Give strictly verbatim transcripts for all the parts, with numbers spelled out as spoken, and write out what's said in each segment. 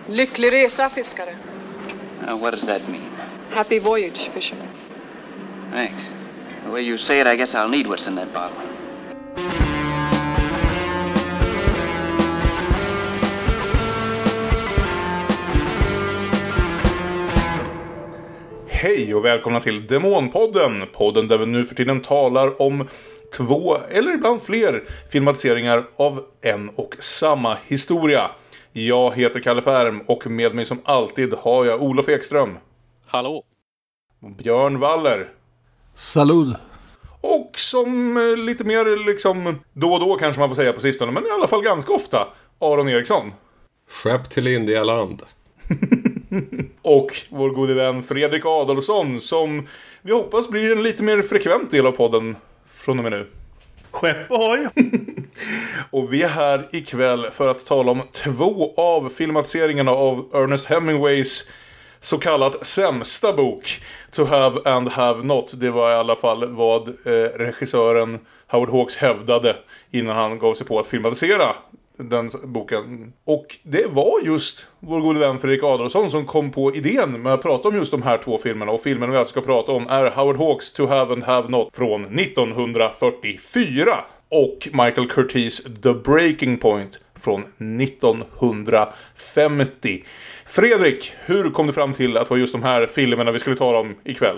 Lycklig resa, fiskare. Uh, what does that mean? Happy voyage, fisherman. Thanks. The way you say it, I guess I'll need what's in that bottle. Hej och välkomna till Demonpodden, podden där vi nu för tiden talar om två eller ibland fler filmatiseringar av en och samma historia. Jag heter Kalle Färm och med mig som alltid har jag Olof Ekström. Hallå. Björn Waller. Salud. Och som lite mer liksom då och då kanske man får säga på sistone, men i alla fall ganska ofta, Aron Eriksson. Skepp till Indialand. Och vår gode vän Fredrik Adolfsson, som vi hoppas blir en lite mer frekvent del av podden från och med nu. Skepp ohoj! Och vi är här ikväll för att tala om två av filmatiseringarna av Ernest Hemingways så kallat sämsta bok, To Have and Have Not. Det var i alla fall vad eh, regissören Howard Hawks hävdade innan han gav sig på att filmatisera den boken. Och det var just vår gode vän Fredrik Adolfsson som kom på idén med att prata om just de här två filmerna. Och filmen vi alltså ska prata om är Howard Hawks To Have and Have Not från nittonhundrafyrtiofyra och Michael Curtiz The Breaking Point från nittonhundrafemtio. Fredrik, hur kom du fram till att det var just de här filmerna vi skulle tala om ikväll?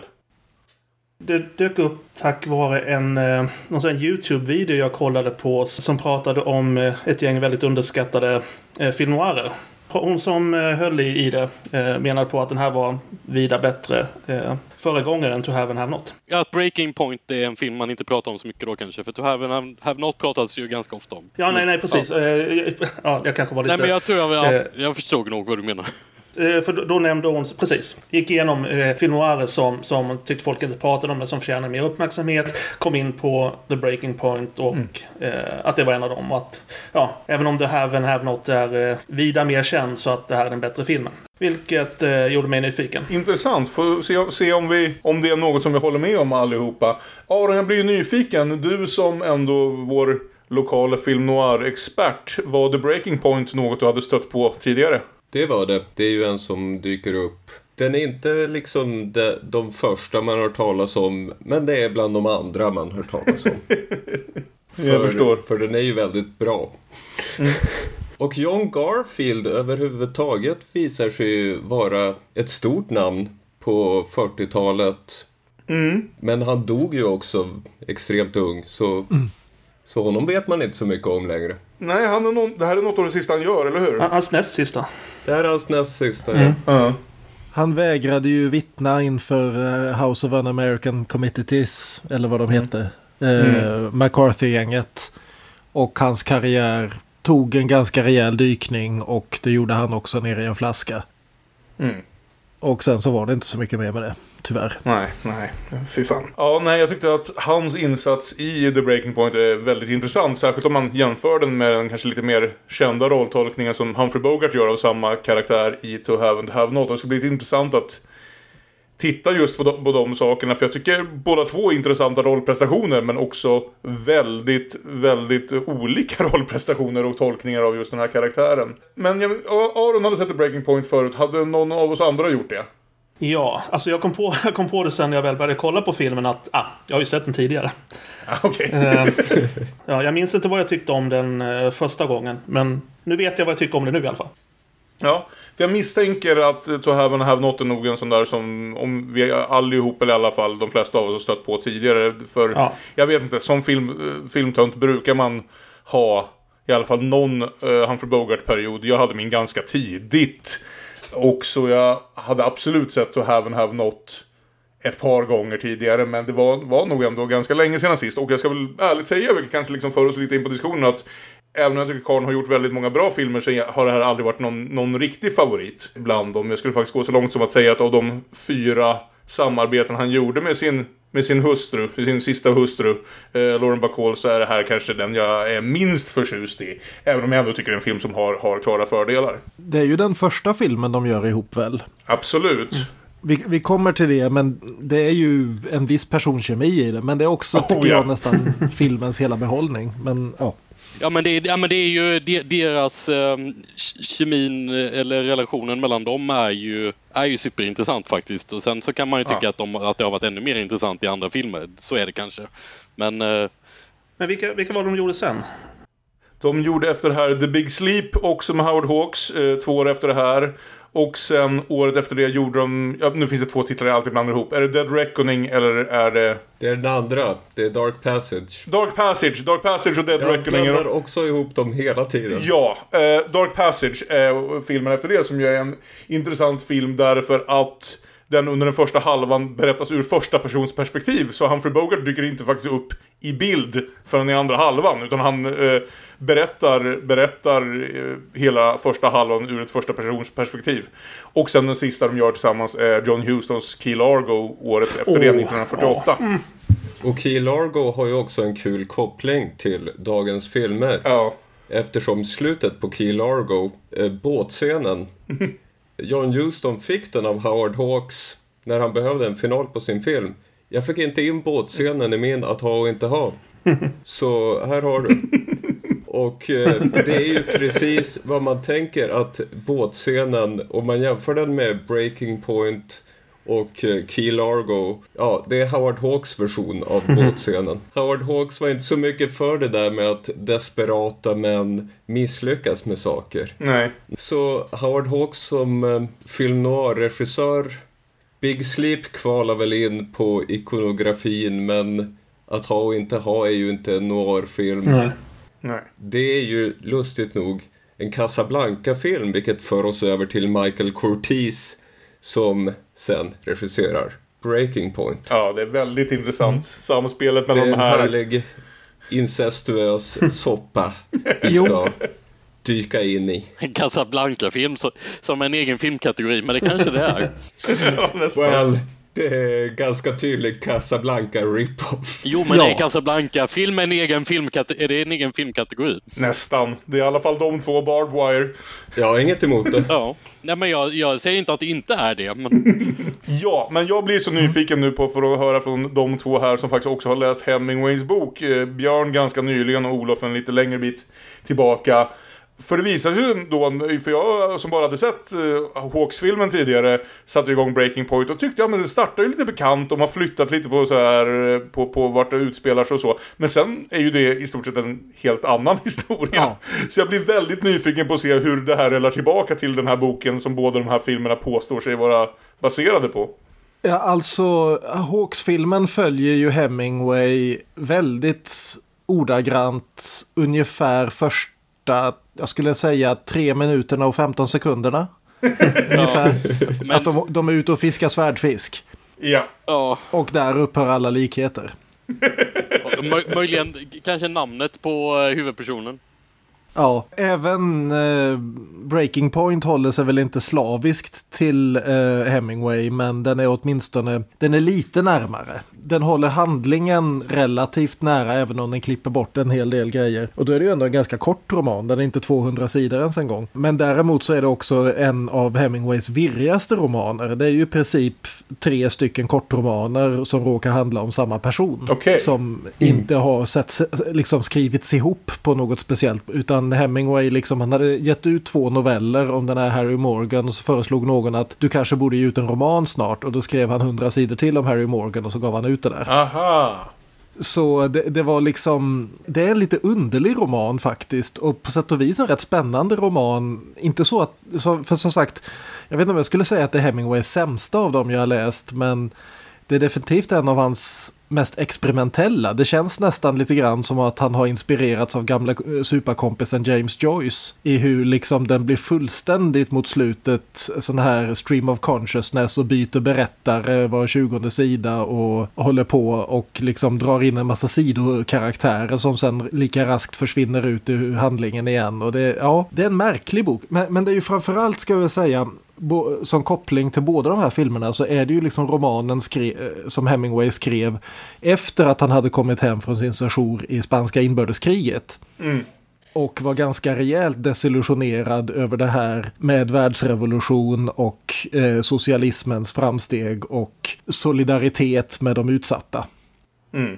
Det dök upp tack vare en, någon sån YouTube-video jag kollade på som pratade om ett gäng väldigt underskattade film noirer. Hon som höll i det menade på att den här var vida bättre föregångaren To Have and Have Not. Ja, att Breaking Point är en film man inte pratar om så mycket då kanske. För To Have and Have Not pratas ju ganska ofta om. Ja, nej, nej, precis. Ja, ja jag kanske var lite... Nej, men jag tror jag, jag, jag förstod nog vad du menar. För då, då nämnde hon, precis, gick igenom eh, film noirer som, som tyckte folk inte pratade om det, som förtjänar mer uppmärksamhet, kom in på The Breaking Point och mm. eh, att det var en av dem. Och att, ja, även om The Have and Have Not är eh, vida mer känd så att det här är den bättre filmen. Vilket eh, gjorde mig nyfiken. Intressant, får se, se om, vi, om det är något som vi håller med om allihopa. Aron, jag blir ju nyfiken. Du som ändå vår lokala film noir-expert, var The Breaking Point något du hade stött på tidigare? Det var det. Det är ju en som dyker upp. Den är inte liksom de, de första man har talas om, men det är bland de andra man har talas om. för, Jag förstår. För den är ju väldigt bra. Mm. Och John Garfield överhuvudtaget visar sig vara ett stort namn på fyrtiotalet. Mm. Men han dog ju också extremt ung, så... Mm. Så honom vet man inte så mycket om längre. Nej, han är någon, det här är något av det sista han gör, eller hur? Hans näst sista. Det här är hans näst sista, mm. ja. Uh-huh. Han vägrade ju vittna inför House of Un-American Committees, eller vad de heter. Mm. Uh, McCarthy-gänget. Och hans karriär tog en ganska rejäl dykning, och det gjorde han också nere i en flaska. Mm. Och sen så var det inte så mycket mer med det, tyvärr. Nej, nej, fy fan. Ja, nej, jag tyckte att hans insats i The Breaking Point är väldigt intressant. Särskilt om man jämför den med den kanske lite mer kända rolltolkningen som Humphrey Bogart gör av samma karaktär i To Have and Have Not. Det ska bli lite intressant att titta just på de, på de sakerna. För jag tycker båda två är intressanta rollprestationer, men också väldigt, väldigt olika rollprestationer och tolkningar av just den här karaktären. Men jag, Aron hade sett The Breaking Point förut. Hade någon av oss andra gjort det? Ja, alltså jag kom på, jag kom på det sen när jag väl började kolla på filmen att ah, jag har ju sett den tidigare. Ah, okej. Okay. ja, jag minns inte vad jag tyckte om den uh, första gången, men nu vet jag vad jag tycker om den nu i alla fall. Ja, för jag misstänker att To Have and Have Not är nog en sån där som om vi allihop, eller i alla fall de flesta av oss har stött på tidigare. För ja. Jag vet inte, som film, filmtönt brukar man ha i alla fall någon uh, Humphrey Bogart-period. Jag hade min ganska tidigt. Och så jag hade absolut sett To Have and Have Not ett par gånger tidigare, men det var, var nog ändå ganska länge sedan sist. Och jag ska väl ärligt säga, vilket kanske liksom för oss lite in på diskussionen, att även om jag tycker Karn har gjort väldigt många bra filmer, så har det här aldrig varit någon, någon riktig favorit bland dem. Jag skulle faktiskt gå så långt som att säga att av de fyra samarbeten han gjorde med sin, med sin hustru, sin sista hustru, eh, Lauren Bacall, så är det här kanske den jag är minst förtjust i. Även om jag ändå tycker det är en film som har, har klara fördelar. Det är ju den första filmen de gör ihop väl? Absolut. Mm. Vi, vi kommer till det, men det är ju en viss personkemi i det. Men det är också, oh, tycker ja. jag, nästan filmens hela behållning. Men ja. Ja men, det är, ja, men det är ju de, deras eh, kemin eller relationen mellan dem är ju, är ju superintressant faktiskt. Och sen så kan man ju tycka ja. att, de, att det har varit ännu mer intressant i andra filmer. Så är det kanske. Men, eh... men vilka, vilka var de gjorde sen? De gjorde efter det här The Big Sleep också med Howard Hawks, eh, två år efter det här. Och sen året efter det gjorde de, ja, nu finns det två titlar jag alltid blandar ihop. Är det Dead Reckoning eller är det... Det är den andra, det är Dark Passage. Dark Passage, Dark Passage och Dead jag Reckoning. Jag blandar också ihop dem hela tiden. Ja, eh, Dark Passage är filmen efter det som ju är en intressant film därför att den under den första halvan berättas ur första persons perspektiv. Så Humphrey Bogart dyker inte faktiskt upp i bild förrän i andra halvan. Utan han eh, berättar, berättar eh, hela första halvan ur ett första persons perspektiv. Och sen den sista de gör tillsammans är John Hustons Key Largo året efter oh. det, nittonhundrafyrtioåtta. Mm. Och Key Largo har ju också en kul koppling till dagens filmer. Ja. Eftersom slutet på Key Largo, eh, båtscenen... John Huston fick den av Howard Hawks när han behövde en final på sin film. Jag fick inte in båtscenen i min att ha och inte ha. Så här har du. Och eh, det är ju precis vad man tänker att båtscenen, om man jämför den med Breaking Point och eh, Key Largo, ja, det är Howard Hawks version av båtscenen. Howard Hawks var inte så mycket för det där med att desperata män misslyckas med saker. Nej. Så Howard Hawks som eh, film noir-regissör, Big Sleep kvalar väl in på ikonografin, men att ha och inte ha är ju inte en noir-film. Nej. Nej. Det är ju lustigt nog en Casablanca-film, vilket för oss över till Michael Curtiz som sen regisserar Breaking Point. Ja, det är väldigt intressant mm. samspelet mellan de här. Det är en härlig incestuös soppa vi ska dyka in i. En Casablanca-film så, som en egen filmkategori, men det kanske det är. Ja, nästan. Well, det är ganska tydligt Casablanca rip-off. Jo, men ja. är Casablanca-film en egen filmkategori? Är det en egen filmkategori? Nästan. Det är i alla fall de två, Barbed Wire. Jag har inget emot det. Ja. Nej, men jag, jag säger inte att det inte är det. Men... ja, men jag blir så nyfiken nu på för att höra från de två här som faktiskt också har läst Hemingways bok. Björn ganska nyligen och Olof en lite längre bit tillbaka. För det visar sig då, för jag som bara hade sett uh, Hawks-filmen tidigare satte igång Breaking Point och tyckte, ja men det startar ju lite bekant och har flyttat lite på så här på, på vart det utspelar sig och så. Men sen är ju det i stort sett en helt annan historia. Ja. Så jag blir väldigt nyfiken på att se hur det här rullar tillbaka till den här boken som båda de här filmerna påstår sig vara baserade på. Ja, alltså Hawks-filmen följer ju Hemingway väldigt ordagrant ungefär först jag skulle säga tre minuterna och femton sekunderna. Ungefär. Men... Att de, de är ute och fiskar svärdfisk. Ja. ja. Och där upphör alla likheter. Möj, möjligen kanske namnet på uh, huvudpersonen. Ja, även eh, Breaking Point håller sig väl inte slaviskt till eh, Hemingway, men den är åtminstone den är lite närmare. Den håller handlingen relativt nära, även om den klipper bort en hel del grejer. Och då är det ju ändå en ganska kort roman, den är inte tvåhundra sidor ens en gång. Men däremot så är det också en av Hemingways virrigaste romaner. Det är ju i princip tre stycken kortromaner som råkar handla om samma person. Okay. Som mm. inte har sett, liksom skrivits ihop på något speciellt, utan Hemingway liksom, han hade gett ut två noveller om den här Harry Morgan och så föreslog någon att du kanske borde ge ut en roman snart, och då skrev han hundra sidor till om Harry Morgan och så gav han ut det där. Aha. Så det, det var liksom, det är en lite underlig roman faktiskt, och på sätt och vis en rätt spännande roman. Inte så att, för som sagt, jag vet inte om jag skulle säga att det är Hemingways sämsta av dem jag har läst, men det är definitivt en av hans mest experimentella. Det känns nästan lite grann som att han har inspirerats av gamla superkompisen James Joyce i hur liksom den blir fullständigt mot slutet sån här stream of consciousness och byter berättare var tjugonde sida och håller på och liksom drar in en massa sidokaraktärer som sen lika raskt försvinner ut ur handlingen igen. Och det, ja, det är en märklig bok. Men, men det är ju framförallt, ska jag säga, bo, som koppling till båda de här filmerna så är det ju liksom romanen skrev, som Hemingway skrev efter att han hade kommit hem från sin sejour i spanska inbördeskriget. Mm. Och var ganska rejält desillusionerad över det här med världsrevolution och eh, socialismens framsteg och solidaritet med de utsatta. Mm.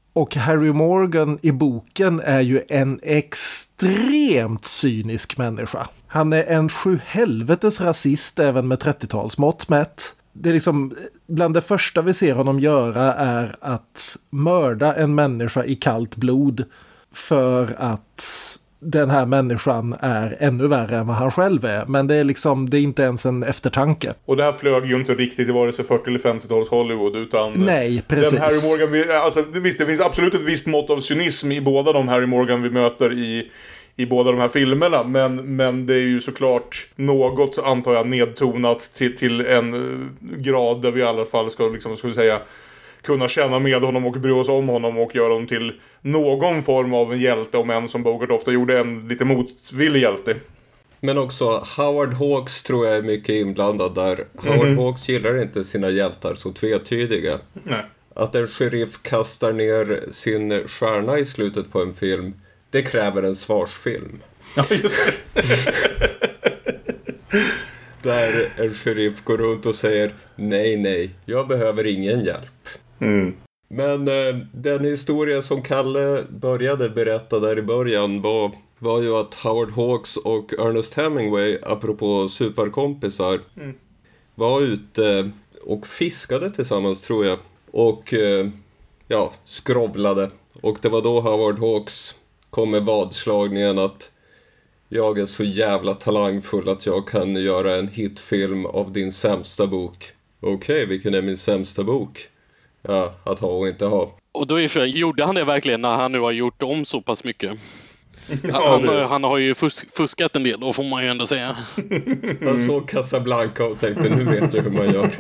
Och Harry Morgan i boken är ju en extremt cynisk människa. Han är en sjuhelvetes rasist även med trettiotalsmått mätt. Det är liksom, bland det första vi ser honom göra är att mörda en människa i kallt blod för att den här människan är ännu värre än vad han själv är. Men det är liksom, det är inte ens en eftertanke. Och det här flög ju inte riktigt i vare sig fyrtio- eller femtio-tals Hollywood, utan... Nej, precis. Den Harry Morgan, alltså, visst, det finns absolut ett visst mått av cynism i båda de Harry Morgan vi möter i, i båda de här filmerna. Men, men det är ju såklart något, antar jag, nedtonat till, till en grad där vi i alla fall ska, liksom, ska säga... kunna känna med honom och bry oss om honom och göra honom till någon form av en hjälte, om en som Bogart ofta gjorde, en lite motvillig hjälte. Men också Howard Hawks tror jag är mycket inblandad där. Mm-hmm. Howard Hawks gillar inte sina hjältar så tvetydiga. Nej. Att en sheriff kastar ner sin stjärna i slutet på en film, det kräver en svarsfilm. Ja, just det. Där en sheriff går runt och säger nej, nej, jag behöver ingen hjälp. Mm. Men eh, den historia som Kalle började berätta där i början var, var ju att Howard Hawks och Ernest Hemingway, apropå superkompisar, mm. var ute och fiskade tillsammans, tror jag. Och eh, ja, skrovlade. Och det var då Howard Hawks kom med vadslagningen att jag är så jävla talangfull att jag kan göra en hitfilm av din sämsta bok. Okej, okay, vilken är min sämsta bok? Ja, att ha och inte ha. Och då är för, gjorde han det verkligen när han nu har gjort om så pass mycket? Ja, han, han har ju fusk, fuskat en del, då får man ju ändå säga. Han såg Casablanca och tänkte, nu vet jag hur man gör.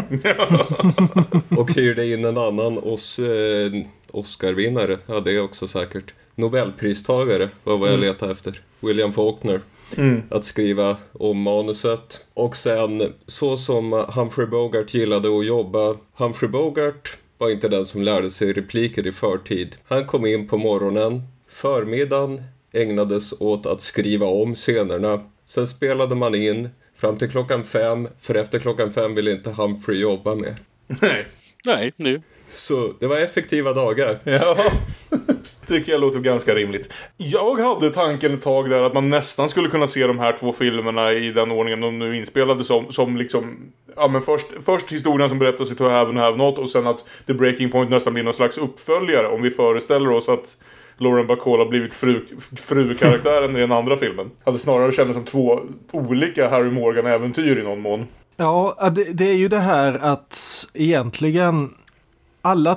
Och hyrde in en annan os, eh, Oscar-vinnare. Ja, det är också säkert. Nobelpristagare var vad jag letade efter. William Faulkner. Mm. Att skriva om manuset. Och sen, så som Humphrey Bogart gillade att jobba. Humphrey Bogart var inte den som lärde sig repliker i förtid. Han kom in på morgonen. Förmiddagen ägnades åt att skriva om scenerna. Sen spelade man in fram till klockan fem. För efter klockan fem ville inte Humphrey jobba mer. Nej. Nej, nu. Så det var effektiva dagar. Ja, tycker jag låter ganska rimligt. Jag hade tanken ett tag där att man nästan skulle kunna se de här två filmerna i den ordningen de nu inspelade som, som liksom, ja men först, först historien som berättas i To Have and Have Not och sen att The Breaking Point nästan blir någon slags uppföljare om vi föreställer oss att Lauren Bacall har blivit fru, fru-karaktären i den andra filmen. Hade snarare känts som två olika Harry Morgan-äventyr i någon mån. Ja, det, det är ju det här att egentligen alla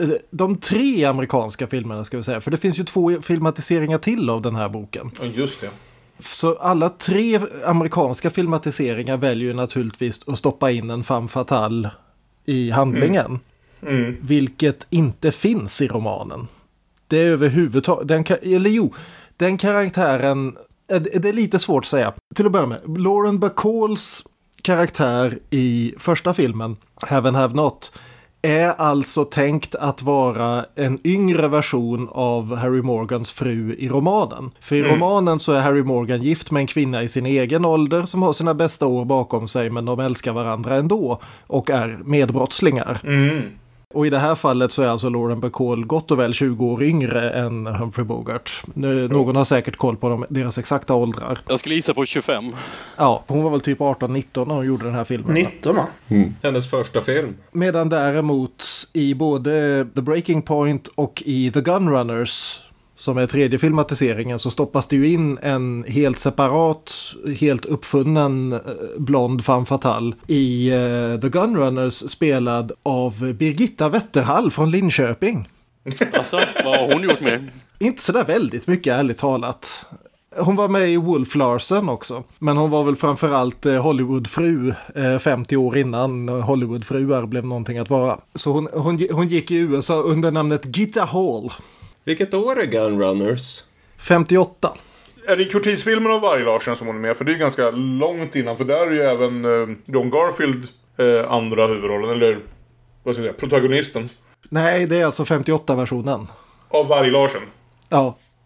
de tre amerikanska filmerna ska vi säga, för det finns ju två filmatiseringar till av den här boken. Ja, just det. Så alla tre amerikanska filmatiseringar väljer ju naturligtvis att stoppa in en femme fatale i handlingen. Mm. Mm. Vilket inte finns i romanen. Det är överhuvudtaget, den, eller jo, den karaktären, det är lite svårt att säga. Till att börja med, Lauren Bacalls karaktär i första filmen, Have and Have Not, är alltså tänkt att vara en yngre version av Harry Morgans fru i romanen. För i mm. romanen så är Harry Morgan gift med en kvinna i sin egen ålder som har sina bästa år bakom sig, men de älskar varandra ändå och är medbrottslingar. Mm. Och i det här fallet så är alltså Lauren Bacall gott och väl tjugo år yngre än Humphrey Bogart. Nu, någon har säkert koll på dem, deras exakta åldrar. Jag skulle gissa på tjugofem. Ja, hon var väl typ arton nitton när hon gjorde den här filmen. nitton va? Mm. Hennes första film. Medan däremot i både The Breaking Point och i The Gunrunners, som är tredje filmatiseringen, så stoppas det ju in en helt separat, helt uppfunnen blond femme fatale i uh, The Gunrunners, spelad av Birgitta Wetterhall från Linköping. Alltså, vad har hon gjort med? Inte så där väldigt mycket, ärligt talat. Hon var med i Wolf Larsen också. Men hon var väl framförallt Hollywoodfru eh, femtio år innan Hollywoodfruar blev någonting att vara. Så hon, hon, hon gick i U S A under namnet Gitta Hall. Vilket år är Gunrunners? femtioåtta. Är det Curtis-filmen av Varg Larsen som hon är med? För det är ganska långt innan. För där är ju även eh, John Garfield eh, andra huvudrollen. Eller vad ska jag säga, protagonisten. Nej, det är alltså femtioåtta-versionen. Av Varg Larsen? Ja.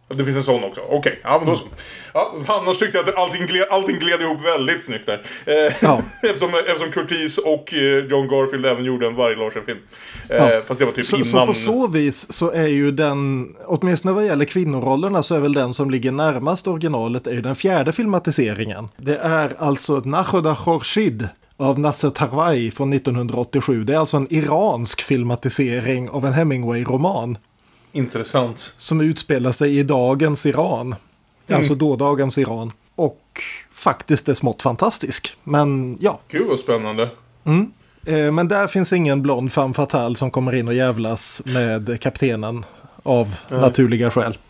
Det finns en sån också. Okej, okay. Ja men då så. Ja, annars tyckte jag att allting gled, allting gled ihop väldigt snyggt där. Eh, ja. eftersom, eftersom Curtis och John Garfield även gjorde en Varg Larsen-film. Eh, ja. Fast det var typ så, innan... Så på så vis så är ju den, åtminstone vad gäller kvinnorollerna, så är väl den som ligger närmast originalet är ju den fjärde filmatiseringen. Det är alltså Nakhoda Khorshid av Nasser Tarwai från nittonhundraåttiosju. Det är alltså en iransk filmatisering av en Hemingway-roman. Intressant. Som utspelar sig i dagens Iran. Mm. Alltså dådagens Iran. Och faktiskt är smått fantastisk. Men ja. Gud vad spännande. Mm. Eh, men där finns ingen blond femme fatale som kommer in och jävlas med kaptenen av mm. naturliga skäl.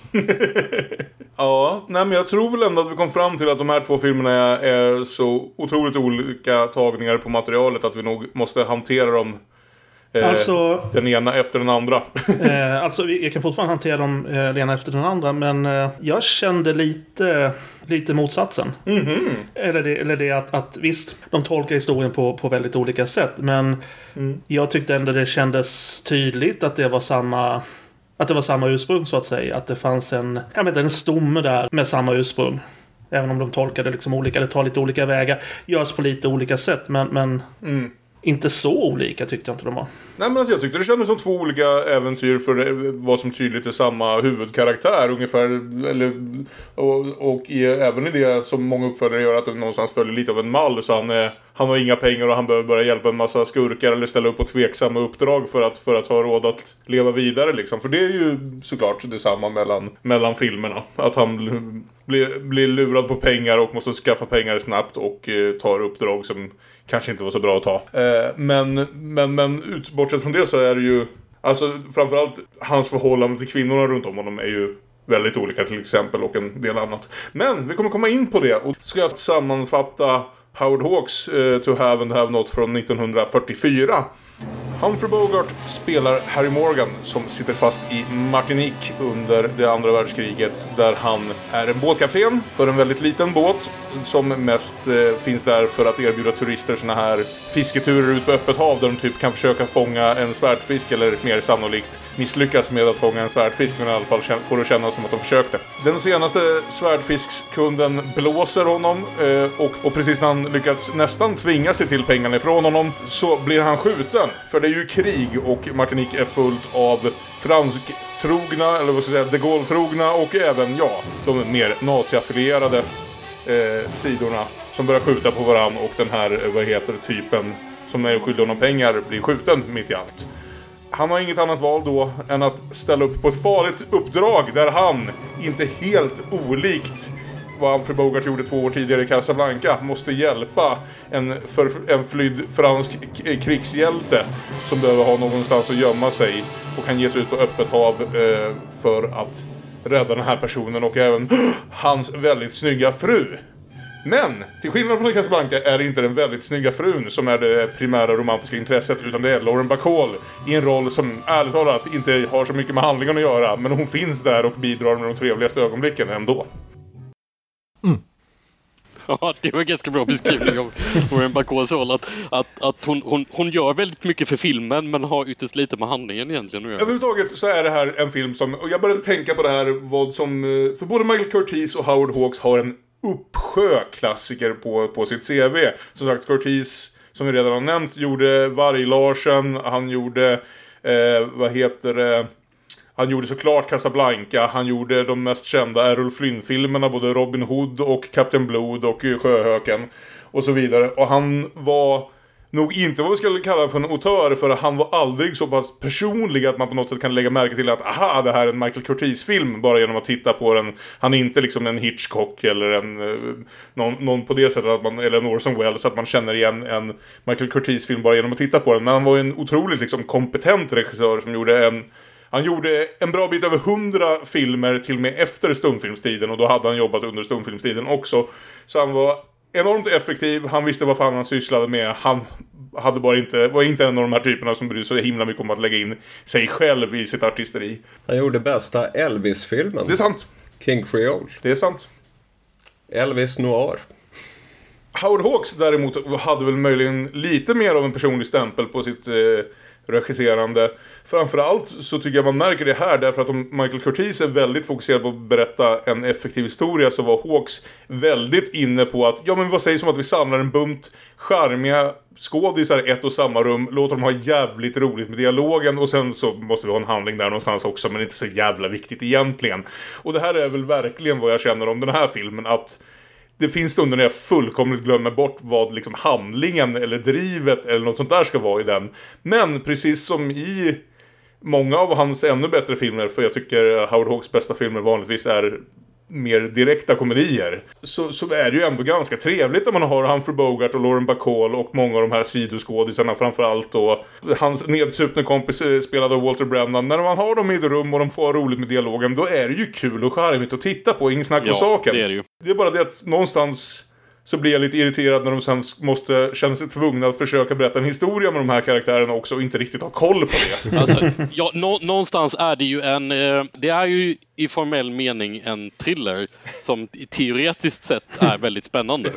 Ja, nej men jag tror väl ändå att vi kom fram till att de här två filmerna är, är så otroligt olika tagningar på materialet att vi nog måste hantera dem eh, alltså, den ena efter den andra. eh, alltså jag kan fortfarande hantera dem eh, den ena efter den andra, men eh, jag kände lite, lite motsatsen. Mm-hmm. Eller det, eller det att, att visst, de tolkar historien på, på väldigt olika sätt, men mm. jag tyckte ändå det kändes tydligt att det var samma... Att det var samma ursprung så att säga. Att det fanns en, jag vet inte, en stomme där med samma ursprung. Även om de tolkade liksom olika, det tar lite olika vägar. Görs på lite olika sätt. Men, men mm. inte så olika tyckte jag inte de var. Nej men alltså jag tyckte det kändes som två olika äventyr för vad som tydligt är samma huvudkaraktär ungefär. Eller, och, och i, även i det som många uppföljare gör att det någonstans följer lite av en mall. Så han, är, han har inga pengar och han behöver bara hjälpa en massa skurkar eller ställa upp på tveksamma uppdrag för att, för att ha råd att leva vidare liksom. För det är ju såklart detsamma mellan, mellan filmerna. Att han blir, blir lurad på pengar och måste skaffa pengar snabbt och eh, tar uppdrag som kanske inte var så bra att ta. Eh, men, men, men ut, bortsett från det så är det ju... Alltså framförallt hans förhållande till kvinnorna runt om honom är ju väldigt olika till exempel och en del annat. Men vi kommer komma in på det och ska jag sammanfatta Howard Hawks eh, To Have and Have Not från nittonhundrafyrtiofyra. Humphrey Bogart spelar Harry Morgan som sitter fast i Martinique under det andra världskriget där han är en båtkapten för en väldigt liten båt som mest eh, finns där för att erbjuda turister såna här fisketurer ut på öppet hav där de typ kan försöka fånga en svärdfisk eller mer sannolikt misslyckas med att fånga en svärdfisk men i alla fall får det kännas som att de försökte. Den senaste svärdfiskskunden blåser honom eh, och, och precis när han lyckats nästan tvinga sig till pengarna ifrån honom så blir han skjuten. För det är ju krig och Martinique är fullt av fransktrogna, eller vad ska jag säga, de Gaulle-trogna och även, ja, de mer naziaffilierade eh, sidorna som börjar skjuta på varann och den här, vad heter det, typen som är skyldig honom pengar blir skjuten mitt i allt. Han har inget annat val då än att ställa upp på ett farligt uppdrag där han, inte helt olikt vad Humphrey Bogart gjorde två år tidigare i Casablanca, måste hjälpa en, för, en flydd fransk krigshjälte som behöver ha någonstans att gömma sig och kan ge sig ut på öppet hav eh, för att rädda den här personen och även hans väldigt snygga fru. Men, till skillnad från Casablanca är det inte den väldigt snygga frun som är det primära romantiska intresset utan det är Lauren Bacall i en roll som ärligt talat inte har så mycket med handlingen att göra men hon finns där och bidrar med de trevligaste ögonblicken ändå. Mm. Ja, det var en ganska bra beskrivning av Lauren Bacalls roll. Att, att, att hon, hon, hon gör väldigt mycket för filmen men har ytterst lite med handlingen egentligen att göra. Överhuvudtaget så är det här en film som, och jag började tänka på det här vad som, för både Michael Curtiz och Howard Hawks har en uppsjö klassiker på, på sitt C V. Som sagt, Curtiz, som vi redan har nämnt, gjorde Varg Larsen, han gjorde, eh, vad heter det... Han gjorde såklart Casablanca, han gjorde de mest kända Errol Flynn-filmerna, både Robin Hood och Kapten Blod och Sjöhöken och så vidare. Och han var nog inte vad vi skulle kalla för en auteur, för han var aldrig så pass personlig att man på något sätt kan lägga märke till att aha, det här är en Michael Curtiz-film bara genom att titta på den. Han är inte liksom en Hitchcock eller en någon, någon på det sättet att man, eller en Orson Welles, så att man känner igen en Michael Curtiz-film bara genom att titta på den. Men han var ju en otroligt liksom kompetent regissör som gjorde en Han gjorde en bra bit över hundra filmer till och med efter stumfilmstiden. Och då hade han jobbat under stumfilmstiden också. Så han var enormt effektiv. Han visste vad fan han sysslade med. Han hade bara inte, var inte en av de här typerna som brydde sig så himla mycket om att lägga in sig själv i sitt artisteri. Han gjorde bästa Elvis-filmen. Det är sant. King Creole. Det är sant. Elvis Noir. Howard Hawks däremot hade väl möjligen lite mer av en personlig stämpel på sitt eh, regisserande. Framförallt så tycker jag man märker det här, därför att om Michael Curtiz är väldigt fokuserad på att berätta en effektiv historia, så var Hawks väldigt inne på att, ja men vad sägs om att vi samlar en bunt charmiga skådisar i ett och samma rum, låter dem ha jävligt roligt med dialogen, och sen så måste vi ha en handling där någonstans också, men inte så jävla viktigt egentligen. Och det här är väl verkligen vad jag känner om den här filmen, att det finns stunder när jag fullkomligt glömmer bort vad liksom handlingen eller drivet eller något sånt där ska vara i den. Men precis som i många av hans ännu bättre filmer, för jag tycker Howard Hawks bästa filmer vanligtvis är mer direkta komedier, så, så är det ju ändå ganska trevligt om man har Humphrey Bogart och Lauren Bacall och många av de här sidoskådisarna, framförallt och hans nedsupna kompis spelade av Walter Brennan. När man har dem i ett rum och de får roligt med dialogen, då är det ju kul och charmigt att titta på, ingen snack på ja, saken. Det är det ju. Det är bara det att någonstans så blir jag lite irriterad när de sen måste känna sig tvungna att försöka berätta en historia med de här karaktärerna också och inte riktigt ha koll på det. Alltså, ja, nå- någonstans är det ju en... Eh, det är ju i formell mening en thriller som teoretiskt sett är väldigt spännande.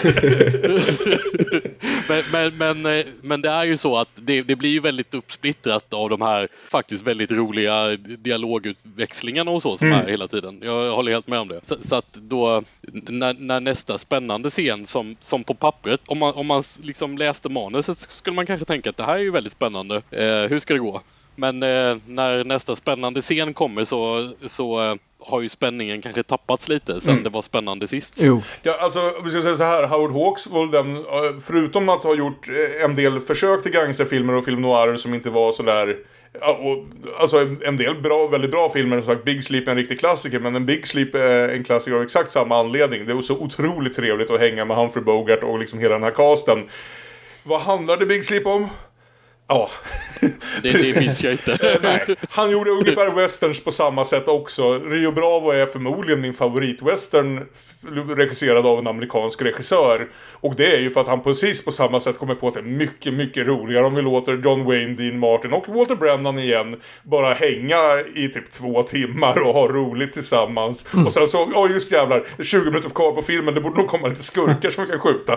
men, men, men, men det är ju så att det, det blir ju väldigt uppsplittrat av de här faktiskt väldigt roliga dialogutväxlingarna och så som mm. är hela tiden. Jag håller helt med om det. Så, så att då när, när nästa spännande scen som, som på pappret, om man, om man liksom läste manuset skulle man kanske tänka att det här är ju väldigt spännande. Eh, hur ska det gå? Men eh, när nästa spännande scen kommer så, så eh, har ju spänningen kanske tappats lite sen mm. det var spännande sist. Jo. Ja, alltså, vi ska säga så här, Howard Hawks var den, förutom att ha gjort en del försök till gangsterfilmer och film noir som inte var så där, och, alltså en del bra, väldigt bra filmer, som sagt Big Sleep är en riktig klassiker, men en Big Sleep är en klassiker av exakt samma anledning. Det är så otroligt trevligt att hänga med Humphrey Bogart och liksom hela den här casten. Vad handlade Big Sleep om? Ja. Det, det minns jag inte. Nej, han gjorde ungefär westerns på samma sätt också. Rio Bravo är förmodligen min favoritwestern, regisserad av en amerikansk regissör. Och det är ju för att han precis på samma sätt kommer på att det är mycket, mycket roligare om vi låter John Wayne, Dean Martin och Walter Brennan igen bara hänga i typ två timmar och ha roligt tillsammans. Mm. Och sen så, ja just jävlar, tjugo minuter kvar på filmen, det borde nog komma lite skurkar som man kan skjuta.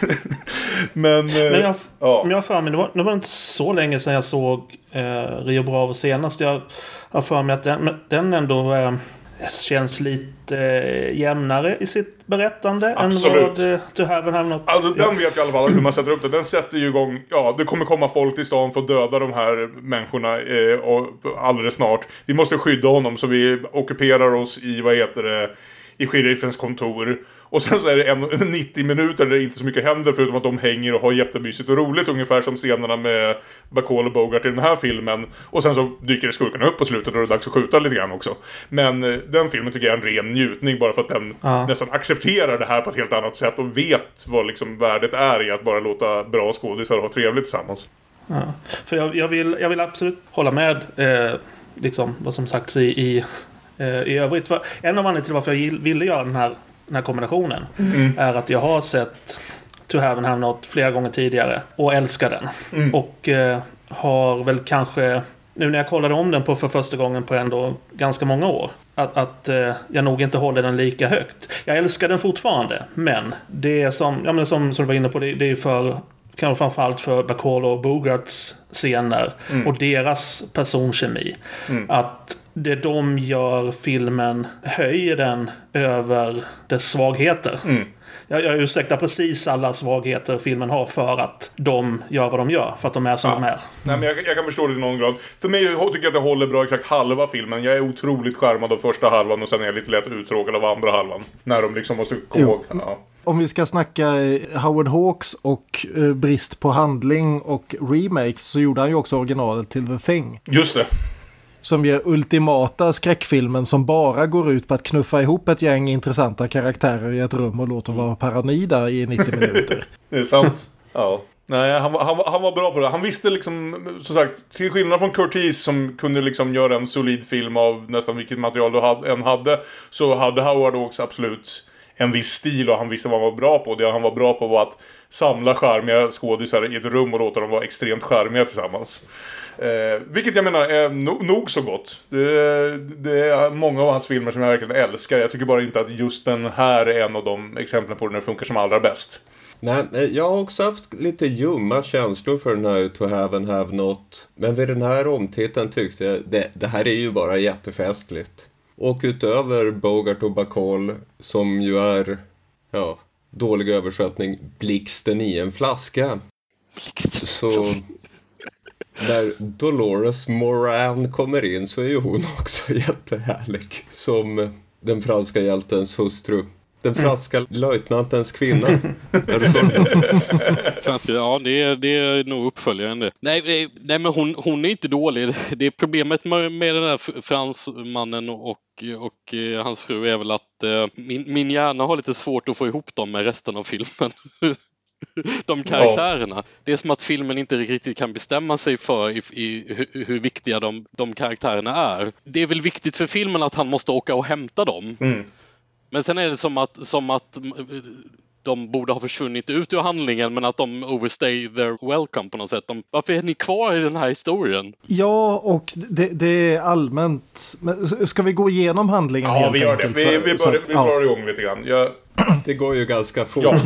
Men, Men jag, ja. om jag har för mig, det var, det var inte så länge sedan jag såg eh, Rio Bravo senast. Jag har för mig att den, den ändå eh, känns lite eh, jämnare i sitt berättande. Absolut. Än vad eh, To Have and Have Not. Alltså den vet jag i alla fall hur man sätter upp det. Den sätter ju igång, ja det kommer komma folk till stan för att döda de här människorna eh, och alldeles snart. Vi måste skydda honom så vi ockuperar oss i, vad heter det, i sheriffens kontor. Och sen så är det en, nittio minuter där det inte så mycket händer förutom att de hänger och har jättemysigt och roligt, ungefär som scenerna med Bacall och Bogart i den här filmen. Och sen så dyker skurkarna upp på slutet och det är dags att skjuta lite grann också. Men den filmen tycker jag är en ren njutning, bara för att den ja. nästan accepterar det här på ett helt annat sätt och vet vad liksom värdet är i att bara låta bra skådisar ha trevligt tillsammans. Ja. För jag, jag, vill, jag vill absolut hålla med eh, liksom vad som sagts i, i, eh, i övrigt. För en av anledningarna till varför jag ville göra den här den här kombinationen mm. är att jag har sett To Have and Have Not flera gånger tidigare och älskar den. Mm. Och eh, har väl kanske, nu när jag kollade om den på för första gången på ändå ganska många år, att, att eh, jag nog inte håller den lika högt. Jag älskar den fortfarande, men det är som, ja, men som, som du var inne på, det, det är för, kanske framförallt för Bacall och Bogarts scener mm. och deras personkemi. Mm. Att det de gör filmen höjer den över dess svagheter. Mm. Jag, jag ursäktar precis alla svagheter filmen har för att de gör vad de gör. För att de är som ja. de är. Nej, men jag, jag kan förstå det i någon grad. För mig jag tycker jag att det håller bra exakt halva filmen. Jag är otroligt skärmad av första halvan och sen är jag lite lätt uttråkad av andra halvan. När de liksom måste komma ihåg. Ja. Om vi ska snacka Howard Hawks och uh, brist på handling och remakes, så gjorde han ju också originalet till The Thing. Just det. Som ger ultimata skräckfilmen som bara går ut på att knuffa ihop ett gäng intressanta karaktärer i ett rum och låta dem vara paranoida i nittio minuter. Det är sant. Ja. Nej, han, han, han var bra på det. Han visste liksom, som sagt, till skillnad från Curtiz som kunde liksom göra en solid film av nästan vilket material du hade, än hade, så hade Howard också absolut en viss stil och han visste vad han var bra på. Det han var bra på var att samla charmiga skådisar i ett rum och låta dem vara extremt charmiga tillsammans. Eh, vilket jag menar är no- nog så gott. Det, det är många av hans filmer som jag verkligen älskar. Jag tycker bara inte att just den här är en av de exemplen på när det funkar som allra bäst. Nej, jag har också haft lite ljumma känslor för den här To Have and Have Not. Men vid den här omtiteln tyckte jag det, det här är ju bara jättefestligt. Och utöver Bogart och Bacall, som ju är, ja, dålig översättning, blixten i en flaska. Så när Dolores Moran kommer in så är ju hon också jättehärlig. Som den franska hjältens hustru. Den franska mm. löjtnantens kvinna. Är det så? Franska, ja, det är, det är nog uppföljaren det. Nej, nej men hon, hon är inte dålig. Det är problemet med, med den här fransmannen och, och eh, hans fru är väl att eh, min, min hjärna har lite svårt att få ihop dem med resten av filmen. De karaktärerna. Ja. Det är som att filmen inte riktigt kan bestämma sig för i, i, hur, hur viktiga de, de karaktärerna är. Det är väl viktigt för filmen att han måste åka och hämta dem. Mm. Men sen är det som att, som att de borde ha försvunnit ut ur handlingen, men att de overstay their welcome på något sätt. De, varför är ni kvar i den här historien? Ja, och det, det är allmänt. Men ska vi gå igenom handlingen? Ja, vi gör enkelt, det. Vi, vi, börjar, så, vi drar ja. igång lite grann. Jag... Det går ju ganska fort. Ja.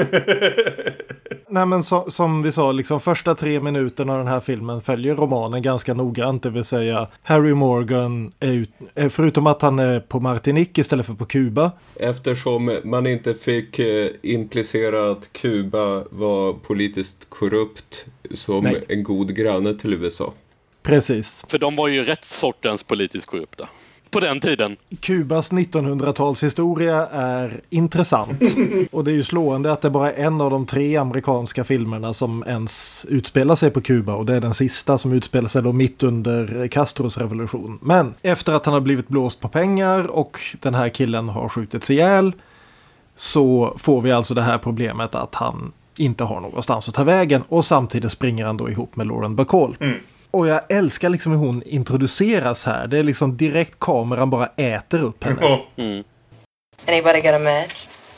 Nej, men så, som vi sa, liksom första tre minuterna av den här filmen följer romanen ganska noggrant. Det vill säga, Harry Morgan är ut, förutom att han är på Martinique istället för på Kuba. Eftersom man inte fick eh, implicera att Kuba var politiskt korrupt som Nej. en god granne till U S A. Precis. För de var ju rätt sortens politiskt korrupta. På den tiden. Kubas nittonhundratalshistoria är intressant. Och det är ju slående att det bara är en av de tre amerikanska filmerna som ens utspelar sig på Kuba. Och det är den sista som utspelar sig då mitt under Castros revolution. Men efter att han har blivit blåst på pengar och den här killen har skjutits ihjäl, så får vi alltså det här problemet att han inte har någonstans att ta vägen. Och samtidigt springer han då ihop med Lauren Bacall. Mm. Och jag älskar liksom hur hon introduceras här. Det är liksom direkt kameran bara äter upp henne. Mm. Anybody got a match?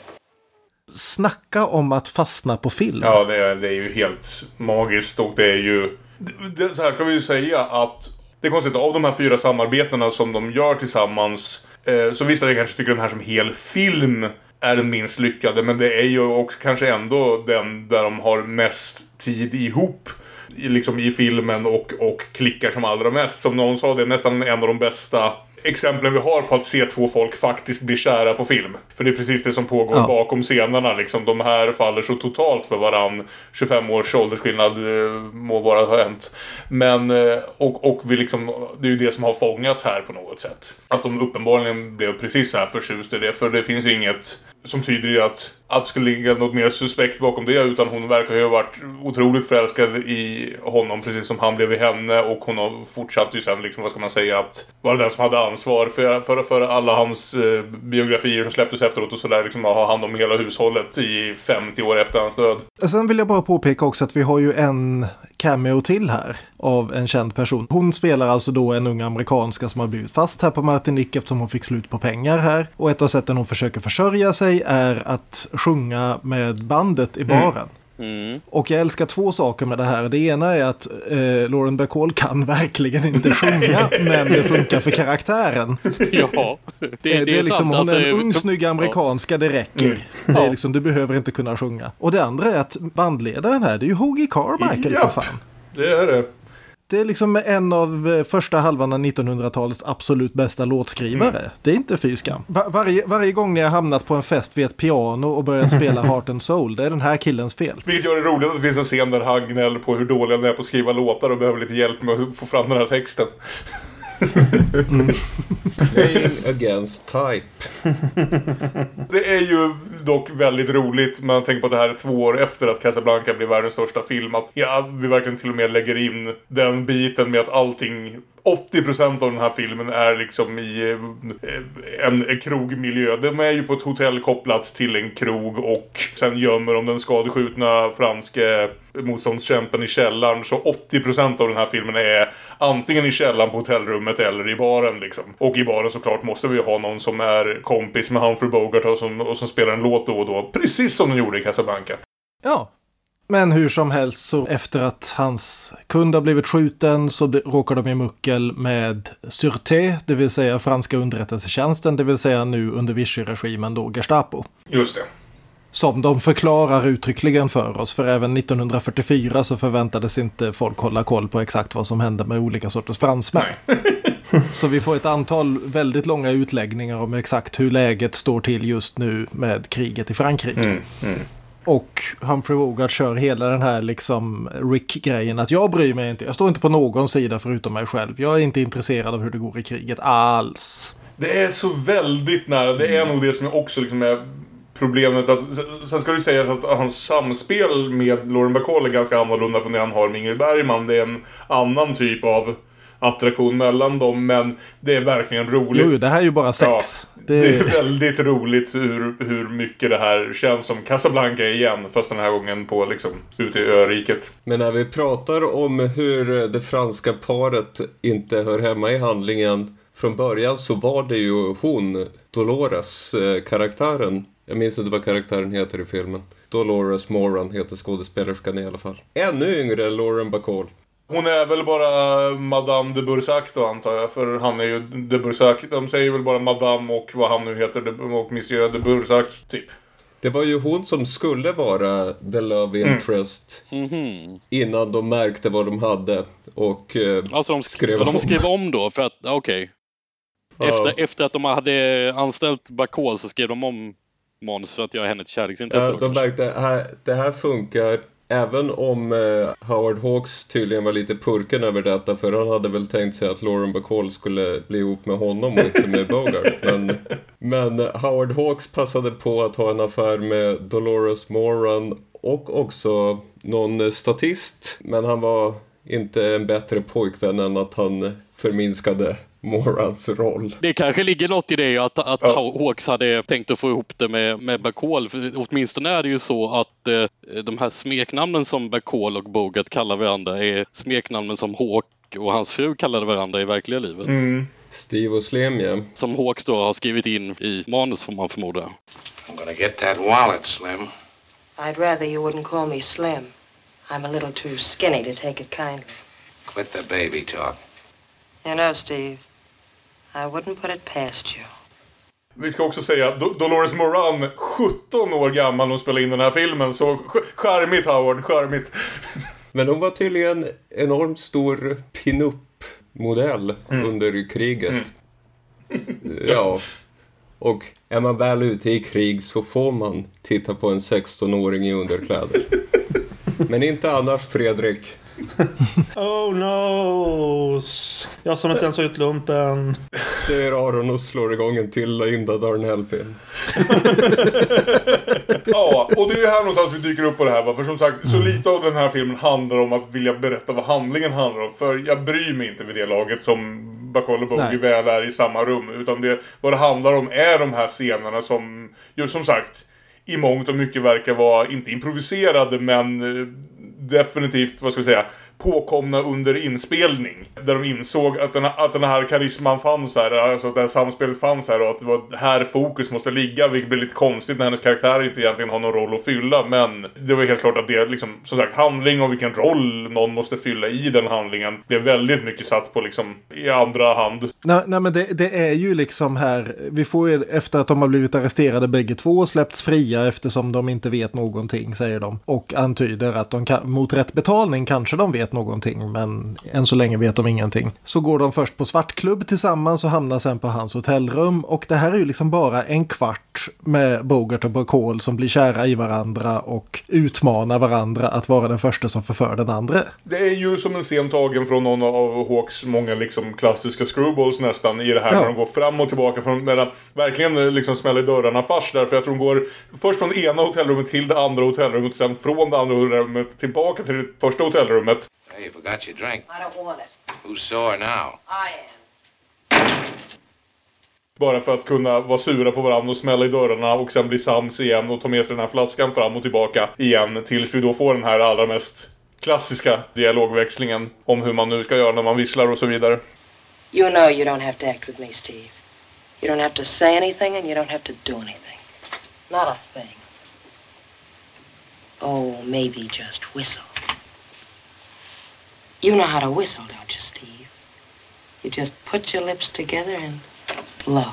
Snacka om att fastna på film. Ja, det är, det är ju helt magiskt. Och det är ju... Det, så här ska vi ju säga att... Det är konstigt, av de här fyra samarbetena som de gör tillsammans... Eh, så visst att jag kanske tycker den här som hel film är den minst lyckade. Men det är ju också kanske ändå den där de har mest tid ihop. Liksom i filmen och, och klickar som allra mest. Som någon sa, det är nästan en av de bästa exemplen vi har på att se två folk faktiskt bli kära på film. För det är precis det som pågår ja. bakom scenerna. Liksom, de här faller så totalt för varann. tjugofem års åldersskillnad må bara ha hänt. Men, och, och vi liksom, det är ju det som har fångats här på något sätt. Att de uppenbarligen blev precis så här förtjust i det. För det finns ju inget som tyder i att att det skulle ligga något mer suspekt bakom det, utan hon verkar ju ha varit otroligt förälskad i honom precis som han blev i henne, och hon har fortsatt ju sen liksom, vad ska man säga, att vara den som hade ansvar för, för, för alla hans eh, biografier som släpptes efteråt och sådär, liksom ha hand om hela hushållet i femtio år efter hans död. Sen vill jag bara påpeka också att vi har ju en cameo till här av en känd person. Hon spelar alltså då en ung amerikanska som har blivit fast här på Martinique eftersom hon fick slut på pengar här. Och ett av sätten hon försöker försörja sig är att sjunga med bandet i baren. Mm. Mm. Och jag älskar två saker med det här. Det ena är att eh, Lauren Bacall kan verkligen inte sjunga, men det funkar för karaktären. Ja, det, det, det är, det är liksom, sant. hon alltså, är en ung, snygg amerikanska, det räcker. Mm. Det är liksom, du behöver inte kunna sjunga. Och det andra är att bandledaren här, det är ju Hoagy Carmichael ja, för fan. Det är det. Det är liksom en av första halvan av nittonhundratalets absolut bästa låtskrivare. Mm. Det är inte fy skam. Var, varje, varje gång ni har hamnat på en fest vid ett piano och börjat spela Heart and Soul, det är den här killens fel. Vilket gör det roligt att det finns en scen där han gnäller på hur dålig han är på att skriva låtar och behöver lite hjälp med att få fram den här texten. Mm. Playing against type. Det är ju dock väldigt roligt. Man tänker på att det här är två år efter att Casablanca blev världens största film. Att ja, vi verkligen till och med lägger in den biten med att allting åttio procent av den här filmen är liksom i en, en krogmiljö. De är ju på ett hotell kopplat till en krog och sen gömmer de den skadeskjutna franske motståndskämpen i källaren. Så åttio procent av den här filmen är antingen i källaren på hotellrummet eller i baren liksom. Och i baren såklart måste vi ha någon som är kompis med Humphrey Bogart och som, och som spelar en låt då och då. Precis som de gjorde i Casablanca. Ja. Men hur som helst så efter att hans kund har blivit skjuten så råkar de i muckel med Sûreté, det vill säga franska underrättelsetjänsten, det vill säga nu under Vichy-regimen då Gestapo. Just det. Som de förklarar uttryckligen för oss, för även nittonhundrafyrtiofyra så förväntades inte folk hålla koll på exakt vad som hände med olika sorters fransmän. Så vi får ett antal väldigt långa utläggningar om exakt hur läget står till just nu med kriget i Frankrike. Mm, mm. Och Humphrey Bogart kör hela den här liksom Rick-grejen att jag bryr mig inte, jag står inte på någon sida förutom mig själv. Jag är inte intresserad av hur det går i kriget alls. Det är så väldigt nära, det är nog det som också liksom är problemet. Att, sen ska du säga att hans samspel med Lauren Bacall är ganska annorlunda från det han har med Ingrid Bergman. Det är en annan typ av attraktion mellan dem, men det är verkligen roligt. Jo, det här är ju bara sex. Ja, det... det är väldigt roligt hur, hur mycket det här känns som Casablanca igen, fast den här gången på liksom ute i öriket. Men när vi pratar om hur det franska paret inte hör hemma i handlingen, från början så var det ju hon, Dolores, eh, karaktären. Jag minns inte vad karaktären heter i filmen. Dolores Moran heter skådespelerskan i alla fall. Ännu yngre än Lauren Bacall. Hon är väl bara Madame de Bursac då, antar jag. För han är ju de Bursac. De säger väl bara Madame och vad han nu heter. Och Monsieur de Bursac, typ. Det var ju hon som skulle vara the love interest. Mm. Innan de märkte vad de hade. Och eh, alltså de, sk- skrev, de skrev om då. För att, okej. Okay. Efter, uh. efter att de hade anställt Bacall så skrev de om manus för att jag är henne ett kärleksintresse. Ja, de märkte att det här funkar. Även om eh, Howard Hawks tydligen var lite purken över detta, för han hade väl tänkt sig att Lauren Bacall skulle bli ihop med honom och inte med Bogart. Men, men Howard Hawks passade på att ha en affär med Dolores Moran och också någon statist. Men han var inte en bättre pojkvän än att han förminskade Morans roll. Det kanske ligger något i det att, att ja. Hawks hade tänkt att få ihop det med, med Bacall. För åtminstone är det ju så att eh, de här smeknamnen som Bacall och Bogart kallar varandra är smeknamnen som Hawk och hans fru kallade varandra i verkliga livet. Mm. Steve och Slim, ja. Som Hawks då har skrivit in i manus, får man förmoda. I'm gonna get that wallet, Slim. I'd rather you wouldn't call me Slim. I'm a little too skinny to take it kindly. Quit the baby talk. You know, Steve, I wouldn't put it past you. Vi ska också säga att Dolores Moran, sjutton år gammal när hon spelade in den här filmen. Så charmigt, Howard, charmigt. Men hon var tydligen enormt stor pin-up-modell mm. under kriget. Mm. Ja. Och är man väl ute i krig så får man titta på en sexton-åring i underkläder. Men inte annars, Fredrik. Oh no. Jag som inte ens har ut lumpen. Säger Aron och slår igång en till Linda Darnell-film. Ja, och det är ju här någonstans vi dyker upp på det här, va? För som sagt, så lite av den här filmen handlar om att vilja berätta vad handlingen handlar om. För jag bryr mig inte vid det laget som Bacall och Bogey väl är i samma rum. Utan det, vad det handlar om är de här scenerna som, ju som sagt, i mångt och mycket verkar vara inte improviserade, men definitivt, vad ska jag säga, påkomna under inspelning. Där de insåg att den, att den här karisman fanns här, alltså att det här samspelet fanns här, och att det var här fokus måste ligga, vilket blir lite konstigt när hennes karaktär inte egentligen har någon roll att fylla. Men det var helt klart att det, liksom, som sagt, handling och vilken roll någon måste fylla i den handlingen blev väldigt mycket satt på liksom i andra hand. Nej, nej men det, det är ju liksom här, vi får ju, efter att de har blivit arresterade bägge två, släppts fria eftersom de inte vet någonting, säger de. Och antyder att de kan, mot rätt betalning kanske de vet någonting, men än så länge vet de ingenting. Så går de först på svartklubb tillsammans och hamnar sen på hans hotellrum, och det här är ju liksom bara en kvart med Bogart och Bacall som blir kära i varandra och utmanar varandra att vara den första som förför den andra. Det är ju som en scen tagen från någon av Hawks många liksom klassiska screwballs nästan i det här, ja. När de går fram och tillbaka från, mellan, verkligen liksom smäller dörrarna fast där, för jag tror de går först från det ena hotellrummet till det andra hotellrummet, sen från det andra hotellrummet tillbaka till det första hotellrummet. Hey, you forgot your drink. I don't want it. Who's sore now? I am. Bara för att kunna vara sura på varandra och smälla i dörrarna och sen bli sams igen och ta med sig den här flaskan fram och tillbaka igen tills vi då får den här allra mest klassiska dialogväxlingen om hur man nu ska göra när man visslar och så vidare. You know you don't have to act with me, Steve. You don't have to say anything and you don't have to do anything. Not a thing. Oh, maybe just whistle. You know how to whistle, don't you, Steve? You just put your lips together and blow.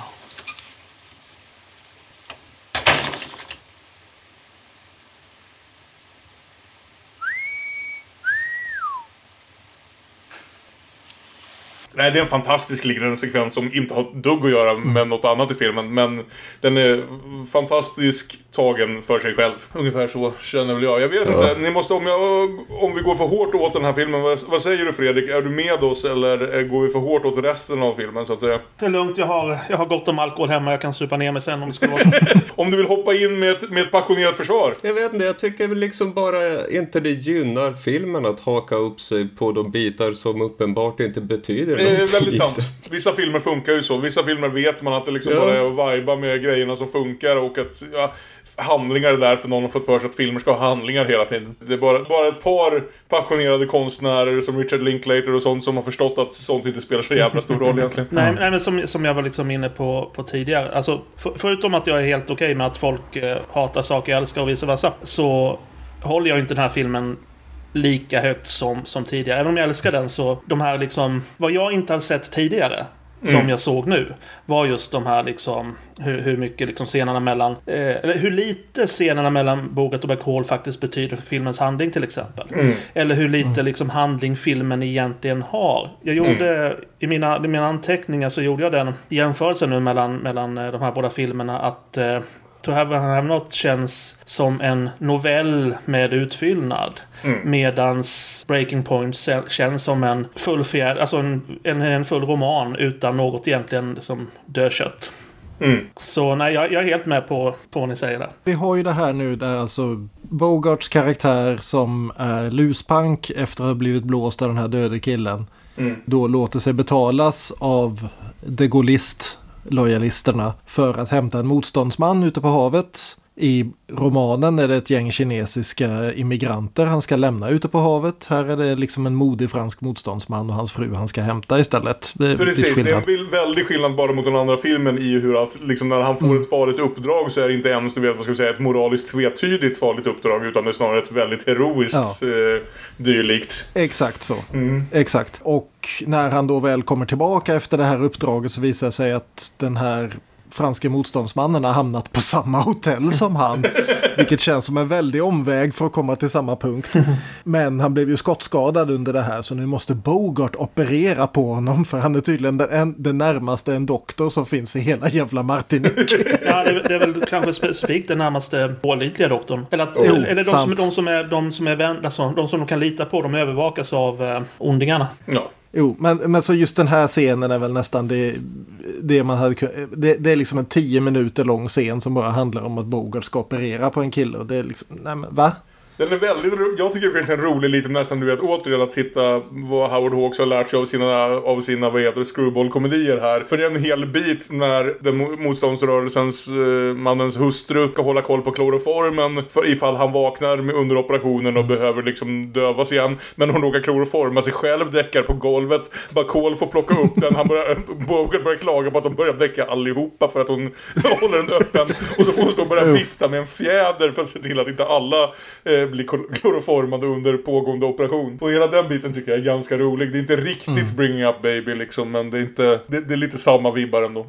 Nej, det är en fantastisk liknande sekvens som inte har dugg att göra med något annat i filmen. Men den är fantastisk tagen för sig själv. Ungefär så känner väl jag. Jag vet ja. inte, ni måste, om, jag, om vi går för hårt åt den här filmen, vad, vad säger du Fredrik? Är du med oss eller går vi för hårt åt resten av filmen så att säga? Det är lugnt, jag har, jag har gott om alkohol hemma. Jag kan supa ner mig sen om det skulle vara så. Om du vill hoppa in med ett, med ett passionerat försvar. Jag vet inte, jag tycker liksom bara inte det gynnar filmen att haka upp sig på de bitar som uppenbart inte betyder det är väldigt sant. Vissa filmer funkar ju så. Vissa filmer vet man att det liksom ja. bara är att viba med grejerna som funkar och att ja, handlingar är där för någon har fått för sig att filmer ska ha handlingar hela tiden. Det är bara, bara ett par passionerade konstnärer som Richard Linklater och sånt som har förstått att sånt inte spelar så jävla stor roll egentligen. Nej, nej men som, som jag var liksom inne på, på tidigare. Alltså, för, förutom att jag är helt okej okay med att folk eh, hatar saker jag älskar och vice versa, så håller jag inte den här filmen lika högt som, som tidigare. Även om jag älskar den så de här liksom, vad jag inte har sett tidigare som mm. jag såg nu var just de här liksom hur, hur mycket liksom scenerna mellan eh, eller hur lite scenerna mellan Bogart och Bacall faktiskt betyder för filmens handling till exempel. Mm. Eller hur lite liksom handling filmen egentligen har. Jag gjorde mm. i, mina, i mina anteckningar så gjorde jag den jämförelsen nu mellan, mellan de här båda filmerna att eh, To Have, Have Not känns som en novell med utfyllnad. Mm. Medans Breaking Point känns som en fullfjärd, alltså en, en, en full roman utan något egentligen som dödkött. Mm. Så nej, jag, jag är helt med på, på vad ni säger där. Vi har ju det här nu där alltså Bogarts karaktär som är luspank efter att ha blivit blåst av den här döde killen. Mm. Då låter sig betalas av de Gaullist lojalisterna för att hämta en motståndsman ute på havet. I romanen är det ett gäng kinesiska immigranter han ska lämna ute på havet. Här är det liksom en modig fransk motståndsman och hans fru han ska hämta istället. Det, Precis, det är en väldig skillnad bara mot den andra filmen i hur att liksom när han får mm. ett farligt uppdrag så är det inte ens du vet, vad ska jag säga, ett moraliskt tvetydigt farligt uppdrag utan det är snarare ett väldigt heroiskt ja. eh, dylikt. Exakt så. Mm. Exakt. Och när han då väl kommer tillbaka efter det här uppdraget så visar det sig att den här franska motståndsmannen har hamnat på samma hotell som han. Vilket känns som en väldig omväg för att komma till samma punkt. Men han blev ju skottskadad under det här så nu måste Bogart operera på honom för han är tydligen den, en, den närmaste en doktor som finns i hela jävla Martinique. Ja, det är, det är väl kanske specifikt den närmaste pålitliga doktorn. Eller, att, oh, eller, eller de, som, de som är de som är vän, alltså, de som de kan lita på, de övervakas av eh, ondingarna. Ja. Jo, men, men så just den här scenen är väl nästan det, det man hade det, det är liksom en tio minuter lång scen som bara handlar om att Bogart ska operera på en kille och det är liksom, nej men va? Den är väldigt ro- jag tycker det finns en rolig liten nästan du vet återigen att hitta vad Howard Hawks har lärt sig av sina, av sina vad heter screwball-komedier här. För det är en hel bit när den motståndsrörelsens eh, mannens hustru ska hålla koll på kloroformen för ifall han vaknar med under operationen och behöver liksom dövas igen. Men hon råkar kloroforma sig själv, däckar på golvet. Bacall får plocka upp den. Han börjar, Bogart börjar klaga på att de börjar däcka allihopa för att hon håller den öppen. Och så får hon stå och börja vifta med en fjäder för att se till att inte alla eh, blir kloroformade under pågående operation. Och hela den biten tycker jag är ganska rolig. Det är inte riktigt mm. Bring Up Baby liksom, men det är, inte, det, det är lite samma vibbar ändå.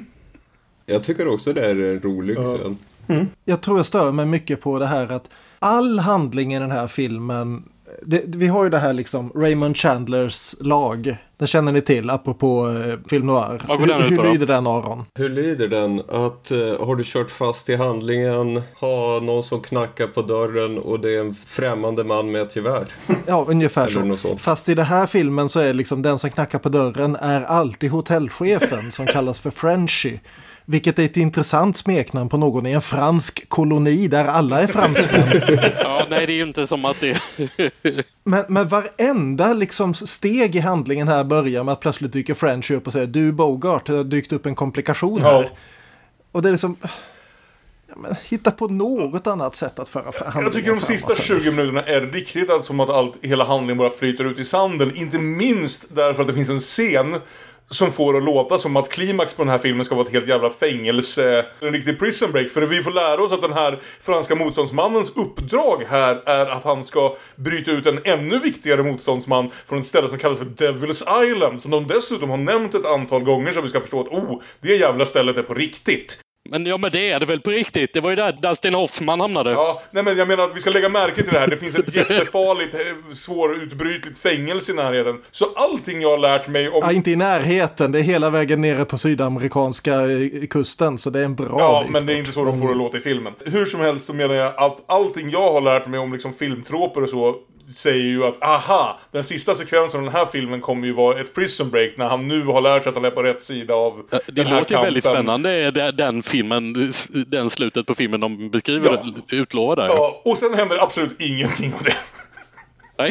Jag tycker också det är en rolig scen. Mm. Jag tror jag stör mig mycket på det här att all handling i den här filmen det, vi har ju det här liksom Raymond Chandlers lag. Den känner ni till, apropå eh, film noir. Hur, hur lyder den, Aron? Hur lyder den? Att eh, har du kört fast i handlingen, ha någon som knackar på dörren och det är en främmande man med ett gevär. Ja, ungefär så. så. Fast i den här filmen så är liksom den som knackar på dörren är alltid hotellchefen som kallas för Frenchie. Vilket är ett intressant smeknamn på någon i en fransk koloni där alla är fransmän. Ja, nej, det är ju inte som att det... men, men varenda liksom steg i handlingen här börjar med att plötsligt dyker French upp och säger du Bogart, det har dykt upp en komplikation här. Ja. Och det är liksom... Ja, men, hitta på något annat sätt att föra fram. Jag tycker de sista tjugo minuterna är riktigt alltså, som att allt, hela handlingen bara flyter ut i sanden. Inte minst därför att det finns en scen som får att låta som att klimax på den här filmen ska vara ett helt jävla fängelse, en riktig prison break. För vi får lära oss att den här franska motståndsmannens uppdrag här är att han ska bryta ut en ännu viktigare motståndsman från ett ställe som kallas för Devil's Island, som de dessutom har nämnt ett antal gånger, så vi ska förstå att oh, det jävla stället är på riktigt. Men ja, men det är det väl på riktigt. Det var ju där Dustin Hoffman hamnade. Ja, nej men jag menar att vi ska lägga märke till det här. Det finns ett jättefarligt, svårutbrytligt fängelse i närheten. Så allting jag har lärt mig om... Ja, inte i närheten. Det är hela vägen nere på sydamerikanska kusten. Så det är en bra Ja, bit. men det är inte så de får det låta i filmen. Hur som helst så menar jag att allting jag har lärt mig om liksom filmtroper och så säger ju att, aha, den sista sekvensen av den här filmen kommer ju vara ett prison break när han nu har lärt sig att han är på rätt sida av det den här låter kampen. Väldigt spännande, den filmen, den slutet på filmen de beskriver, ja. Utlovar där. Ja, och sen händer absolut ingenting av det. Nej.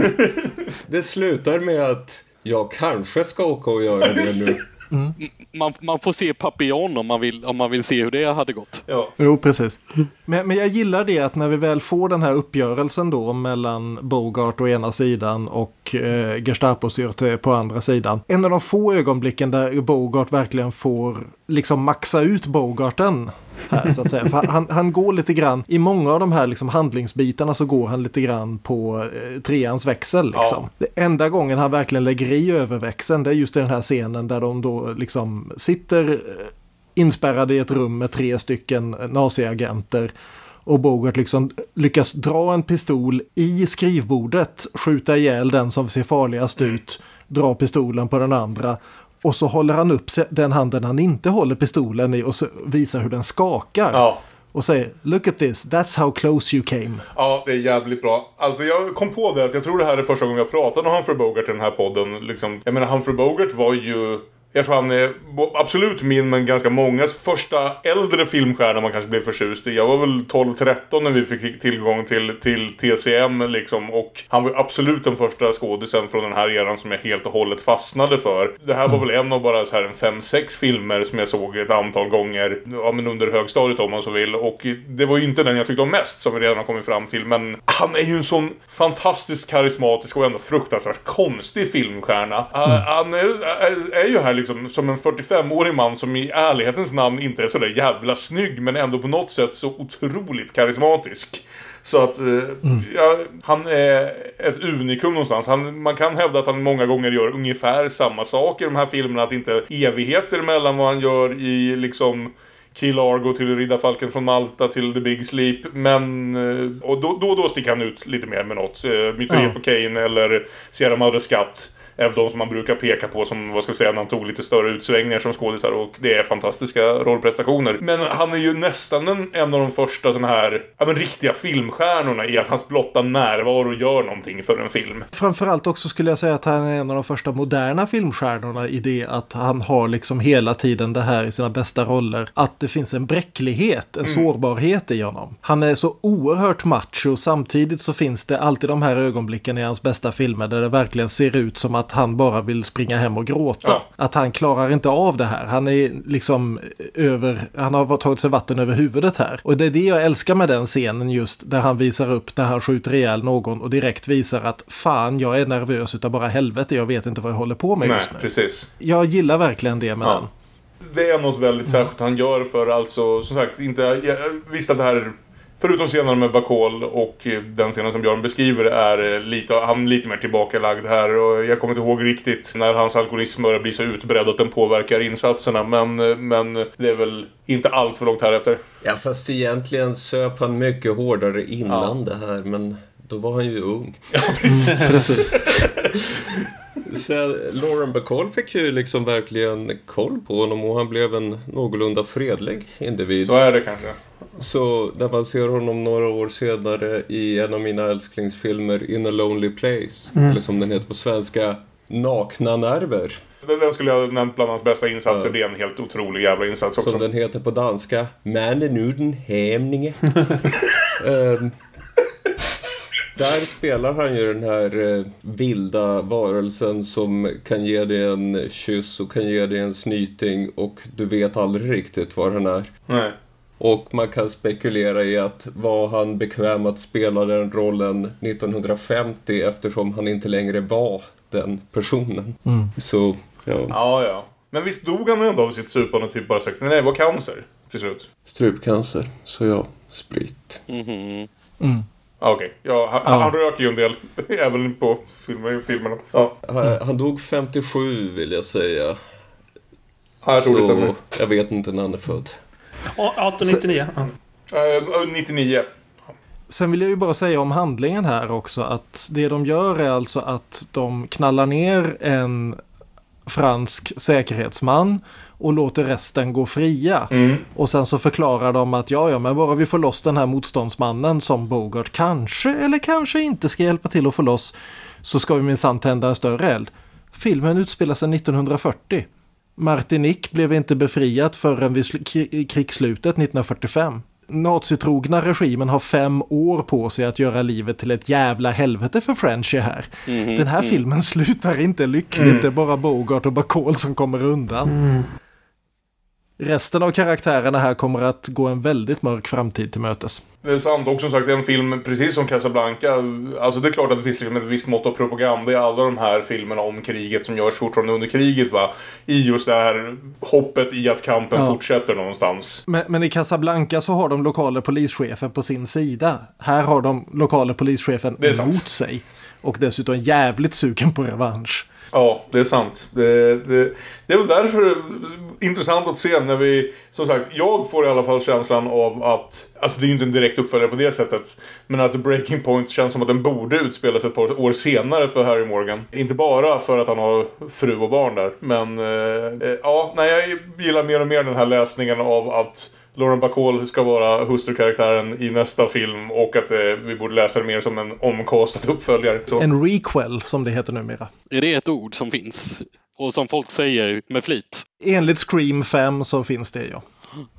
Det slutar med att jag kanske ska åka och göra det nu. Mm. Man, man får se Papillon om man vill, om man vill se hur det hade gått. Ja. Jo, precis. Men, men jag gillar det att när vi väl får den här uppgörelsen då mellan Bogart å ena sidan och eh, Gestapo-Syrte på andra sidan. En av de få ögonblicken där Bogart verkligen får liksom maxa ut Bogarten här, så att säga. För han, han går lite grann, i många av de här liksom handlingsbitarna så går han lite grann på eh, treans växel liksom. Ja. Det enda gången han verkligen lägger i överväxeln, det är just den här scenen där de då liksom sitter inspärrade i ett rum med tre stycken naziagenter och Bogart liksom lyckas dra en pistol i skrivbordet, skjuta ihjäl den som ser farligast ut, dra pistolen på den andra. Och så håller han upp den handen han inte håller pistolen i och så visar hur den skakar. Ja. Och säger, look at this, that's how close you came. Ja, det är jävligt bra. Alltså jag kom på det att jag tror det här är första gången jag pratade om Humphrey Bogart i den här podden. Liksom, jag menar, Humphrey Bogart var ju... Jag tror han är absolut min, men ganska mångas första äldre filmstjärna man kanske blev förtjust i. Jag var väl tolv tretton när vi fick tillgång till, till T C M liksom. Och han var absolut den första skådisen från den här eran som jag helt och hållet fastnade för. Det här var väl en av bara så här en fem sex filmer som jag såg ett antal gånger, ja, men under högstadiet om man så vill. Och det var ju inte den jag tyckte om mest, som vi redan har kommit fram till. Men han är ju en sån fantastiskt karismatisk och ändå fruktansvärt konstig filmstjärna. Mm. Han är, är, är ju här liksom som en fyrtiofem-årig man som i ärlighetens namn inte är så där jävla snygg, men ändå på något sätt så otroligt karismatisk. Så att eh, mm. ja, han är ett unikum någonstans. Han, man kan hävda att han många gånger gör ungefär samma sak i de här filmerna, att det inte är evigheter mellan vad han gör i liksom Key Largo till Riddarfalken från Malta till The Big Sleep, men och då, då och då sticker han ut lite mer med något. Myteri på Kane eller Sierra Madre Skatt är de som man brukar peka på som, vad ska jag säga, när han tog lite större utsvängningar som skådisar, och det är fantastiska rollprestationer. Men han är ju nästan en, en av de första sån här, ja, men riktiga filmstjärnorna i att hans blotta närvaro gör någonting för en film. Framförallt också skulle jag säga att han är en av de första moderna filmstjärnorna i det att han har liksom hela tiden det här i sina bästa roller, att det finns en bräcklighet, en mm. sårbarhet i honom. Han är så oerhört macho, samtidigt så finns det alltid de här ögonblicken i hans bästa filmer där det verkligen ser ut som att han bara vill springa hem och gråta. Ja. Att han klarar inte av det här. Han är liksom över, han har tagit sig vatten över huvudet här. Och det är det jag älskar med den scenen, just där han visar upp när han skjuter ihjäl någon och direkt visar att fan, jag är nervös utav bara helvete, jag vet inte vad jag håller på med. Nej, just nu. Precis. Jag gillar verkligen det med ja. den. Det är något väldigt särskilt han gör, för alltså, som sagt, inte, jag visste att det här, förutom scenen med Bacall och den scenen som Björn beskriver, är lite, han lite mer tillbakalagd här, och jag kommer inte ihåg riktigt när hans alkoholism börjar bli så utbredd att den påverkar insatserna, men, men det är väl inte allt för långt här efter. Ja, fast egentligen söp han mycket hårdare innan ja. det här, men då var han ju ung. Ja, precis. Så Lauren Bacall fick ju liksom verkligen koll på honom, och han blev en någorlunda fredlig individ. Så är det kanske. Så när man ser honom några år senare i en av mina älsklingsfilmer, In a Lonely Place, mm. eller som den heter på svenska, Nakna nerver. Den, den skulle jag nämnt bland hans bästa insatser. Ja. Det är en helt otrolig jävla insats också. Som den heter på danska. Mannen uden hämninge. um, Där spelar han ju den här eh, vilda varelsen som kan ge dig en kyss och kan ge dig en snyting och du vet aldrig riktigt var han är. Nej. Och man kan spekulera i att var han bekväm att spela den rollen nittonhundrafemtio eftersom han inte längre var den personen. Mm. Så, ja. Ja, ja. Men visst dog han ändå av sitt supande typ bara sextio? Nej, det var cancer till slut. Strupcancer, så ja, sprit. Mhm. Mm. Okej, okay. ja, han, ja. han röker ju en del även på filmer, filmerna. Ja. Han, han dog femtiosju vill jag säga. Ja, jag tror det så stämmer. Jag vet inte när han är född. arton nittionio. Uh, nittionio. Sen vill jag ju bara säga om handlingen här också att det de gör är alltså att de knallar ner en fransk säkerhetsman och låter resten gå fria. Mm. Och sen så förklarar de att ja, ja, men bara vi får loss den här motståndsmannen som Bogart kanske eller kanske inte ska hjälpa till att få loss, så ska vi minsann tända en större eld. Filmen utspelar sig nittonhundrafyrtio. Martinique blev inte befriat förrän vid sl- krigsslutet nittonhundrafyrtiofem. Nazitrogna regimen har fem år på sig att göra livet till ett jävla helvete för Frenchy här. Mm, Den här mm. filmen slutar inte lyckligt, mm. det är bara Bogart och Bacall som kommer undan. Mm. Resten av karaktärerna här kommer att gå en väldigt mörk framtid till mötes. Det är sant, och som sagt det är en film precis som Casablanca. Alltså det är klart att det finns liksom ett visst mått av propaganda i alla de här filmerna om kriget som görs fortfarande under kriget, va? I just det här hoppet i att kampen ja. fortsätter någonstans. Men, men i Casablanca så har de lokala polischefen på sin sida. Här har de lokala polischefen mot sig. Och dessutom jävligt sugen på revansch. Ja, det är sant. Det, det, det är väl därför intressant att se när vi, som sagt, jag får i alla fall känslan av att, alltså det är ju inte en direkt uppföljare på det sättet, men att The Breaking Point känns som att den borde utspelas ett par år senare för Harry Morgan. Inte bara för att han har fru och barn där, men eh, ja, nej, jag gillar mer och mer den här läsningen av att Lauren Bacall ska vara hustrukaraktären i nästa film och att eh, vi borde läsa det mer som en omkastad uppföljare. Så. En requel som det heter numera. Är det ett ord som finns och som folk säger med flit? Enligt Scream fem så finns det, ja.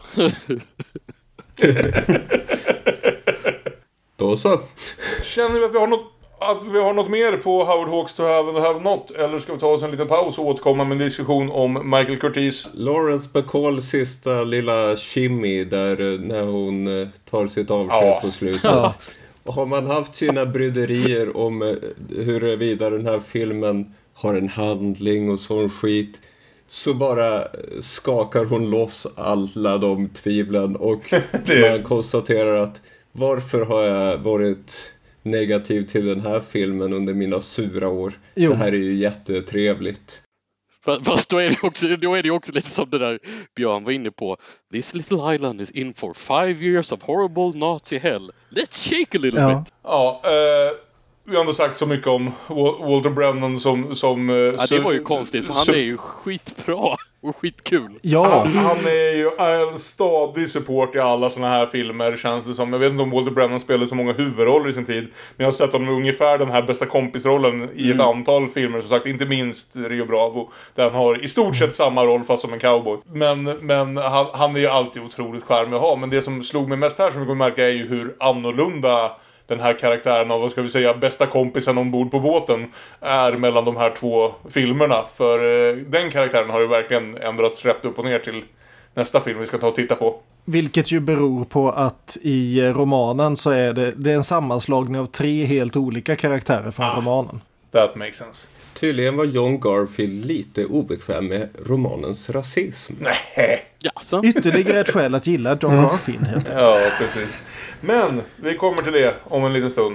Då så. Känner vi att vi har något att vi har något mer på Howard Hawks To Have and Have Not, eller ska vi ta oss en liten paus och återkomma med en diskussion om Michael Curtiz? Lawrence Bacalls sista lilla shimmy där när hon tar sitt avsked ja. på slutet. Ja. Har man haft sina bryderier om huruvida den här filmen har en handling och sån skit, så bara skakar hon loss alla de tvivlen och det... man konstaterar att varför har jag varit negativ till den här filmen under mina sura år. Jo. Det här är ju jättetrevligt. Fast då är det också, då är det också lite som det där Björn var inne på. This little island is in for five years of horrible Nazi hell. Let's shake a little ja. bit. Ja, eh, vi har inte sagt så mycket om Walter Brennan som... som ja, det var ju konstigt, för han är ju skitbra och skitkul. Ja. Han, han är ju en stadig support i alla såna här filmer, känns det som. Jag vet inte om Walter Brennan spelade så många huvudroller i sin tid, men jag har sett honom ungefär den här bästa kompisrollen i ett mm. antal filmer, som sagt, inte minst Rio Bravo, där han har i stort sett samma roll fast som en cowboy. Men, men han, han är ju alltid otroligt charmig att ha, men det som slog mig mest här, som vi kommer märka, är ju hur annorlunda den här karaktären av, vad ska vi säga, bästa kompisen ombord på båten är mellan de här två filmerna. För eh, den karaktären har ju verkligen ändrats rätt upp och ner till nästa film vi ska ta och titta på. Vilket ju beror på att i romanen så är det, det är en sammanslagning av tre helt olika karaktärer från ah, romanen. That makes sense. Tydligen var John Garfield lite obekväm med romanens rasism. Nej. Jaså? Ytterligare ett skäl att gilla John mm. Garfield. Ja, precis. Men vi kommer till det om en liten stund.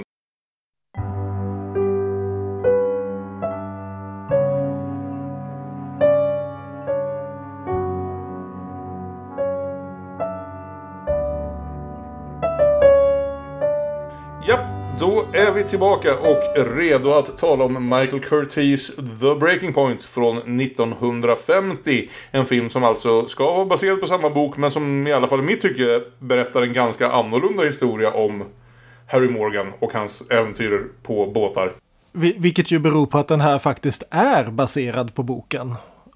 Japp. Då är vi tillbaka och redo att tala om Michael Curtiz The Breaking Point från nittonhundrafemtio. En film som alltså ska vara baserad på samma bok, men som i alla fall i mitt tycke berättar en ganska annorlunda historia om Harry Morgan och hans äventyr på båtar. Vil- vilket ju beror på att den här faktiskt är baserad på boken.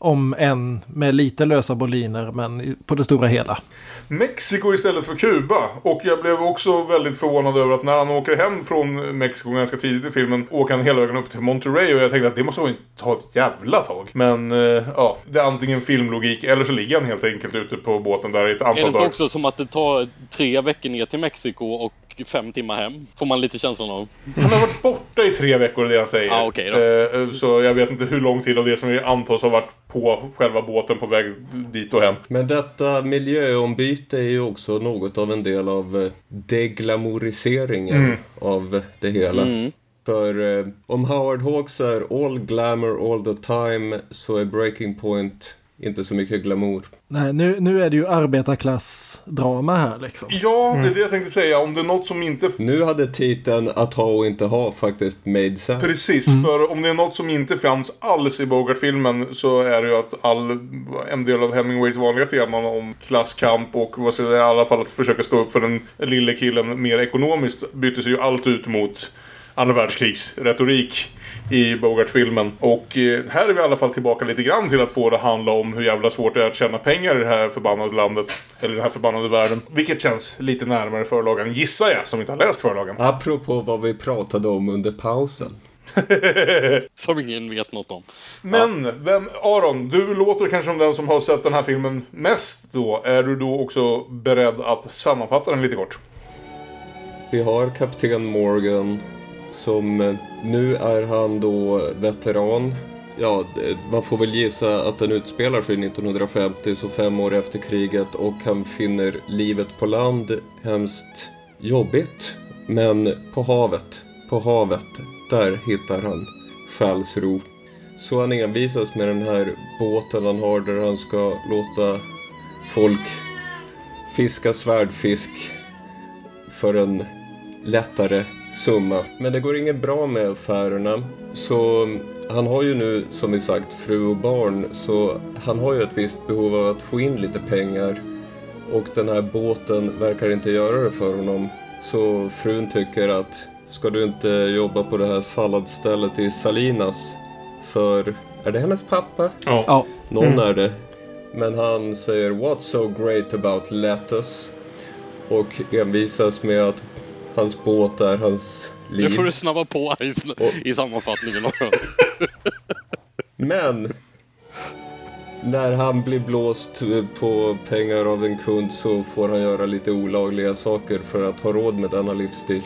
Om en med lite lösa boliner, men på det stora hela. Mexiko istället för Kuba. Och jag blev också väldigt förvånad över att när han åker hem från Mexiko ganska tidigt i filmen åker han hela vägen upp till Monterrey, och jag tänkte att det måste ta ett jävla tag. Men uh, ja, det är antingen filmlogik eller så ligger han helt enkelt ute på båten där i ett antal dagar. Är det inte också som att det tar tre veckor ner till Mexiko och fem timmar hem? Får man lite känslan av. Han har varit borta i tre veckor, det han säger. Ah, okay då. Uh, så jag vet inte hur lång tid av det som vi antas har varit på själva båten på väg dit och hem. Men detta miljöombyte är ju också något av en del av deglamoriseringen mm. av det hela. Mm. För eh, om Howard Hawks är all glamour all the time, så är Breaking Point inte så mycket glamour. Nej, nu, nu är det ju arbetarklassdrama här liksom. Ja, det är det jag tänkte säga. Om det är något som inte... Nu hade titeln Att ha och inte ha faktiskt made sense. Precis, mm. för om det är något som inte fanns alls i Bogart-filmen så är det ju att all, en del av Hemingways vanliga teman om klasskamp och vad ska jag säga, i alla fall att försöka stå upp för den lille killen mer ekonomiskt byttes ju allt ut mot andra världskrigs retorik i Bogart-filmen. Och eh, här är vi i alla fall tillbaka lite grann till att få det handla om hur jävla svårt det är att tjäna pengar i det här förbannade landet. Eller den här förbannade världen. Vilket känns lite närmare förlagen, gissar jag, som inte har läst förlagen. Apropå vad vi pratade om under pausen. Som ingen vet något om. Men, ja. vem, Aron, du låter kanske som den som har sett den här filmen mest då. Är du då också beredd att sammanfatta den lite kort? Vi har kapten Morgan som nu är han då veteran. Ja, man får väl gissa att den utspelar sig nittonhundrafemtio, så fem år efter kriget, och han finner livet på land hemskt jobbigt. Men på havet, på havet, där hittar han själsro. Så han envisas med den här båten han har där han ska låta folk fiska svärdfisk för en lättare summa. Men det går inget bra med affärerna. Så han har ju nu, som vi sagt, fru och barn. Så han har ju ett visst behov av att få in lite pengar. Och den här båten verkar inte göra det för honom. Så frun tycker att, ska du inte jobba på det här salladsstället i Salinas? För, är det hennes pappa? Ja. ja. Någon mm. är det. Men han säger, what's so great about lettuce? Och envisas med att hans båt är hans liv. Det får du snabba på i, i sammanfattningen. Men när han blir blåst på pengar av en kund så får han göra lite olagliga saker för att ha råd med denna livsstil.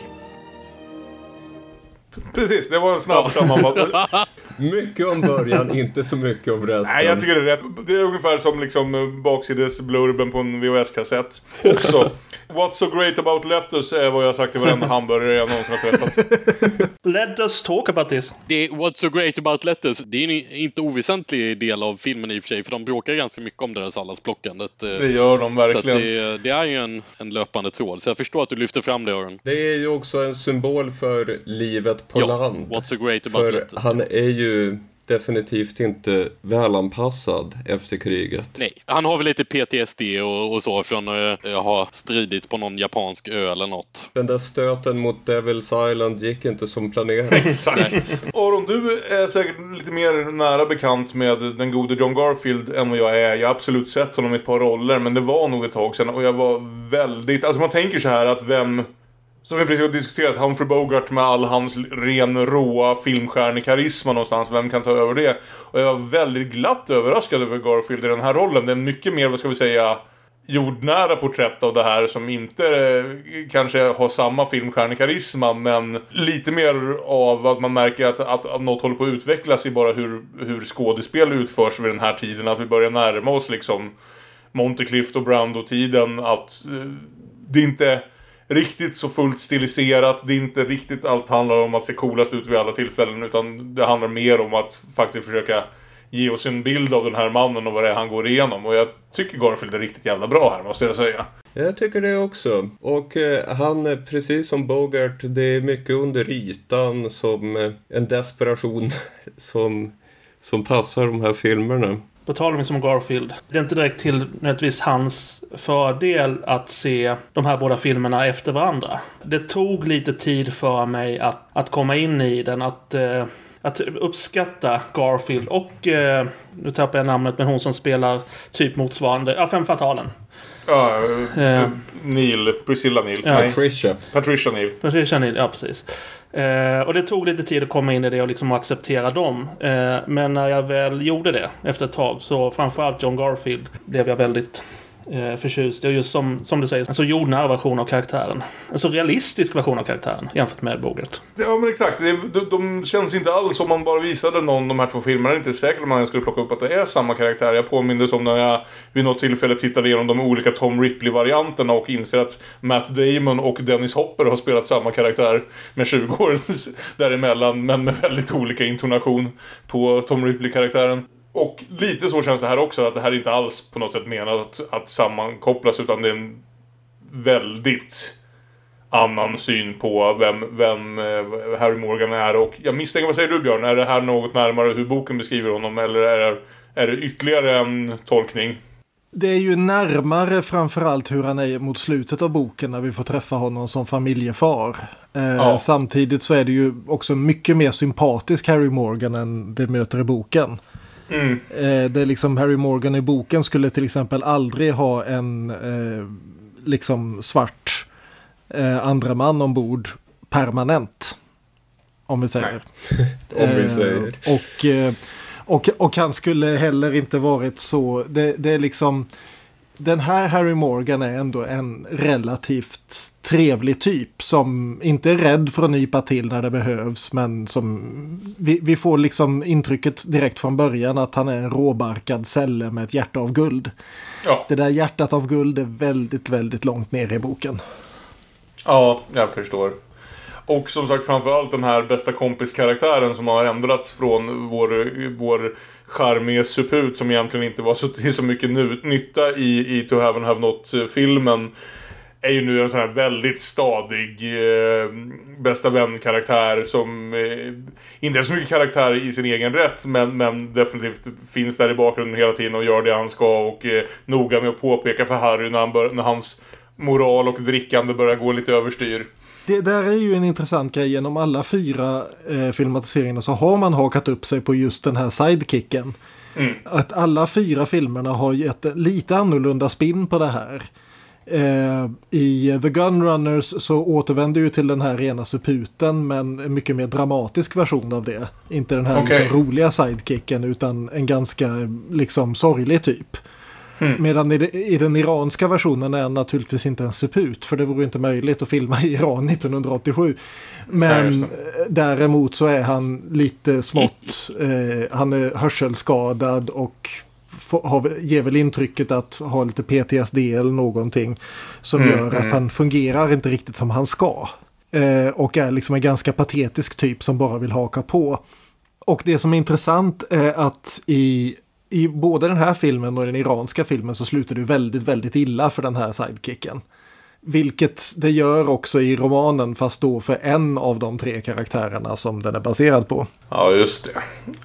Precis, det var en snabb sammanfattning. Mycket om början, inte så mycket om resten. Nej, jag tycker det är rätt. Det är ungefär som liksom baksides blurben på en V H S-kassett. Också. What's so great about lettuce är vad jag har sagt till varenda hamburgare jag någonsin har träffat. Let us talk about this. Det, what's so great about lettuce, det är en inte oväsentlig del av filmen i och för sig, för de bråkar ganska mycket om det där salladsplockandet. Det gör de verkligen. Så det, det är ju en, en löpande tråd, så jag förstår att du lyfter fram det, Aron. Det är ju också en symbol för livet på ja, land. What's so great about för lettuce. Han är ju definitivt inte välanpassad efter kriget. Nej, han har väl lite P T S D och, och så från att uh, ha stridit på någon japansk ö eller något. Den där stöten mot Devil's Island gick inte som planerat. Exakt. Aron, du är säkert lite mer nära bekant med den gode John Garfield än vad jag är. Jag har absolut sett honom i ett par roller, men det var nog ett tag sedan och jag var väldigt... Alltså man tänker så här att vem... Som vi precis har diskuterat, Humphrey Bogart med all hans ren, råa filmstjärnekarisma någonstans. Vem kan ta över det? Och jag var väldigt glatt överraskad över Garfield i den här rollen. Det är mycket mer, vad ska vi säga, jordnära porträtt av det här som inte eh, kanske har samma filmstjärnekarisma, men lite mer av att man märker att, att, att något håller på att utvecklas i bara hur, hur skådespel utförs vid den här tiden. Att vi börjar närma oss liksom Montecristo och Brando-tiden. Att eh, det inte... riktigt så fullt stiliserat. Det är inte riktigt allt handlar om att se coolast ut vid alla tillfällen, utan det handlar mer om att faktiskt försöka ge oss en bild av den här mannen och vad det är han går igenom. Och jag tycker Garfield är riktigt jävla bra här, måste jag säga. Jag tycker det också. Och eh, han är precis som Bogart, det är mycket under ytan som eh, en desperation som, som passar de här filmerna. På tal om som Garfield, det är inte direkt till nödvändigtvis hans fördel att se de här båda filmerna efter varandra. Det tog lite tid för mig att, att komma in i den, att eh, att uppskatta Garfield och eh, nu tappar jag namnet, men hon som spelar typ motsvarande, ja, Femme Fatalen. Ja, uh, Neil, Priscilla Neil. Ja. Patricia. Patricia Neil. Patricia Neil, ja precis. Eh, och det tog lite tid att komma in i det och liksom acceptera dem. Eh, men när jag väl gjorde det efter ett tag, så framförallt John Garfield blev jag väldigt eh, förtjust. Det är just som, som du säger, en så jordnära version av karaktären. En så realistisk version av karaktären jämfört med Bogart. Ja, men exakt. De, de, de känns inte alls som man bara visade någon de här två filmerna. Det är inte säkert om man skulle plocka upp att det är samma karaktär. Jag påminner som när jag vid något tillfälle tittade igenom de olika Tom Ripley-varianterna och inser att Matt Damon och Dennis Hopper har spelat samma karaktär med tjugo år däremellan, men med väldigt olika intonation på Tom Ripley-karaktären. Och lite så känns det här också, att det här är inte alls på något sätt menat att, att sammankopplas, utan det är en väldigt annan syn på vem, vem Harry Morgan är. Och jag misstänker, vad säger du Björn? Är det här något närmare hur boken beskriver honom, eller är det, är det ytterligare en tolkning? Det är ju närmare framförallt hur han är mot slutet av boken, när vi får träffa honom som familjefar. Eh, ja. Samtidigt så är det ju också mycket mer sympatisk Harry Morgan än vi möter i boken. Mm. Eh, det är liksom Harry Morgan i boken skulle till exempel aldrig ha en eh, liksom svart eh, andra man ombord permanent. Om vi säger. om vi säger. Eh, och... Eh, Och, och han skulle heller inte varit så... Det, det är liksom... Den här Harry Morgan är ändå en relativt trevlig typ som inte är rädd för att nypa till när det behövs, men som... Vi, vi får liksom intrycket direkt från början att han är en råbarkad celle med ett hjärta av guld. Ja. Det där hjärtat av guld är väldigt, väldigt långt ner i boken. Ja, jag förstår. Och som sagt, framförallt den här bästa kompiskaraktären som har ändrats från vår, vår charmige suput som egentligen inte var så, till så mycket nu, nytta i, i To Have and Have Not-filmen, är ju nu en sån här väldigt stadig eh, bästa vän-karaktär som eh, inte är så mycket karaktär i sin egen rätt, men, men definitivt finns där i bakgrunden hela tiden och gör det han ska, och eh, noga med att påpeka för Harry när, han bör, när hans moral och drickande börjar gå lite överstyr. Det där är ju en intressant grej. Genom alla fyra eh, filmatiseringarna så har man hakat upp sig på just den här sidekicken. Mm. Att alla fyra filmerna har gett lite annorlunda spin på det här. Eh, I The Gunrunners så återvänder ju till den här rena suputen, men en mycket mer dramatisk version av det. Inte den här okay. liksom, roliga sidekicken, utan en ganska liksom sorglig typ. Mm. Medan i, de, i den iranska versionen är han naturligtvis inte en suput, för det vore inte möjligt att filma i Iran nittonhundraåttiosju. Men ja, däremot så är han lite smått, eh, han är hörselskadad och får, har, ger väl intrycket att ha lite P T S D eller någonting som mm, gör mm. att han fungerar inte riktigt som han ska. Eh, och är liksom en ganska patetisk typ som bara vill haka på. Och det som är intressant är att i I både den här filmen och den iranska filmen så slutar det väldigt, väldigt illa för den här sidekicken. Vilket det gör också i romanen, fast då för en av de tre karaktärerna som den är baserad på. Ja, just det.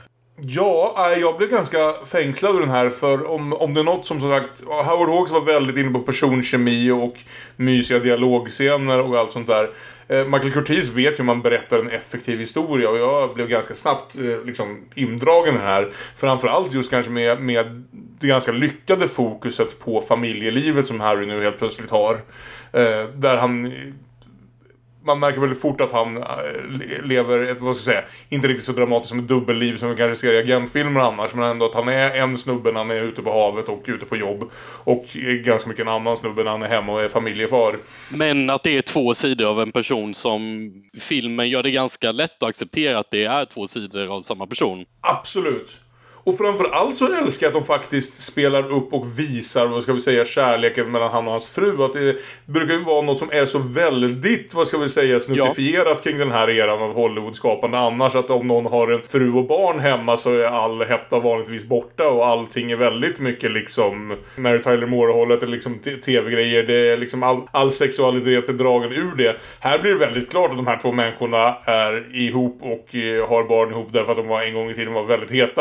Ja, jag blev ganska fängslad ur den här, för om, om det är något som som sagt, Howard Hawks var väldigt inne på personkemi och mysiga dialogscener och allt sånt där. Eh, Michael Curtiz vet ju hur man berättar en effektiv historia, och jag blev ganska snabbt eh, liksom indragen här. Framförallt just kanske med, med det ganska lyckade fokuset på familjelivet som Harry nu helt plötsligt har. Eh, där han... Man märker väldigt fort att han lever ett, vad ska jag säga, inte riktigt så dramatiskt som ett dubbelliv som vi kanske ser i agentfilmer annars, men ändå att han är en snubbe när han är ute på havet och ute på jobb, och ganska mycket en annan snubbe när han är hemma och är familjefar. Men att det är två sidor av en person som filmen gör det ganska lätt att acceptera att det är två sidor av samma person. Absolut. Och framförallt så älskar jag att de faktiskt spelar upp och visar, vad ska vi säga, kärleken mellan han och hans fru. Att det brukar ju vara något som är så väldigt, vad ska vi säga, snuttifierat ja. kring den här eran av Hollywood-skapande annars. Att om någon har en fru och barn hemma så är all hetta vanligtvis borta, och allting är väldigt mycket liksom Mary Tyler Moore-hållet, eller liksom tv-grejer. Det är liksom all, all sexualitet är dragen ur det. Här blir det väldigt klart att de här två människorna är ihop och har barn ihop därför att de var en gång i tiden var väldigt heta på varandra.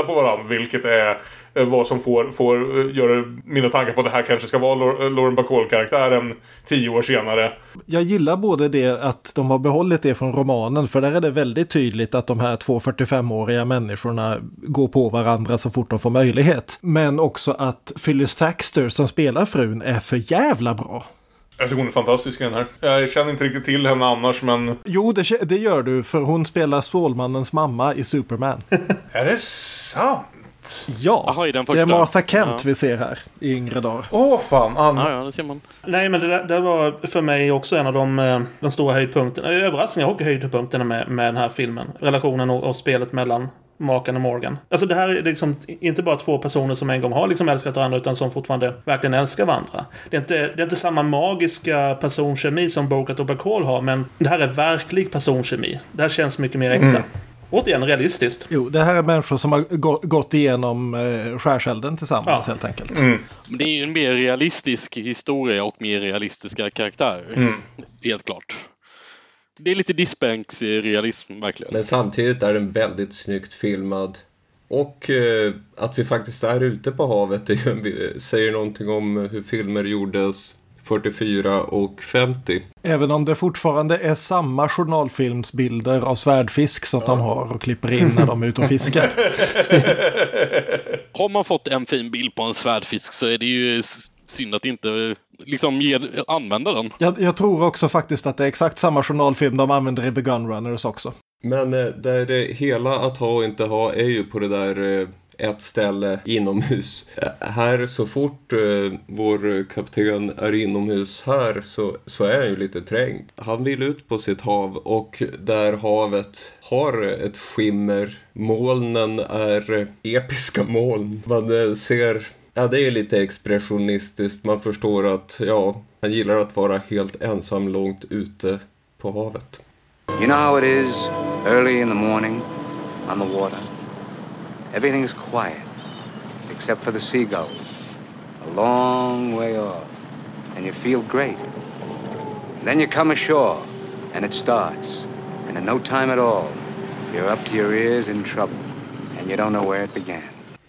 vilket är vad som får, får göra mina tankar på att det här kanske ska vara Lauren Bacall-karaktären tio år senare. Jag gillar både det att de har behållit det från romanen, för där är det väldigt tydligt att de här två fyrtiofemåriga människorna går på varandra så fort de får möjlighet. Men också att Phyllis Thaxter som spelar frun är för jävla bra. Jag tycker hon är fantastisk i den här. Jag känner inte riktigt till henne annars, men... Jo, det, det gör du, för hon spelar Stålmannens mamma i Superman. Är det sant? Ja, Aha, i den det är Martha Kent ja. vi ser här i yngre dagar. Åh, oh, fan. Ja, ja, det ser man. Nej, men det, där, det var för mig också en av de, de stora höjdpunkterna. Överraskningar och höjdpunkterna med, med den här filmen. Relationen och, och spelet mellan Maken och Morgan. Alltså det här är liksom inte bara två personer som en gång har liksom älskat varandra, utan som fortfarande verkligen älskar varandra. Det är inte, det är inte samma magiska personkemi som Bogart och Bacall har, men det här är verklig personkemi. Det här känns mycket mer äkta. Mm. Återigen realistiskt. Jo, det här är människor som har gå- gått igenom eh, skärselden tillsammans ja. helt enkelt. Mm. Det är ju en mer realistisk historia och mer realistiska karaktärer. Mm. Helt klart. Det är lite dispensrealism verkligen. Men samtidigt är den väldigt snyggt filmad. Och eh, att vi faktiskt är ute på havet det säger någonting om hur filmer gjordes fyrtiofyra och femtio. Även om det fortfarande är samma journalfilmsbilder av svärdfisk som ja. de har och klipper in när de är ute och fiskar. Har man fått en fin bild på en svärdfisk så är det ju synd att inte liksom ge, använda den. Jag, jag tror också faktiskt att det är exakt samma journalfilm de använder i The Gunrunners också. Men eh, där det hela att ha och inte ha är ju på det där... Eh... ett ställe inomhus. Här så fort eh, vår kapten är inomhus här så, så är han ju lite trängd. Han vill ut på sitt hav och där havet har ett skimmer. Molnen är episka moln. Man ser, ja det är lite expressionistiskt. Man förstår att ja, han gillar att vara helt ensam långt ute på havet. You know how it is early in the morning on the water? Everything is quiet, except for the seagulls, a long way off, and you feel great. And then you come ashore, and it starts, and in no time at all, you're up to your ears in trouble, and you don't know where it began.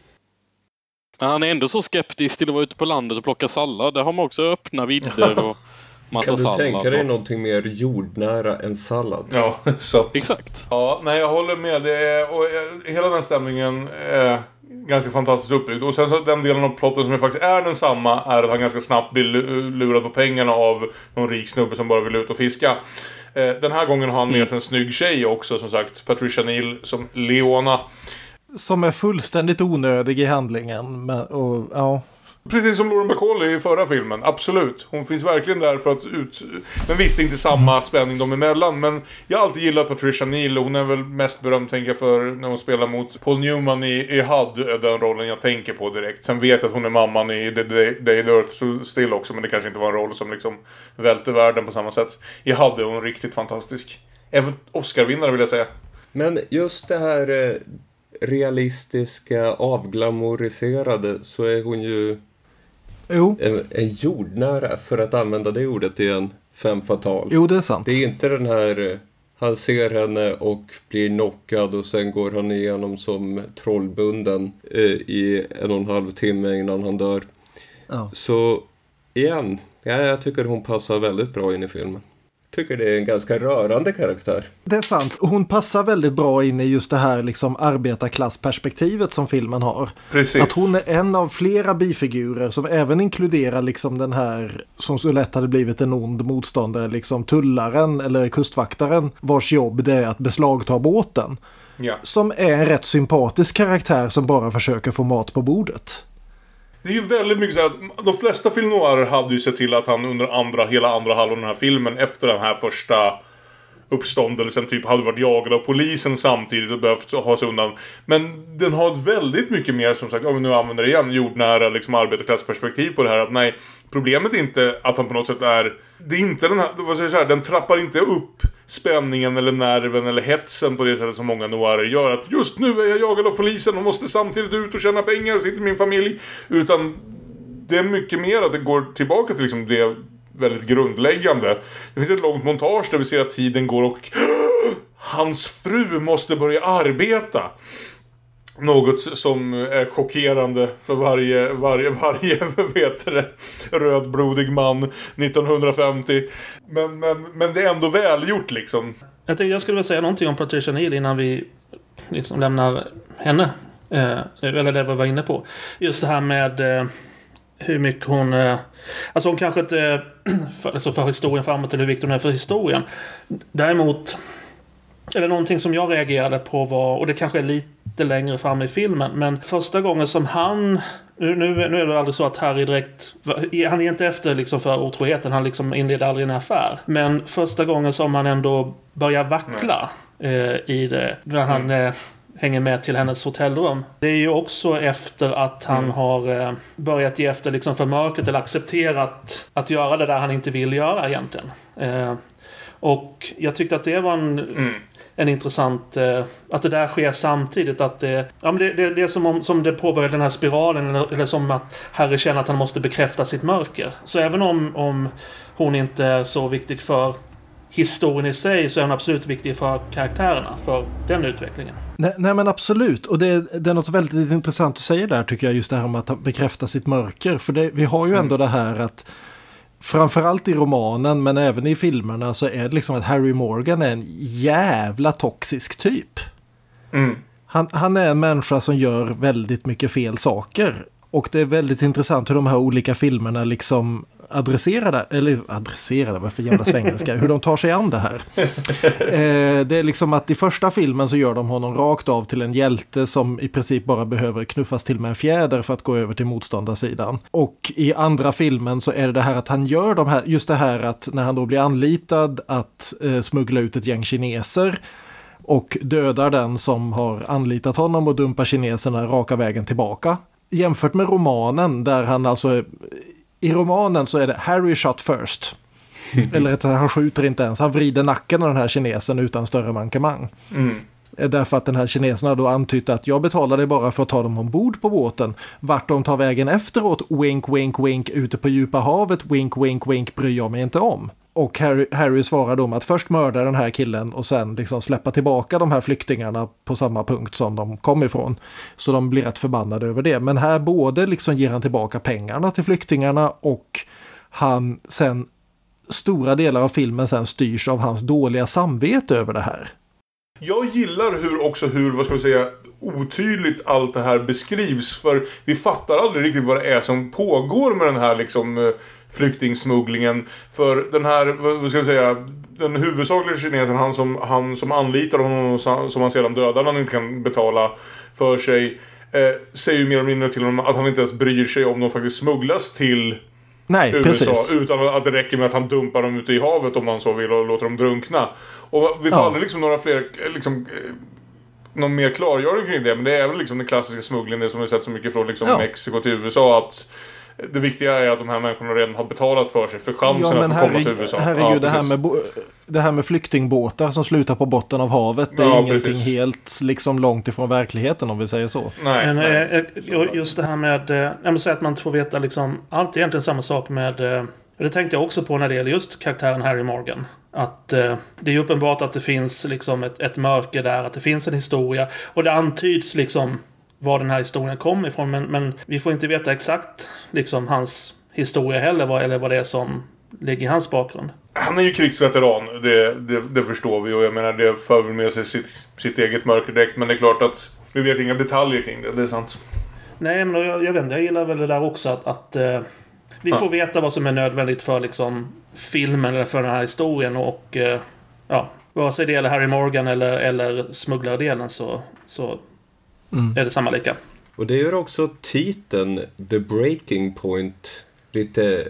Han är ändå så skeptisk till att vara ute på landet och plocka sallad. Där har man också öppna vidder och massa kan du sallad. Tänka dig och... någonting mer jordnära än sallad? Ja, så. Exakt. Ja, nej jag håller med. Det är, och hela den stämningen är ganska fantastiskt uppbyggd. Och sen så den delen av plotten som faktiskt är densamma är att han ganska snabbt blir lurad på pengarna av någon rik snubbe som bara vill ut och fiska. Den här gången har han med sig en snygg tjej också, som sagt. Patricia Neal som Leona. Som är fullständigt onödig i handlingen. Men, och, ja... Precis som Lauren Bacall i förra filmen, absolut. Hon finns verkligen där för att ut... Men visst, inte samma spänning dem emellan. Men jag har alltid gillat Patricia Neal. Hon är väl mest berömd, tänker jag, för när hon spelar mot Paul Newman i, i H U D. Den rollen jag tänker på direkt. Sen vet jag att hon är mamman i The Day the Earth Still också. Men det kanske inte var en roll som liksom välte världen på samma sätt. I H U D är hon riktigt fantastisk. Även Oscar-vinnare vill jag säga. Men just det här... Eh... realistiska, avglamoriserade så är hon ju jo. En, en jordnära, för att använda det ordet i en femme fatale. Jo, det är sant. Det är inte den här, han ser henne och blir knockad och sen går han igenom som trollbunden eh, i en och en halv timme innan han dör. Ja. Så igen, ja, jag tycker hon passar väldigt bra in i filmen. Tycker det är en ganska rörande karaktär. Det är sant. Hon passar väldigt bra in i just det här liksom arbetarklassperspektivet som filmen har. Precis. Att hon är en av flera bifigurer som även inkluderar liksom den här som så lätt hade blivit en ond motståndare, liksom tullaren eller kustvaktaren vars jobb det är att beslagta båten. Ja. Som är en rätt sympatisk karaktär som bara försöker få mat på bordet. Det är ju väldigt mycket så att de flesta film noirer hade ju sett till att han under andra, hela andra halvan av den här filmen efter den här första uppståndelsen typ hade varit jagad av polisen samtidigt och behövt ha sig undan. Men den har ett väldigt mycket mer, som sagt, om vi nu använder det igen, jordnära liksom arbetarklassperspektiv på det här. Att nej, problemet är inte att han på något sätt är, det är inte den här, vad säger jag så här, den trappar inte upp spänningen eller nerven eller hetsen på det sättet som många noirer gör. Att just nu är jag jagad av polisen och måste samtidigt ut och tjäna pengar och sitta i min familj. Utan det är mycket mer att det går tillbaka till liksom det väldigt grundläggande. Det finns ett långt montage där vi ser att tiden går och hans fru måste börja arbeta. något som är chockerande för varje, varje, varje vet det, rödblodig man nittonhundrafemtio. Men, men, men det är ändå välgjort liksom. Jag tänkte jag skulle väl säga någonting om Patricia Neal innan vi liksom lämnar henne. Eh, eller det vi var inne på. Just det här med eh, hur mycket hon... Eh, alltså hon kanske inte... För, alltså för historien framåt, eller hur viktig hon är för historien. Däremot... Eller någonting som jag reagerade på var... Och det kanske är lite längre fram i filmen. Men första gången som han... Nu, nu, nu är det aldrig så att Harry direkt... Han är inte efter liksom för otroheten. Han liksom inleder aldrig en affär. Men första gången som han ändå börjar vackla eh, i det... När han... Eh, hänger med till hennes hotellrum. Det är ju också efter att han mm. har eh, börjat ge efter liksom för mörkret eller accepterat att göra det där han inte vill göra egentligen. Eh, och jag tyckte att det var en, mm. en intressant... Eh, att det där sker samtidigt. Att det, ja, men det, det, det är som om som det påbörjar den här spiralen eller, eller som att Harry känner att han måste bekräfta sitt mörker. Så även om, om hon inte är så viktig för historien i sig så är den absolut viktig för karaktärerna, för den utvecklingen. Nej, nej men absolut, och det, det är något väldigt intressant att säga där tycker jag, just det här om att bekräfta sitt mörker, för det, vi har ju ändå mm. det här att framförallt i romanen men även i filmerna så är det liksom att Harry Morgan är en jävla toxisk typ. Mm. Han, han är en människa som gör väldigt mycket fel saker, och det är väldigt intressant hur de här olika filmerna liksom adresserar det, eller adresserar det, varför jävla svengelska, hur de tar sig an det här. Eh, det är liksom att i första filmen så gör de honom rakt av till en hjälte som i princip bara behöver knuffas till med en fjäder för att gå över till motståndarsidan. Och i andra filmen så är det det här att han gör de här, just det här att när han då blir anlitad att eh, smuggla ut ett gäng kineser och dödar den som har anlitat honom och dumpar kineserna raka vägen tillbaka. Jämfört med romanen där han alltså... I romanen så är det Harry shot first. Eller att han skjuter inte ens. Han vrider nacken av den här kinesen utan större mankemang. Mm. Därför att den här kinesen har då antytt att jag betalar det bara för att ta dem ombord på båten. Vart de tar vägen efteråt, wink, wink, wink, ute på djupa havet, wink, wink, wink, bryr jag mig inte om. Och Harry, Harry svarar då att först mörda den här killen och sen liksom släppa tillbaka de här flyktingarna på samma punkt som de kom ifrån. Så de blir rätt förbannade över det. Men här både liksom ger han tillbaka pengarna till flyktingarna och han sen, stora delar av filmen sen styrs av hans dåliga samvete över det här. Jag gillar hur också hur, vad ska vi säga, otydligt allt det här beskrivs, för vi fattar aldrig riktigt vad det är som pågår med den här liksom flyktingsmugglingen. För den här, vad ska jag säga, den huvudsakliga kinesen, han som, han som anlitar honom som han sedan dödar när han inte kan betala för sig, eh, säger ju mer eller mindre till honom att han inte ens bryr sig om de faktiskt smugglas till Nej, U S A, precis. Utan att det räcker med att han dumpar dem ute i havet om man så vill och låter dem drunkna. Och vi får ja. aldrig liksom några fler liksom, någon mer klargöring kring det, men det är väl liksom den klassiska smugglingen, det som vi sett så mycket från liksom ja. Mexiko till U S A, att det viktiga är att de här människorna redan har betalat för sig för chansen ja, att få komma till U S A. Herregud, ja, det, här med bo- det här med flyktingbåtar som slutar på botten av havet, det är ja, ingenting precis. helt liksom långt ifrån verkligheten, om vi säger så. Nej, men, nej. Just det här med jag måste säga att man inte får veta liksom, allt är egentligen samma sak med, det tänkte jag också på när det gäller just karaktären Harry Morgan. Att eh, det är uppenbart att det finns liksom ett, ett mörker där, att det finns en historia, och det antyds liksom var den här historien kom ifrån, men, men vi får inte veta exakt liksom hans historia heller, vad, eller vad det är som ligger i hans bakgrund. Han är ju krigsveteran, det, det, det förstår vi, och jag menar det för väl med sig sitt, sitt eget mörker direkt, men det är klart att vi vet inga detaljer kring det, det är sant. Nej, men jag, jag vet inte, jag gillar väl det där också att, att eh, vi ja. får veta vad som är nödvändigt för liksom filmen eller för den här historien, och eh, ja, vare sig det gäller Harry Morgan eller, eller smugglardelen så, så Mm. är det samma lika. Och det gör också titeln The Breaking Point lite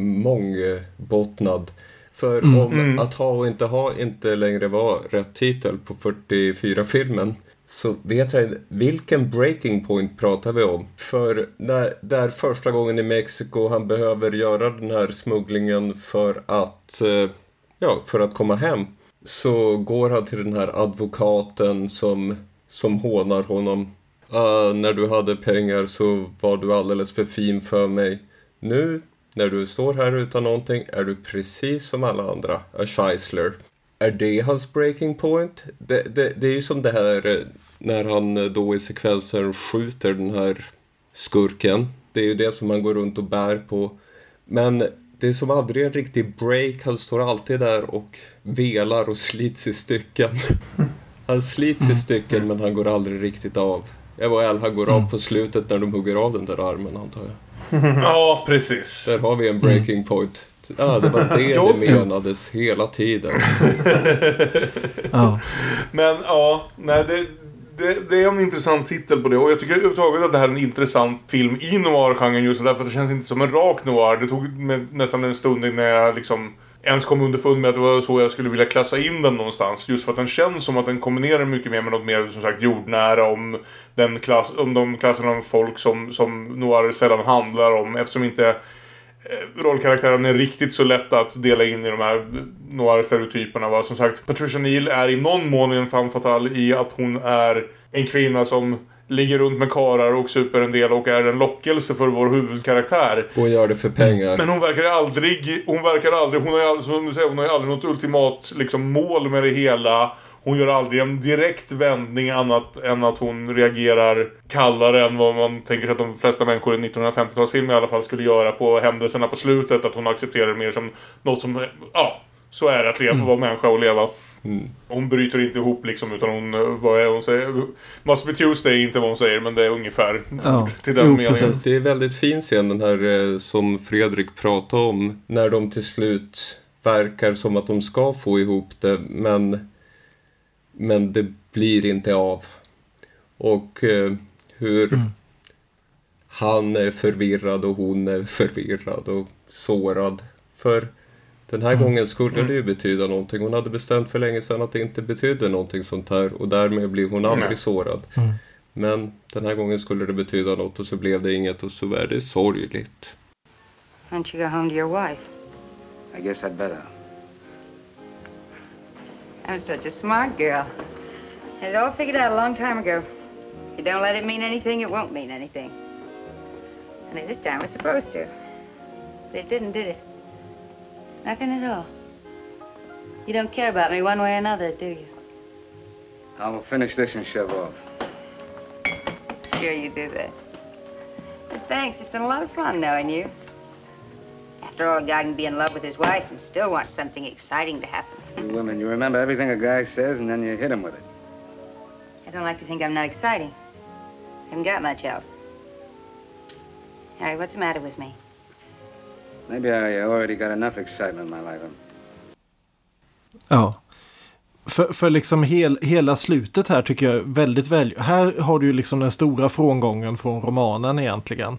mångbottnad. För mm. om mm. att ha och inte ha inte längre var rätt titel på fyrtiofyra-filmen, så vet jag vilken breaking point pratar vi om. För när, där första gången i Mexiko han behöver göra den här smugglingen för att, ja, för att komma hem, så går han till den här advokaten som som hånar honom. Uh, när du hade pengar så var du alldeles för fin för mig. Nu, när du står här utan någonting, är du precis som alla andra. A Scheisler. är det hans breaking point? Det, det, det är ju som det här när han då i sekvensen skjuter den här skurken. Det är ju det som han går runt och bär på. Men det är som aldrig en riktig break. Han står alltid där och velar och slits i stycken. Han slits i stycken men han går aldrig riktigt av. Jag var väl, han går av på slutet när de hugger av den där armen, antar jag. Ja, precis. Där har vi en breaking point. Ja, det var det det menades hela tiden. Ja. Men ja, nej, det, det, det är en intressant titel på det. Och jag tycker överhuvudtaget att det här är en intressant film i noir-genren just därför att det känns inte som en rak noir. Det tog med nästan en stund innan jag liksom ens kom underfund med att det var så jag skulle vilja klassa in den någonstans. Just för att den känns som att den kombinerar mycket mer med något mer, som sagt, jordnära om, den klass, om de klasserna av folk som, som noir sällan handlar om. Eftersom inte eh, rollkaraktären är riktigt så lätt att dela in i de här noir-stereotyperna. Va? Som sagt, Patricia Neal är i någon mån en femme fatale i att hon är en kvinna som ligger runt med karar och super en del och är en lockelse för vår huvudkaraktär. Hon gör det för pengar. Men hon verkar aldrig, hon verkar aldrig, hon har ju aldrig, som du säger, hon har ju aldrig något ultimat liksom, mål med det hela. Hon gör aldrig en direkt vändning annat än att hon reagerar kallare än vad man tänker sig att de flesta människor i nittonhundrafemtiotalsfilmer i alla fall skulle göra på händelserna på slutet. Att hon accepterar det mer som något som, ja, så är det att leva, mm. vara människa och leva. Mm. Hon bryter inte ihop liksom, utan hon, vad är hon säger? Must be Tuesday, inte vad hon säger, men det är ungefär ja. till den jo, meningen. Det är väldigt fin scen den här som Fredrik pratade om, när de till slut verkar som att de ska få ihop det, men men det blir inte av. Och eh, hur mm. han är förvirrad och hon är förvirrad och sårad. För den här mm. gången skulle det ju betyda någonting. Hon hade bestämt för länge sedan att det inte betydde någonting sånt här. Och därmed blir hon aldrig mm. sårad. Mm. Men den här gången skulle det betyda något och så blev det inget och så är det sorgligt. Why don't you go home to your wife? I guess I'd better. I'm such a smart girl. I had it all figured out a long time ago. If you don't let it mean anything, it won't mean anything. And this time it's supposed to. But it didn't, did it? Nothing at all. You don't care about me one way or another, do you? I'll finish this and shove off. Sure you do that. But thanks, it's been a lot of fun knowing you. After all, a guy can be in love with his wife and still want something exciting to happen. You women, you remember everything a guy says and then you hit him with it. I don't like to think I'm not exciting. I haven't got much else. Harry, what's the matter with me? Maybe I already got enough excitement in my life. Ja. För, för liksom hel, hela slutet här tycker jag är väldigt väl. Här har du ju liksom den stora frångången från romanen egentligen.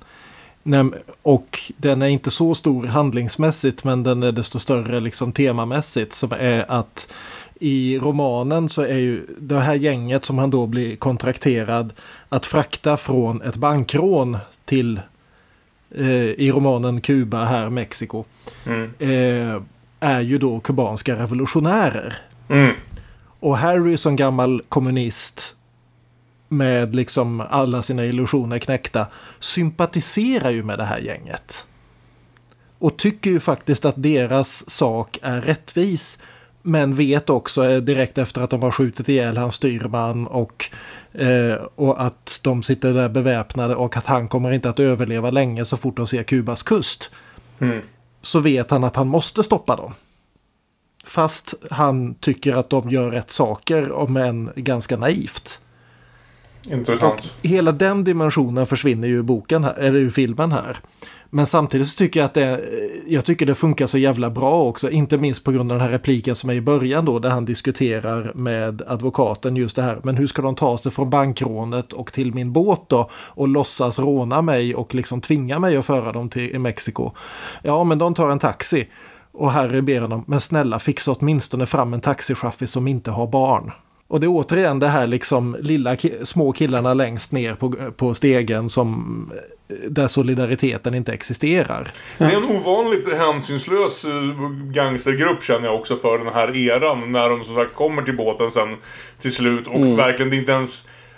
Och den är inte så stor handlingsmässigt, men den är desto större liksom temamässigt, som är att i romanen så är ju det här gänget som han då blir kontrakterad att frakta från ett bankrån till eh, i romanen Kuba, här Mexiko, mm. eh, är ju då kubanska revolutionärer. Mm. Och Harry som gammal kommunist med liksom alla sina illusioner knäckta sympatiserar ju med det här gänget. Och tycker ju faktiskt att deras sak är rättvis, men vet också direkt efter att de har skjutit ihjäl hans styrman och, eh, och att de sitter där beväpnade och att han kommer inte att överleva länge så fort de ser Kubas kust. Mm. Så vet han att han måste stoppa dem. Fast han tycker att de gör rätt saker, om än ganska naivt. Intressant. Och hela den dimensionen försvinner ju i boken här, eller i filmen här. Men samtidigt så tycker jag att det, jag tycker det funkar så jävla bra också, inte minst på grund av den här repliken som är i början då, där han diskuterar med advokaten just det här, men hur ska de ta sig från bankrånet och till min båt då och låtsas råna mig och liksom tvinga mig att föra dem till i Mexiko. Ja, men de tar en taxi och Harry ber dem, men snälla fixa åtminstone fram en taxichaufför som inte har barn. Och det är återigen det här liksom lilla ki- små killarna längst ner på, på stegen som, där solidariteten inte existerar. Det är en ovanligt hänsynslös gangstergrupp, känner jag också, för den här eran, när de som sagt kommer till båten sen till slut och mm. verkligen det inte ens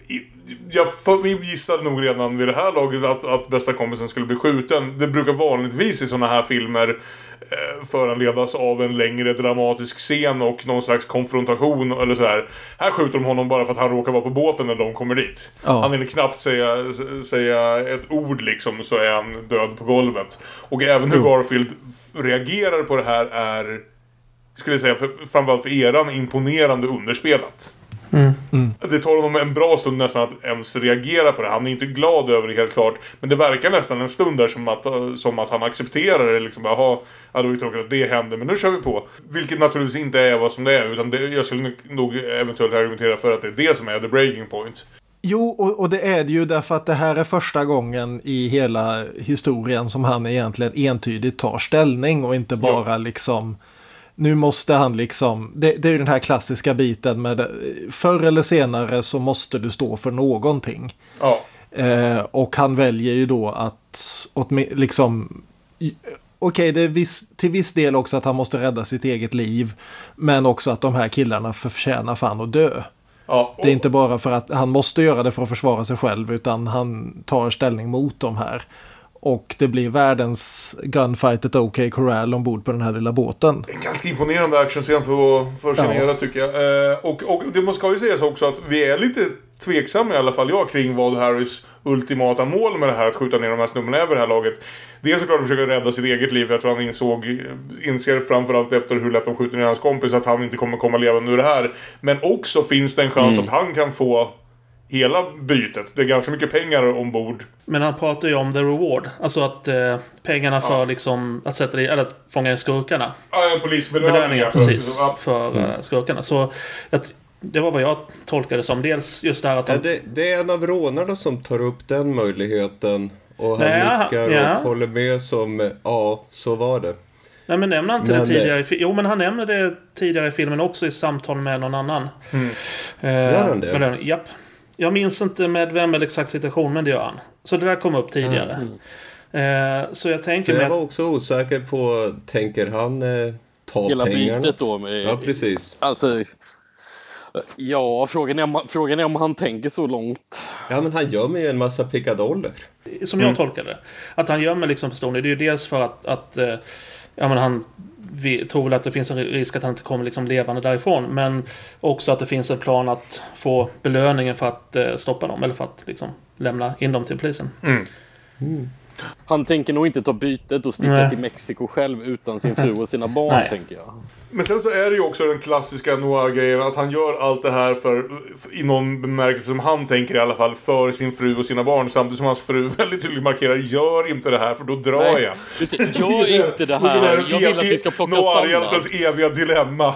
Jag gissade nog redan vid det här laget att, att bästa kompisen skulle bli skjuten. Det brukar vanligtvis i såna här filmer eh, föranledas av en längre dramatisk scen och någon slags konfrontation eller så här. Här skjuter de honom bara för att han råkar vara på båten när de kommer dit. Ja. Han hinner knappt säga, säga ett ord liksom, så är han död på golvet. Och även hur Garfield reagerar på det här är, skulle jag säga, för, framförallt för eran, imponerande underspelat. Mm. Mm. Det tar honom en bra stund nästan att ens reagera på det. Han är inte glad över det, helt klart, men det verkar nästan en stund där som att, som att han accepterar det liksom. Jaha, ja, då är det tråkigt att det händer, men nu kör vi på. Vilket naturligtvis inte är vad som det är, utan det, jag skulle nog eventuellt argumentera för att det är det som är the breaking point. Jo, och, och det är det ju därför att det här är första gången i hela historien som han egentligen entydigt tar ställning och inte bara ja. liksom... Nu måste han liksom, det, det är ju den här klassiska biten med förr eller senare så måste du stå för någonting. Ja. Eh, och han väljer ju då att åt, liksom, okej, okay, det är viss, till viss del också att han måste rädda sitt eget liv, men också att de här killarna förtjänar fan att dö. Ja. Det är inte bara för att han måste göra det för att försvara sig själv, utan han tar ställning mot de här. Och det blir världens gunfight at O K Corral ombord på den här lilla båten. En ganska imponerande actionscen för, för sin ja. era, tycker jag. Eh, och, och det måste ju sägas också att vi är lite tveksamma, i alla fall jag, kring vad Harrys ultimata mål med det här att skjuta ner de här snubbarna över det här laget. Det är såklart att försöka rädda sitt eget liv. Jag tror han insåg, inser framförallt efter hur lätt de skjuter ner hans kompis att han inte kommer komma levande ur det här. Men också finns det en chans mm. att han kan få hela bytet. Det är ganska mycket pengar ombord. Men han pratar ju om the reward. Alltså att eh, pengarna för ja. liksom att sätta det, eller att fånga skurkarna. Ja, en polisbelöning. Precis, för, för mm. skurkarna. Så att, det var vad jag tolkade som. Dels just det här att han... ja, det, det är en av rånarna som tar upp den möjligheten. Och han Nej, nickar ja. och håller med som, ja, så var det. Nej, men nämner han inte men, det tidigare i fi- Jo, men han nämner det tidigare i filmen också i samtal med någon annan. Mm. Eh, Gör han det? Men, japp. Jag minns inte med vem eller exakt situation, men det gör han. Så det där kom upp tidigare. Mm. Eh, så jag tänker... För jag var också osäker på, tänker han eh, ta hela pengarna? Hela bytet då med... Ja, precis. Alltså... Ja, frågan är, om, frågan är om han tänker så långt. Ja, men han gömmer ju en massa pickadoller. Som jag mm. tolkar det. Att han gömmer liksom personer. Det är ju dels för att... att eh, ja, men han... Vi tror väl att det finns en risk att han inte kommer liksom levande därifrån, men också att det finns en plan att få belöningen för att eh, stoppa dem, eller för att liksom lämna in dem till polisen. Mm. Mm. Han tänker nog inte ta bytet och sticka Nej. till Mexiko själv utan sin fru och sina barn, Nej. tänker jag. Men sen så är det ju också den klassiska noir-grejen att han gör allt det här för, i någon bemärkelse som han tänker i alla fall, för sin fru och sina barn, samtidigt som hans fru väldigt tydligt markerar, gör inte det här för då drar Nej. jag. Just det, gör inte det här. Jag vill att vi ska plocka samman. Noir-hjältens eviga dilemma.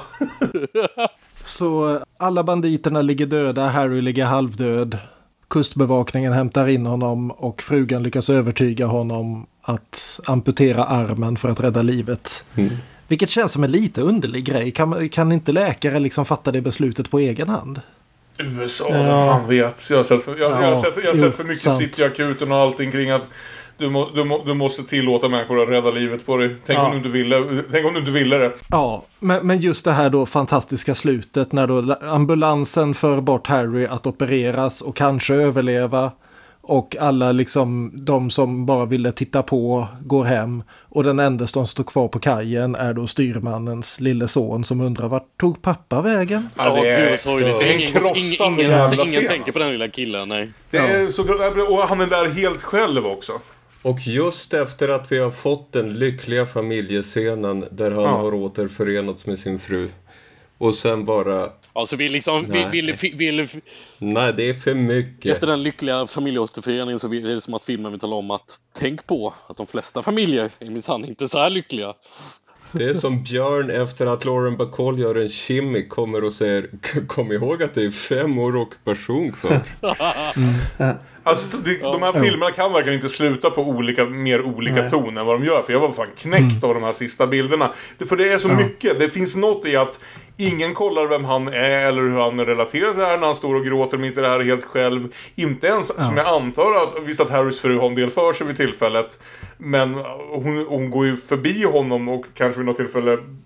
Så alla banditerna ligger döda, Harry ligger halvdöd. Kustbevakningen hämtar in honom och frugan lyckas övertyga honom att amputera armen för att rädda livet. Mm. Vilket känns som en lite underlig grej. Kan, kan inte läkare liksom fatta det beslutet på egen hand? U S A, ja. fan vet. Jag har sett för, jag, ja. jag har sett, jag har sett för mycket sant. City-akuten och allting kring att du, må, du, må, du måste tillåta människor att rädda livet på dig. Tänk, ja. om, du inte ville, tänk om du inte ville det. Ja, men, men just det här då fantastiska slutet när då ambulansen för bort Harry att opereras och kanske överleva. Och alla liksom, de som bara ville titta på går hem. Och den enda som står kvar på kajen är då styrmannens lille son som undrar vart tog pappa vägen? Ja, det är, ja, det är en krossande ingen, ingen, ingen tänker på den lilla killen, nej. Det är så, och han är där helt själv också. Och just efter att vi har fått den lyckliga familjescenen där han ja. har återförenats med sin fru. Och sen bara... Alltså vi liksom... Vi, vill, vill, Nej, det är för mycket. Efter den lyckliga familjeåterföreningen så är det som att filmen vill tala om att tänk på att de flesta familjer är minsann inte så här lyckliga. Det är som Björn efter att Lauren Bacall gör en chimney kommer och säger kom ihåg att det är fem år ockupation kvar. mm. Alltså det, de här filmerna kan verkligen inte sluta på olika, mer olika Nej. ton än vad de gör. För jag var fan knäckt mm. av de här sista bilderna. För det är så ja. mycket. Det finns något i att ingen kollar vem han är eller hur han relaterar sig här när han står och gråter om inte det här är helt själv. Inte ens, ja. som jag antar att visst att Harrys fru har en del för sig vid tillfället. Men hon, hon går ju förbi honom och kanske vid något tillfälle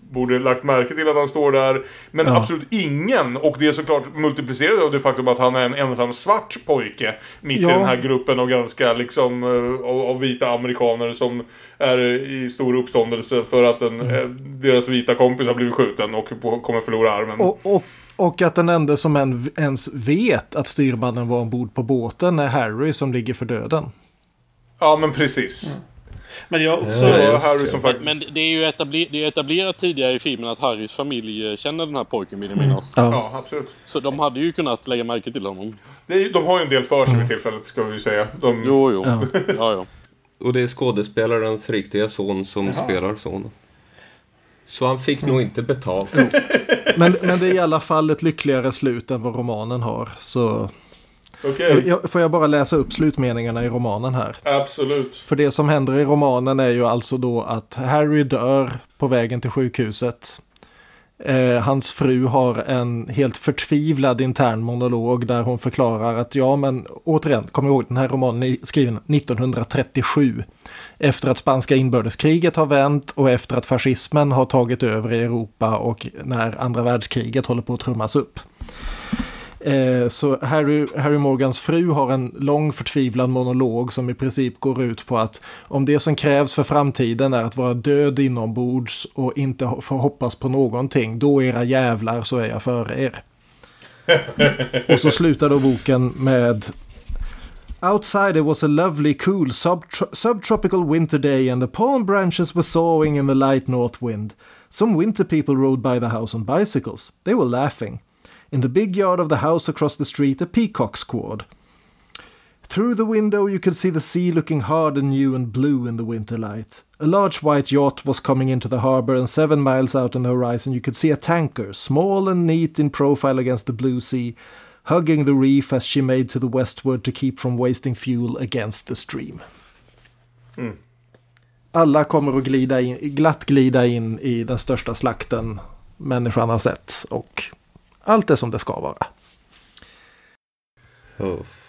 borde lagt märke till att han står där. Men ja. absolut ingen. Och det är såklart multiplicerat av det faktum att han är en ensam svart pojke mitt ja. i den här gruppen av ganska liksom av, av vita amerikaner som är i stor uppståndelse för att en, mm. deras vita kompis har blivit skjuten och på, kommer förlora armen. Och, och, och att den enda som en, ens vet att styrmannen var ombord på båten är Harry som ligger för döden. Ja, men precis. Mm. Men jag också... Ja, Harry som faktiskt... Men det är ju etabler- det är etablerat tidigare i filmen att Harrys familj känner den här pojken vid det minnas. Mm. Ja. ja, absolut. Så de hade ju kunnat lägga märke till honom. Det är, de har ju en del för sig vid tillfället, ska vi ju säga. De... Jo, jo. Ja. ja, ja. Och det är skådespelarens riktiga son som Jaha. spelar sonen. Så han fick mm. nog inte betalt. men, men det är i alla fall ett lyckligare slut än vad romanen har. Så... Okay. Jag, får jag bara läsa upp slutmeningarna i romanen här? Absolut. För det som händer i romanen är ju alltså då att Harry dör på vägen till sjukhuset. Eh, hans fru har en helt förtvivlad intern monolog där hon förklarar att ja, men återigen, kom ihåg, den här romanen är skriven nittonhundratrettiosju. Efter att spanska inbördeskriget har vänt och efter att fascismen har tagit över i Europa och när andra världskriget håller på att trummas upp. Så Harry, Harry Morgans fru har en lång förtvivlad monolog som i princip går ut på att om det som krävs för framtiden är att vara död inombords och inte få hoppas på någonting, då era jävlar så är jag för er. Och så slutar då boken med Outside it was a lovely, cool subtro- subtropical winter day and the palm branches were sawing in the light north wind. Some winter people rode by the house on bicycles. They were laughing. In the big yard of the house across the street, a peacock squawed. Through the window you could see the sea looking hard and new and blue in the winter light. A large white yacht was coming into the harbour, and seven miles out on the horizon you could see a tanker, small and neat in profile against the blue sea, hugging the reef as she made to the westward to keep from wasting fuel against the stream. Mm. Alla kommer att glida in, glatt glida in i den största slakten människan har sett, och allt är som det ska vara. Uff.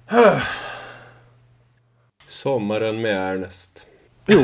Sommaren med Ernest. Jo.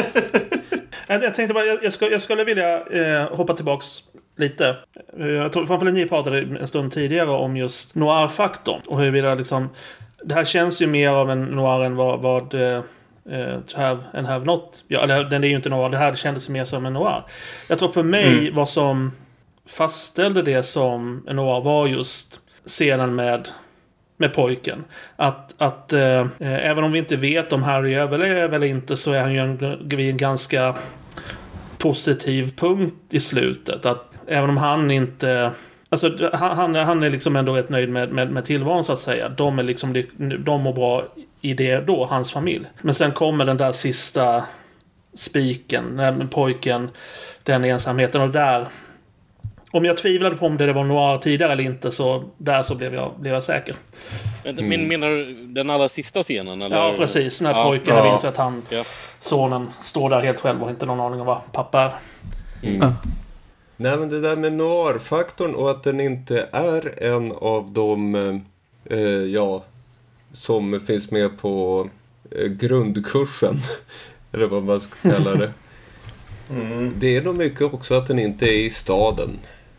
jag, jag tänkte bara, jag, jag, skulle, jag skulle vilja eh, hoppa tillbaks lite. Jag tror framförallt ni pratade en stund tidigare om just noir-faktorn. Och huruvida liksom, det här känns ju mer av en noir än vad, vad eh, to have and have not. Ja, eller, den är ju inte noir, det här kändes mer som en noir. Jag tror för mig mm. vad som fastställde det som en noir var just scenen med med pojken. Att, att eh, även om vi inte vet om Harry överlever eller inte, så är han ju en, en ganska positiv punkt i slutet. Att även om han inte... Alltså han, han är liksom ändå rätt nöjd med, med, med tillvaron, så att säga. De är liksom, de mår bra i det då, hans familj. Men sen kommer den där sista spiken, när pojken, den ensamheten, och där... Om jag tvivlade på om det var noir tidigare eller inte, så där så blev jag, blev jag säker. Men, mm. Menar du den allra sista scenen? Eller? Ja, precis. När ja. pojken ja. visar att han, ja. sonen, står där helt själv och inte någon aning om vad pappa är. Mm. Mm. Nej, men det där med noir-faktorn och att den inte är en av de eh, ja, som finns med på eh, grundkursen. Eller vad man ska kalla det. Mm. Det är nog mycket också att den inte är i staden.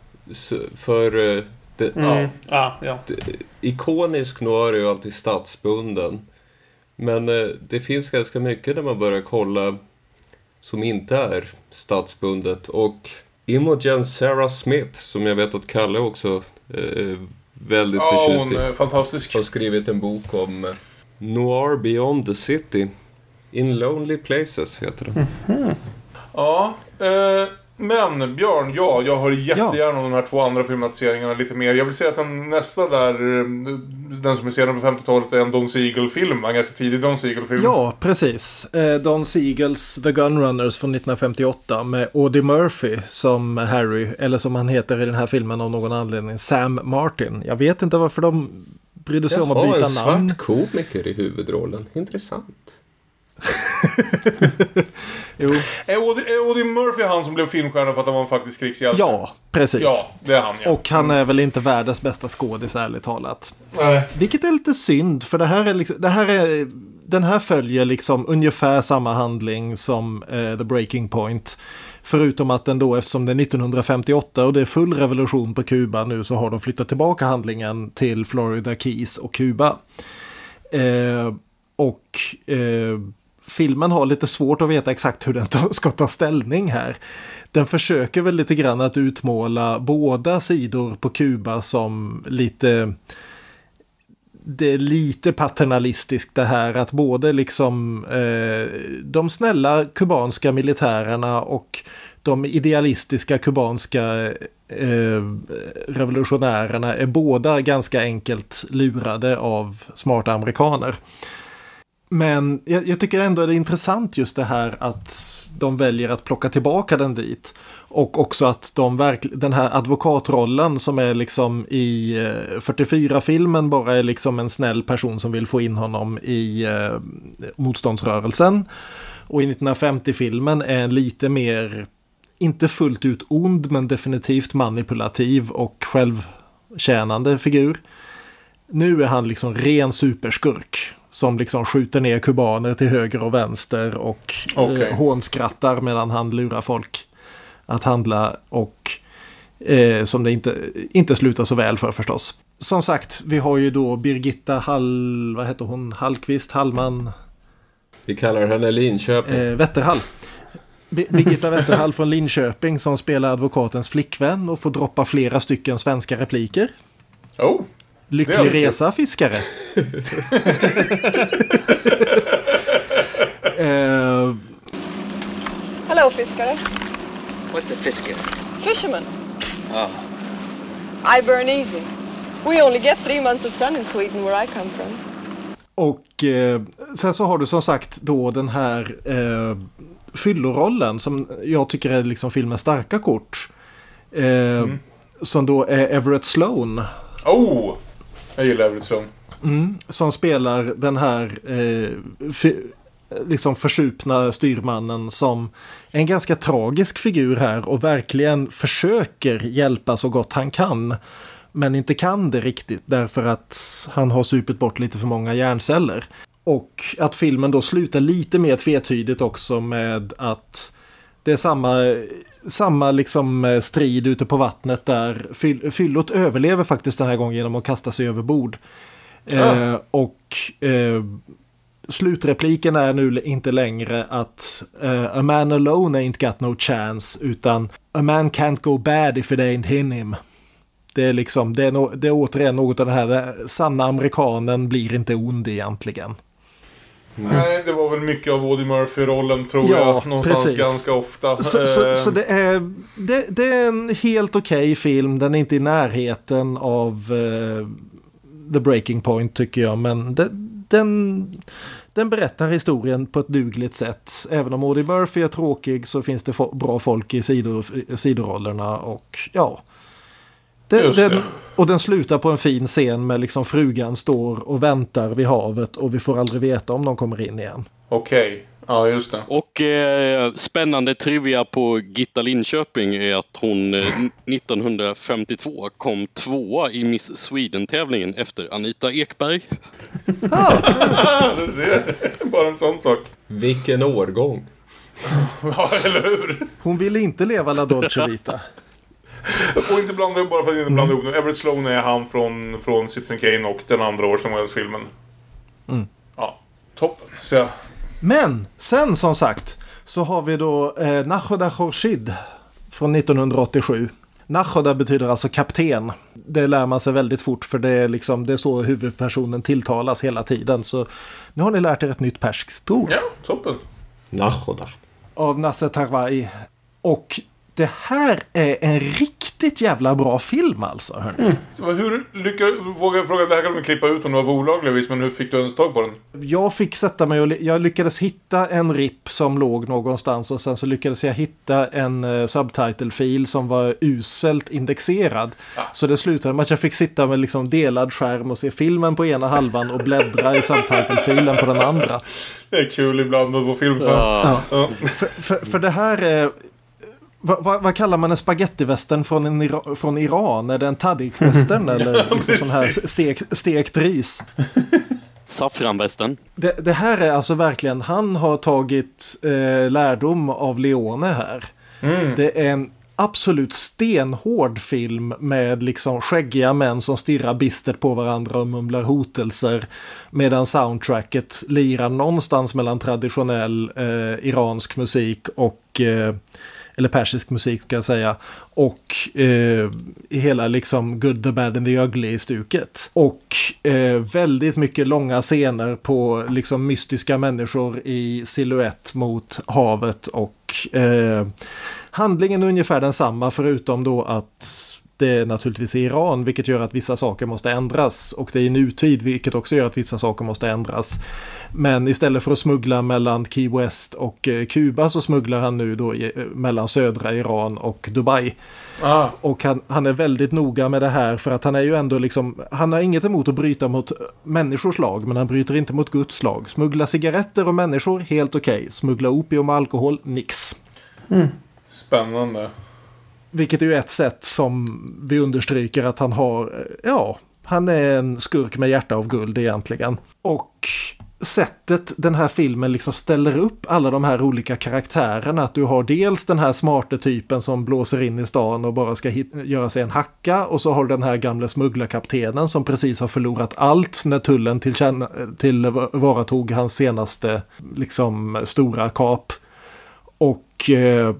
För det, mm. ja, ja, ja. Det, ikonisk noir är ju alltid stadsbunden. Men eh, det finns ganska mycket när man börjar kolla som inte är stadsbundet. Och Imogen Sarah Smith, som jag vet att Kalle också är eh, väldigt ja, förtjust i. Hon är fantastisk. Har skrivit en bok om eh, Noir Beyond the City. In Lonely Places heter den. Mm-hmm. Ja, eh, men Björn, ja, jag har jättegärna ja. de här två andra filmatiseringarna lite mer. Jag vill säga att den nästa där, den som är sedan på femtiotalet, är en Don Siegel-film, en ganska tidig Don Siegel-film. Ja, precis. Eh, Don Siegels The Gunrunners från nittonhundrafemtioåtta med Audie Murphy som Harry, eller som han heter i den här filmen av någon anledning, Sam Martin. Jag vet inte varför de brydde sig om att byta namn. En svart komiker i huvudrollen. Intressant. Jo. Är Audie Murphy han som blev filmstjärna för att han var en faktisk krigshjälte? Ja, precis. Ja, det är han, ja. Och han är väl inte världens bästa skådis, ärligt talat. Nej. Vilket är lite synd, för det här är, liksom, det här är den här följer liksom ungefär samma handling som uh, The Breaking Point. Förutom att den då, eftersom det är nittonhundrafemtioåtta och det är full revolution på Kuba nu, så har de flyttat tillbaka handlingen till Florida Keys och Kuba. Eh, och eh, filmen har lite svårt att veta exakt hur den ta, ska ta ställning här. Den försöker väl lite grann att utmåla båda sidor på Kuba som lite... Det är lite paternalistiskt det här att både liksom eh, de snälla kubanska militärerna och de idealistiska kubanska eh, revolutionärerna är båda ganska enkelt lurade av smarta amerikaner. Men jag, jag tycker ändå det är intressant just det här att de väljer att plocka tillbaka den dit. Och också att de verkl- den här advokatrollen som är liksom i eh, fyrtiofyra-filmen bara är liksom en snäll person som vill få in honom i eh, motståndsrörelsen. Och i nittonhundrafemtio-filmen är en lite mer, inte fullt ut ond men definitivt manipulativ och självtjänande figur. Nu är han liksom ren superskurk som liksom skjuter ner kubaner till höger och vänster och okay. eh, hånskrattar medan han lurar folk att handla och eh, som det inte, inte slutar så väl för förstås. Som sagt, vi har ju då Birgitta Hall, vad heter hon? Hallqvist, Hallman. Vi kallar henne Linköping. Eh, Wetterhall. B- Birgitta Wetterhall från Linköping som spelar advokatens flickvän och får droppa flera stycken svenska repliker. Oh. Lycklig resa, fiskare. uh, Hello, fiskare. What's a fisker? Fisherman. Oh. I burn easy. We only get three months of sun in Sweden where I come from. Och eh, sen så har du som sagt då den här eh, fyllorollen som jag tycker är liksom filmens starka kort. Eh, mm. Som då är Everett Sloan. Oh! Jag gillar Everett Sloan. Mm, som spelar den här eh, f- liksom försupna styrmannen som en ganska tragisk figur här och verkligen försöker hjälpa så gott han kan men inte kan det riktigt därför att han har supit bort lite för många hjärnceller. Och att filmen då slutar lite mer tvetydigt också med att det är samma, samma liksom strid ute på vattnet där Fyll, Fyllot överlever faktiskt den här gången genom att kasta sig över bord. Ja. Eh, och eh, slutrepliken är nu inte längre att uh, a man alone ain't got no chance utan a man can't go bad if it ain't in him. Det är liksom det är, no- det är återigen något av det här det, sanna amerikanen blir inte ond egentligen. Mm. Nej, det var väl mycket av Eddie Murphy-rollen tror ja, jag. Någonstans precis. Ganska ofta. Så, så, så det, är, det, det är en helt okej okay film. Den är inte i närheten av uh, The Breaking Point tycker jag. Men det, den, den berättar historien på ett dugligt sätt. Även om Eddie Murphy är tråkig så finns det fo- bra folk i sidor, sidorollerna. Och ja... Den, den, och den slutar på en fin scen med liksom frugan står och väntar vid havet och vi får aldrig veta om de kommer in igen. Okej, okay. Ja just det. Och eh, spännande trivia på Gitta Linköping är att hon eh, nittonhundrafemtiotvå kom tvåa i Miss Sweden-tävlingen efter Anita Ekberg. Ah. Du ser, bara en sån sak. Vilken årgång. Ja, eller hur? Hon ville inte leva La Dolce Vita. Och inte blanda bara för att inte blanda ihop mm. Everett Sloan är han från, från Citizen Kane och den andra Årsmålsfilmen. Mm. Ja, toppen. Så jag... Men sen som sagt så har vi då eh, Nahoda Khorshid från nittonhundraåttiosju. Nahoda betyder alltså kapten. Det lär man sig väldigt fort för det är, liksom, det är så huvudpersonen tilltalas hela tiden. Så nu har ni lärt er ett nytt perskt ord. Ja, toppen. Nahoda. Av Nasser Tarwai. Och det här är en riktigt jävla bra film alltså. Mm. Hur lyckades, vågar jag fråga, det här kan du klippa ut om du var olagligvis, men hur fick du ens tag på den? Jag fick sätta mig och jag lyckades hitta en rip som låg någonstans och sen så lyckades jag hitta en uh, subtitle-fil som var uselt indexerad. Ja. Så det slutade med att jag fick sitta med liksom delad skärm och se filmen på ena halvan och bläddra i subtitle-filen på den andra. Det är kul ibland att få film. Ja. Ja. För, för, för det här är... Va, va, vad kallar man en spagettivästern från, en Ira- från Iran? Är det en tadikvästern eller ja, liksom sån här stek, stekt ris? Saffranvästern. Det, det här är alltså verkligen, han har tagit eh, lärdom av Leone här. Mm. Det är en absolut stenhård film med liksom skäggiga män som stirrar bistert på varandra och mumlar hotelser, medan soundtracket lirar någonstans mellan traditionell eh, iransk musik och eh, eller persisk musik ska jag säga, och eh, hela liksom Good, the Bad and the Ugly-stuket. Och eh, väldigt mycket långa scener på liksom mystiska människor i silhuett mot havet, och eh, handlingen är ungefär densamma, förutom då att det är naturligtvis i Iran, vilket gör att vissa saker måste ändras, och det är i nutid, vilket också gör att vissa saker måste ändras. Men istället för att smuggla mellan Key West och eh, Kuba, så smugglar han nu då i, mellan södra Iran och Dubai. Ah. Och han, han är väldigt noga med det här, för att han är ju ändå liksom, han har inget emot att bryta mot människors lag, men han bryter inte mot Guds lag. Smuggla cigaretter och människor, helt okej. Okay. Smuggla opium och alkohol, nix. Mm. Spännande. Vilket är ju ett sätt som vi understryker att han har, ja, han är en skurk med hjärta av guld egentligen. Och sättet den här filmen liksom ställer upp alla de här olika karaktärerna, att du har dels den här smarta typen som blåser in i stan och bara ska hit- göra sig en hacka, och så har du den här gamla smugglarkaptenen som precis har förlorat allt när tullen tillkänna- tillvaratog hans senaste liksom stora kap. Och eh,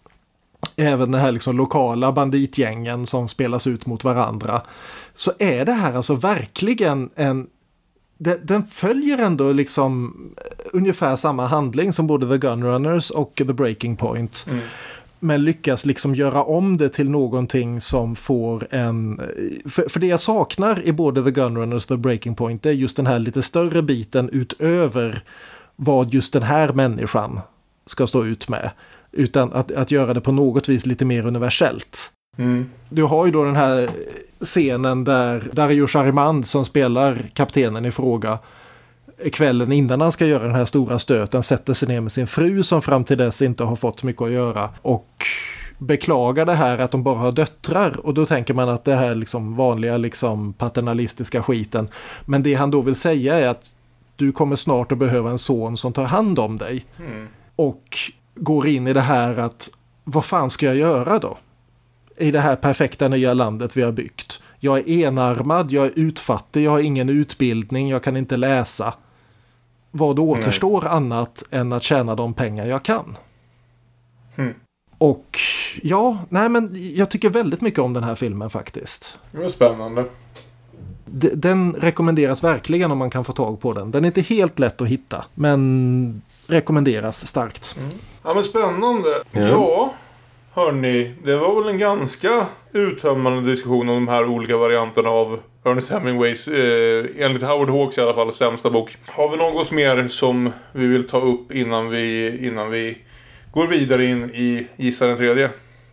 även den här liksom lokala banditgängen som spelas ut mot varandra. Så är det här alltså verkligen en... Den följer ändå liksom ungefär samma handling som både The Gunrunners och The Breaking Point. Mm. Men lyckas liksom göra om det till någonting som får en... För, för det jag saknar i både The Gunrunners och The Breaking Point är just den här lite större biten utöver vad just den här människan ska stå ut med. Utan att, att göra det på något vis lite mer universellt. Mm. Du har ju då den här scenen där Dario Sharimand som spelar kaptenen i fråga kvällen innan han ska göra den här stora stöten sätter sig ner med sin fru som fram till dess inte har fått mycket att göra och beklagar det här att de bara har döttrar, och då tänker man att det här liksom vanliga liksom paternalistiska skiten, men det han då vill säga är att du kommer snart att behöva en son som tar hand om dig. Mm. Och går in i det här att vad fan ska jag göra då? I det här perfekta nya landet vi har byggt. Jag är enarmad, jag är utfattig, jag har ingen utbildning, jag kan inte läsa. Vad då återstår nej. Annat än att tjäna de pengar jag kan? Mm. Och ja, nej men jag tycker väldigt mycket om den här filmen faktiskt. Det var spännande. D- den rekommenderas verkligen om man kan få tag på den. Den är inte helt lätt att hitta, men rekommenderas starkt. Mm. Ja men spännande. Mm. Ja, hörni, det var väl en ganska uttömmande diskussion om de här olika varianterna av Ernest Hemingways, eh, enligt Howard Hawks i alla fall, sämsta bok. Har vi något mer som vi vill ta upp innan vi, innan vi går vidare in i Gissa den tredje?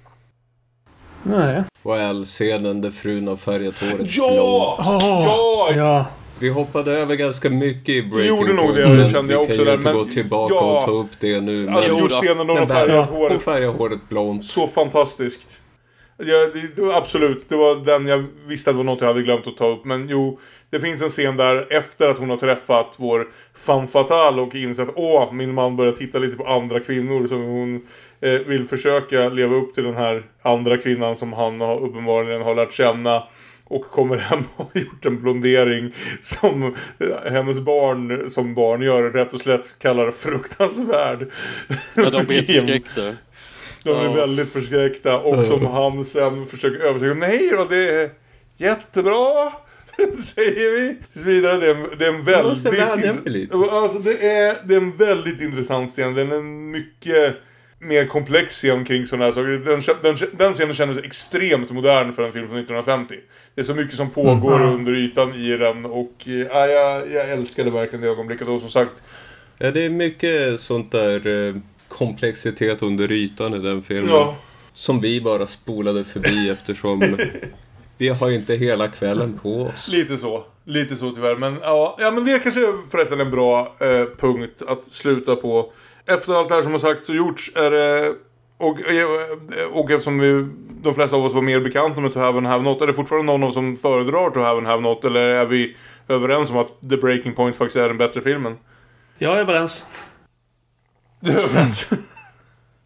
Nej. Well-scenen där frun har färgat håret ja! blått. Ja! Ja! Vi hoppade över ganska mycket i Breaking gjorde nog Point, det, men kände jag vi också kan ju där, inte men gå tillbaka ja, och ta upp det nu. Men, alltså, just scenen när de färgat håret. Hon färgar håret blont. Så fantastiskt. Ja, det, det var absolut, det var den jag visste att det var något jag hade glömt att ta upp. Men jo, det finns en scen där efter att hon har träffat vår femme fatale och insett att åh, min man börjar titta lite på andra kvinnor, så hon eh, vill försöka leva upp till den här andra kvinnan som han har, uppenbarligen har lärt känna. Och kommer hem och har gjort en blondering som hennes barn som barn gör, rätt och slätt kallar fruktansvärd. Ja, de blir förskräckta. De är ja. väldigt förskräckta. Och som han sen försöker övertyga. Nej då, det är jättebra, säger vi. Tills vidare, det är, det är en väldigt in... alltså, det, är, det är en väldigt intressant scen. Den är mycket mer komplex scen kring sådana här saker. Den, den, den scenen kändes extremt modern för en film från nittonhundrafemtio. Det är så mycket som pågår mm. under ytan i den. Och ja, jag, jag älskade verkligen det ögonblicket. Och som sagt, ja, det är mycket sånt där eh, komplexitet under ytan i den filmen. Ja. Som vi bara spolade förbi eftersom vi har ju inte hela kvällen på oss. Lite så. Lite så tyvärr. Men, ja, ja, men det är kanske förresten en bra eh, punkt att sluta på. Efter allt det här som har sagts och gjorts är det, och, och eftersom vi, de flesta av oss var mer bekanta med To Have and Have Not, är det fortfarande någon av oss som föredrar To Have and Have Not, eller är vi överens om att The Breaking Point faktiskt är den bättre filmen? Jag är överens. Du är överens?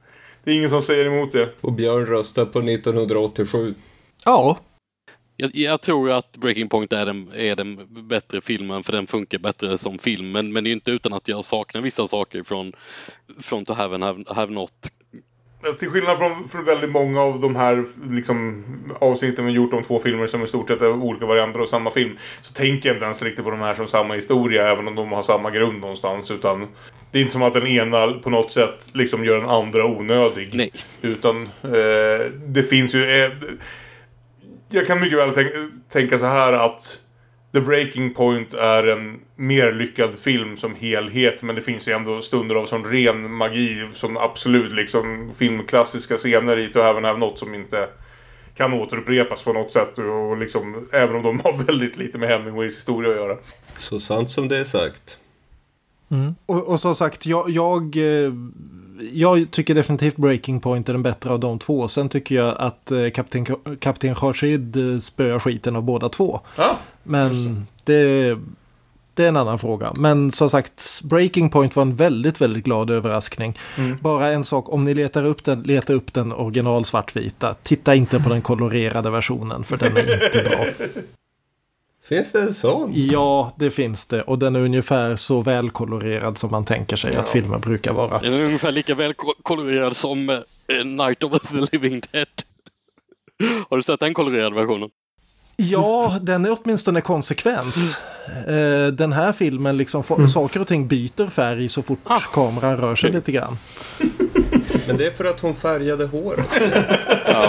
Det är ingen som säger emot det. Och Björn röstar på nittonhundraåttiosju. Ja. Jag, jag tror att Breaking Point är den, är den bättre filmen, för den funkar bättre som film. Men, men det är inte utan att jag saknar vissa saker från, från To Have and Have, have Not. Till skillnad från, från väldigt många av de här liksom, avsnitten vi gjort om två filmer som i stort sett är olika varianter av samma film, så tänker jag inte ens riktigt på de här som samma historia, även om de har samma grund någonstans. Utan det är inte som att den ena på något sätt liksom gör den andra onödig. Nej. Utan eh, det finns ju... Eh, jag kan mycket väl tänka, tänka så här att The Breaking Point är en mer lyckad film som helhet, men det finns ju ändå stunder av sån ren magi som absolut liksom filmklassiska scener i To Have and Have Not som inte kan återupprepas på något sätt, och liksom, även om de har väldigt lite med Hemingways historia att göra. Så sant som det är sagt. Mm. Och, och som sagt, jag, jag, jag tycker definitivt Breaking Point är den bättre av de två. Sen tycker jag att Kapten, Kapten Khorshid spöar skiten av båda två. Ja, men det, det är en annan fråga. Men som sagt, Breaking Point var en väldigt, väldigt glad överraskning. Mm. Bara en sak, om ni letar upp den, leta upp den original svartvita. Titta inte på den kolorerade versionen, för den är inte bra. Finns det en sån? Ja, det finns det. Och den är ungefär så välkolorerad som man tänker sig ja. att filmer brukar vara. Den är ungefär lika välkolorerad som uh, Night of the Living Dead. Har du sett den kolorerade versionen? Ja, den är åtminstone konsekvent. Uh, den här filmen, liksom, mm. saker och ting byter färg så fort ah. kameran rör sig lite grann. Men det är för att hon färgade håret. Ja.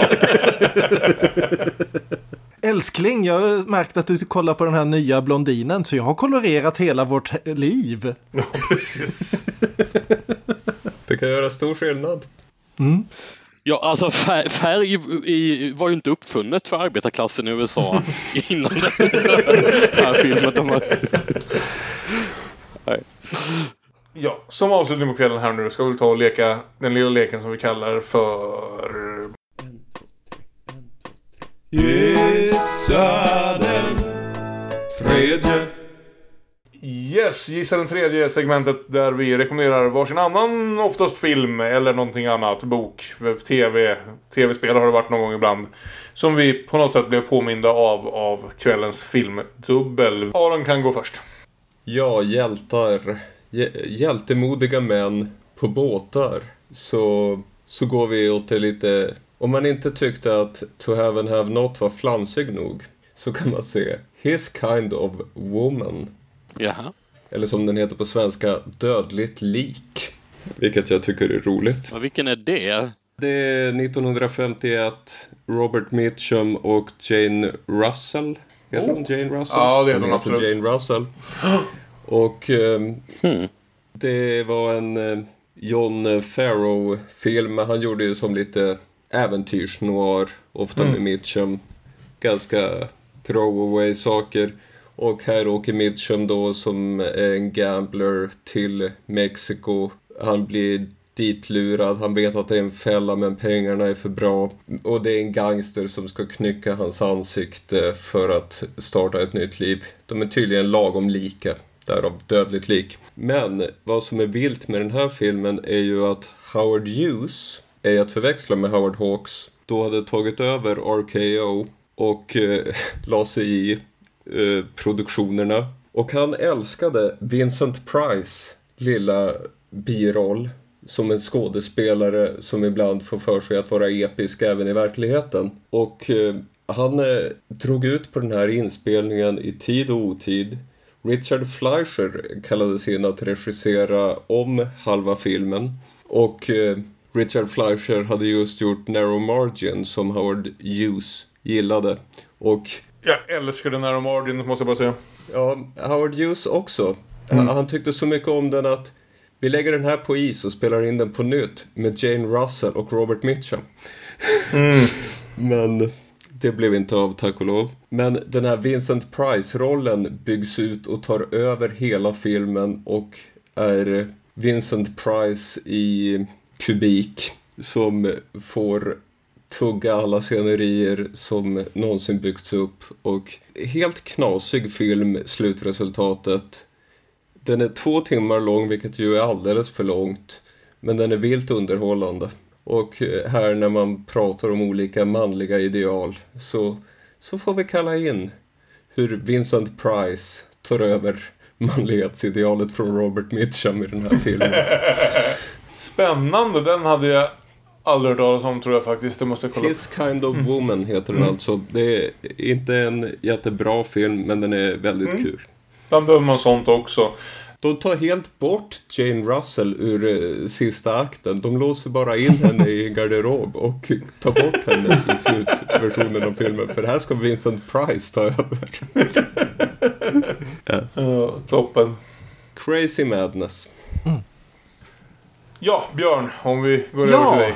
Älskling, jag har märkt att du kollar på den här nya blondinen, så jag har kolorerat hela vårt liv. Ja, precis. Det kan göra stor skillnad. Mm. Ja, alltså färg, färg i, var ju inte uppfunnet för arbetarklassen i U S A innan den här filmen. De har... Nej. Ja, som avslutning på kvällen här nu ska vi ta och leka den lilla leken som vi kallar för... Gissa den tredje. Yes, gissa den tredje segmentet där vi rekommenderar varsin annan, oftast film eller någonting annat, bok, tv, tv-spel har det varit någon gång ibland, som vi på något sätt blev påminda av av kvällens filmdubbel. Aron kan gå först. Ja, hjältar. Hjältemodiga män på båtar. Så, så går vi åt det lite... Om man inte tyckte att To Have and Have Not var flamsig nog, så kan man se His Kind of Woman. Jaha. Eller som den heter på svenska, Dödligt lik. Vilket jag tycker är roligt. Och vilken är det? Det är nittonhundrafemtioett, Robert Mitchum och Jane Russell. Heter oh. hon Jane Russell? Ja, det är hon absolut. Jane Russell. Och um, hmm. det var en uh, John Farrow-film. Han gjorde ju som lite äventyrsnoir, ofta mm. med Mitchum. Ganska throwaway saker. Och här åker Mitchum då som en gambler till Mexiko. Han blir ditlurad. Han vet att det är en fälla, men pengarna är för bra. Och det är en gangster som ska knycka hans ansikte för att starta ett nytt liv. De är tydligen lagom lika, därav dödligt lik. Men vad som är vilt med den här filmen är ju att Howard Hughes, är att förväxla med Howard Hawks, då hade tagit över R K O och eh, la sig i eh, produktionerna. Och han älskade Vincent Price lilla biroll som en skådespelare som ibland får för sig att vara episk även i verkligheten. Och eh, han eh, drog ut på den här inspelningen i tid och otid. Richard Fleischer kallades in att regissera om halva filmen. Och eh, Richard Fleischer hade just gjort Narrow Margin som Howard Hughes gillade. Och jag älskade Narrow Margin, måste jag bara säga. Ja, Howard Hughes också. Mm. Han tyckte så mycket om den att vi lägger den här på is och spelar in den på nytt med Jane Russell och Robert Mitchum. Mm. Men det blev inte av, tack och lov. Men den här Vincent Price-rollen byggs ut och tar över hela filmen och är Vincent Price i kubik som får tugga alla scenerier som någonsin byggts upp. Och helt knasig film, slutresultatet. Den är två timmar lång, vilket ju är alldeles för långt. Men den är vilt underhållande. Och här när man pratar om olika manliga ideal så, så får vi kalla in hur Vincent Price tar över manlighetsidealet från Robert Mitchum i den här filmen. Spännande, den hade jag aldrig hört talas om, tror jag faktiskt. Det måste jag kolla. His Kind of Woman heter den mm. alltså. Det är inte en jättebra film, men den är väldigt mm. kul. Den behöver man sånt också. De tar helt bort Jane Russell ur eh, sista akten. De låser bara in henne i garderob och tar bort henne i slutversionen av filmen. För här ska Vincent Price ta över. ja. Ja, toppen. Crazy Madness. Mm. Ja, Björn, om vi börjar ja. till dig.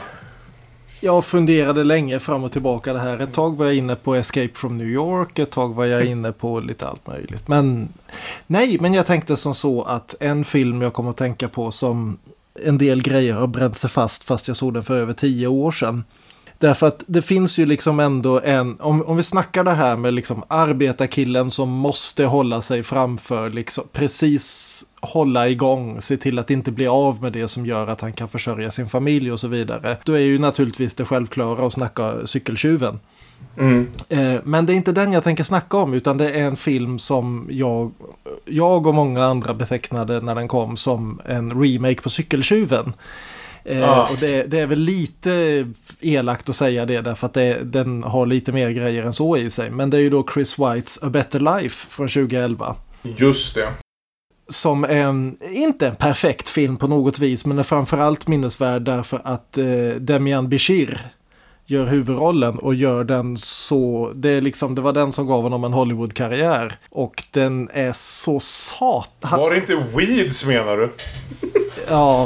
Jag funderade länge fram och tillbaka det här. Ett tag var jag inne på Escape from New York. Ett tag var jag inne på lite allt möjligt. Men nej, men jag tänkte som så att en film jag kommer att tänka på som en del grejer har bränt sig fast fast jag såg den för över tio år sedan. Därför att det finns ju liksom ändå en, om, om vi snackar det här med liksom arbetarkillen som måste hålla sig framför, liksom precis hålla igång, se till att inte bli av med det som gör att han kan försörja sin familj och så vidare. Då är ju naturligtvis det självklara att snacka cykeltjuven. Mm. Eh, men det är inte den jag tänker snacka om, utan det är en film som jag, jag och många andra betecknade när den kom som en remake på Cykeltjuven. Eh, ah. Och det, det är väl lite elakt att säga det därför att det, den har lite mer grejer än så i sig. Men det är ju då Chris Whites A Better Life från tjugoelva. Just det. Som en, inte en perfekt film på något vis, men är framförallt minnesvärd därför att eh, Demian Bichir gör huvudrollen och gör den så, det är liksom, det var den som gav honom en Hollywood-karriär och den är så satan. Var det inte Weeds menar du? Ja,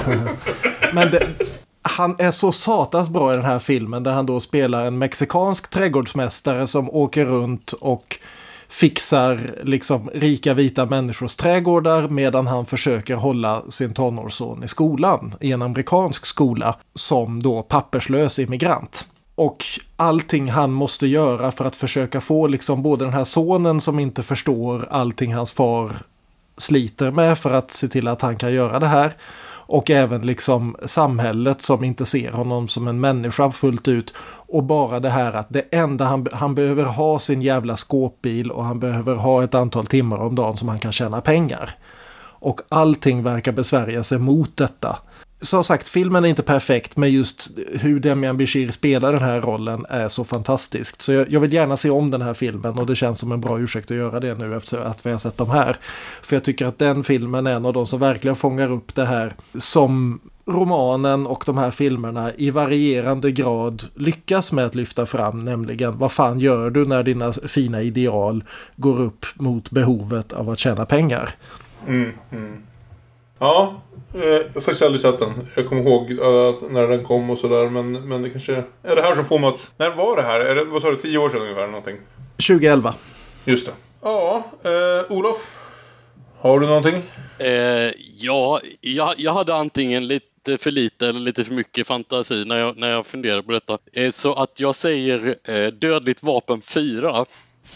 men det, han är så satans bra i den här filmen där han då spelar en mexikansk trädgårdsmästare som åker runt och fixar liksom rika vita människors trädgårdar medan han försöker hålla sin tonårsson i skolan, i en amerikansk skola, som då papperslös immigrant. Och allting han måste göra för att försöka få liksom både den här sonen som inte förstår allting hans far sliter med för att se till att han kan göra det här, och även liksom samhället som inte ser honom som en människa fullt ut, och bara det här att det enda han, han behöver ha sin jävla skåpbil och han behöver ha ett antal timmar om dagen som han kan tjäna pengar, och allting verkar besvärja sig mot detta. Så sagt, filmen är inte perfekt, men just hur Demian Bichir spelar den här rollen är så fantastiskt. Så jag, jag vill gärna se om den här filmen, och det känns som en bra ursäkt att göra det nu efter att vi har sett dem här. För jag tycker att den filmen är en av de som verkligen fångar upp det här som romanen och de här filmerna i varierande grad lyckas med att lyfta fram, nämligen vad fan gör du när dina fina ideal går upp mot behovet av att tjäna pengar? Mm, mm. Ja, jag har faktiskt aldrig sett den. Jag kommer ihåg uh, när den kom och sådär, men, men det kanske är det här som får mig att... När var det här? Är det, vad sa du, tio år sedan ungefär någonting? tjugoelva. Just det. Ja, uh, Olof, har du någonting? Uh, ja, jag, jag hade antingen lite för lite eller lite för mycket fantasi när jag, när jag funderade på detta. Uh, så att jag säger uh, Dödligt vapen fyra.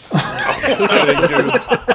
Herregud.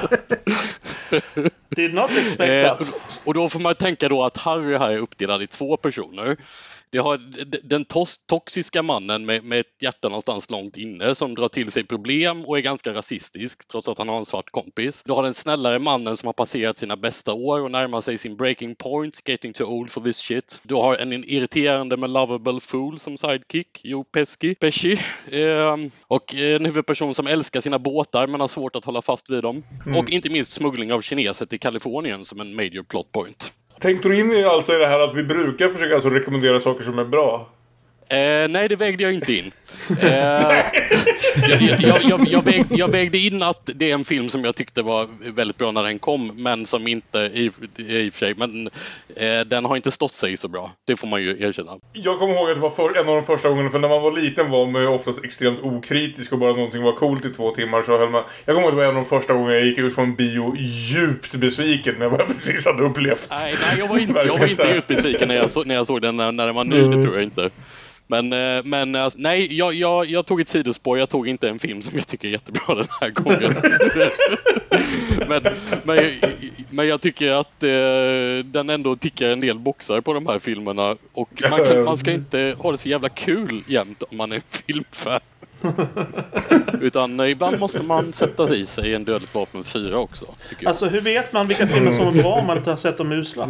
Did not expect that. Eh, och då får man tänka då att Harry här är uppdelad i två personer. Det har den tos- toxiska mannen med, med ett hjärta någonstans långt inne som drar till sig problem och är ganska rasistisk trots att han har en svart kompis. Du har den snällare mannen som har passerat sina bästa år och närmar sig sin breaking point, getting too old for this shit. Du har en irriterande men lovable fool som sidekick, Joe Pesci, Pesci. Eh, och en huvudperson som älskar sina båtar men har svårt att hålla fast vid dem. Mm. Och inte minst smuggling av kineser till Kalifornien som en major plot point. Tänkte du in i alltså i det här att vi brukar försöka alltså rekommendera saker som är bra? Eh, nej, det vägde jag inte in. Eh, jag, jag, jag, jag, vägde, jag vägde in att det är en film som jag tyckte var väldigt bra när den kom, men som inte, i, i och för sig, men eh, den har inte stått sig så bra. Det får man ju erkänna. Jag kommer ihåg att det var för, en av de första gångerna, för när man var liten var man ju oftast extremt okritisk och bara någonting var coolt i två timmar så höll man... Jag kommer ihåg att det var en av de första gångerna jag gick ut från bio djupt besviken när jag precis hade upplevt. Nej, nej jag var inte, jag var inte djupt besviken när jag, så, när jag såg den när, när den var ny, det tror jag inte. Men, men alltså, nej, jag, jag, jag tog ett sidospår. Jag tog inte en film som jag tycker är jättebra den här gången. men, men, men jag tycker att eh, den ändå tickar en del boxar på de här filmerna. Och man, kan, man ska inte ha det så jävla kul jämt om man är filmfan. Utan ibland måste man sätta i sig en Dödligt vapen fyra också. Alltså hur vet man vilka filmer som är bra om man inte har sett dem usla?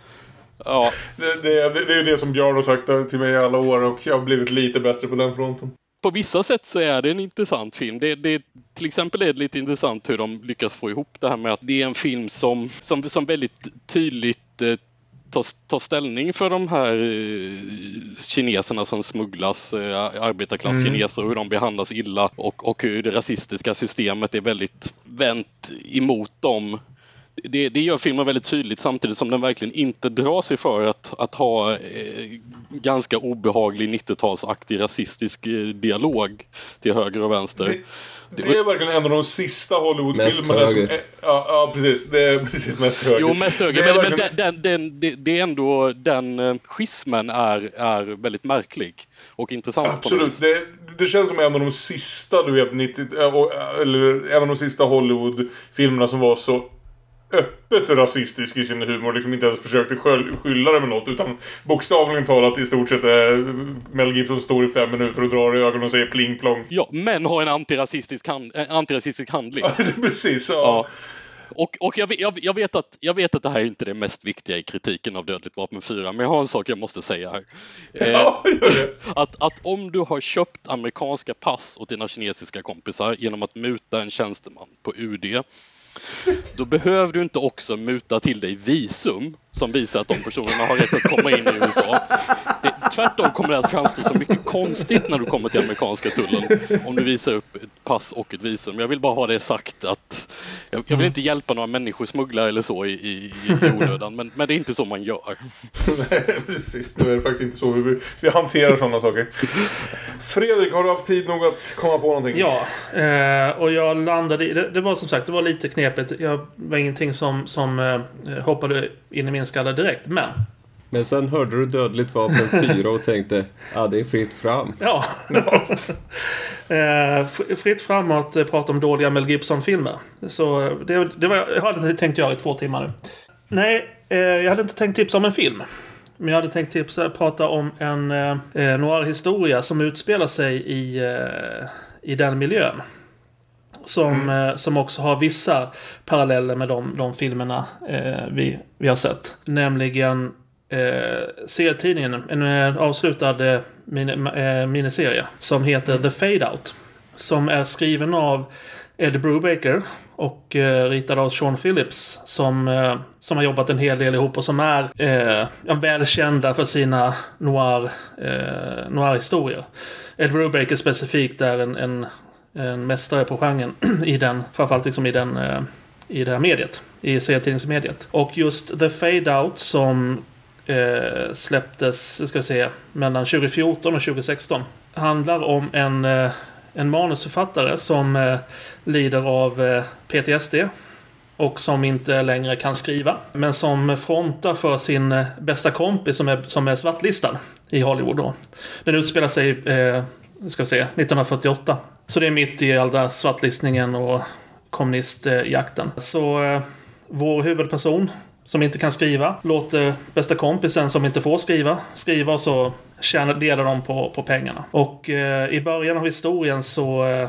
Ja. Det, det, det, det är ju det som Björn har sagt till mig i alla år och jag har blivit lite bättre på den fronten. På vissa sätt så är det en intressant film. Det, det, till exempel är det lite intressant hur de lyckas få ihop det här med att det är en film som, som, som väldigt tydligt eh, tar, tar ställning för de här eh, kineserna som smugglas, eh, arbetarklass-kineser, mm. hur de behandlas illa och, och hur det rasistiska systemet är väldigt vänt emot dem. Det, det gör filmen väldigt tydligt samtidigt som den verkligen inte drar sig för att, att ha eh, ganska obehaglig nittiotalsaktig rasistisk eh, dialog till höger och vänster. Det, det är verkligen en av de sista Hollywood-filmerna som... Är, ja, ja, precis. Det är precis mest höger. Jo, mest höger. Men, verkligen... men den, den, den, det är ändå... Den eh, schismen är, är väldigt märklig och intressant. Absolut. Det, det känns som en av de sista, du vet, nittio, eller en av de sista Hollywood-filmerna som var så öppet rasistisk i sin humor, liksom inte ens försökte skylla det med något, utan bokstavligen talat i stort sett är Mel Gibson står i fem minuter och drar i ögonen och säger pling plong. Ja, men har en antirasistisk, hand, en antirasistisk handling. Precis, ja. ja. Och, och jag, jag, jag, vet att, jag vet att det här är inte det mest viktiga i kritiken av Dödligt vapen fyra, men jag har en sak jag måste säga här. Ja, gör det. Att, att om du har köpt amerikanska pass åt dina kinesiska kompisar genom att muta en tjänsteman på U D, då behöver du inte också muta till dig visum som visar att de personerna har rätt att komma in i U S A. Det, tvärtom kommer det att framstå så mycket konstigt när du kommer till amerikanska tullen om du visar upp ett pass och ett visum. Jag vill bara ha det sagt att jag, jag vill inte hjälpa några människosmugglare eller så i, i, i onödan, men, men det är inte så man gör. Nej, precis. Det är faktiskt inte så vi, vi hanterar sådana saker. Fredrik, har du haft tid nog att komma på någonting? Ja, eh, och jag landade i, det, det var som sagt, det var lite knepigt. Jag var ingenting som, som eh, hoppade in i min skalle direkt, men... Men sen hörde du Dödligt vapen fyra och tänkte, ja, det är fritt fram. Ja. eh, fritt fram att prata om dåliga Mel Gibson-filmer. Så det, det var, jag hade tänkt göra i två timmar nu. Nej, eh, jag hade inte tänkt tipsa om en film. Men jag hade tänkt tipsa, prata om en eh, noir-historia som utspelar sig i, eh, i den miljön. Som, mm. eh, som också har vissa paralleller med de, de filmerna eh, vi, vi har sett. Nämligen eh, serietidningen, en eh, avslutad eh, min, eh, miniserie som heter The Fade Out. Som är skriven av Ed Brubaker och eh, ritad av Sean Phillips som, eh, som har jobbat en hel del ihop och som är eh, välkända för sina noir, eh, noir-historier. Ed Brubaker specifikt är en, en, en mästare på genren i den, framförallt liksom i, den, eh, i det här mediet, i serietidningsmediet. Och just The Fade Out som eh, släpptes, ska vi se, mellan tjugo fjorton och tjugo sexton handlar om en eh, En manusförfattare som eh, lider av eh, P T S D och som inte längre kan skriva. Men som frontar för sin eh, bästa kompis som är, som är svartlistad i Hollywood då. Den utspelar sig eh, ska vi se, nittonhundrafyrtioåtta. Så det är mitt i all där svartlistningen och kommunistjakten. Eh, Så eh, vår huvudperson som inte kan skriva låter bästa kompisen som inte får skriva skriva och så tjänar, delar de på, på pengarna. Och eh, i början av historien så eh,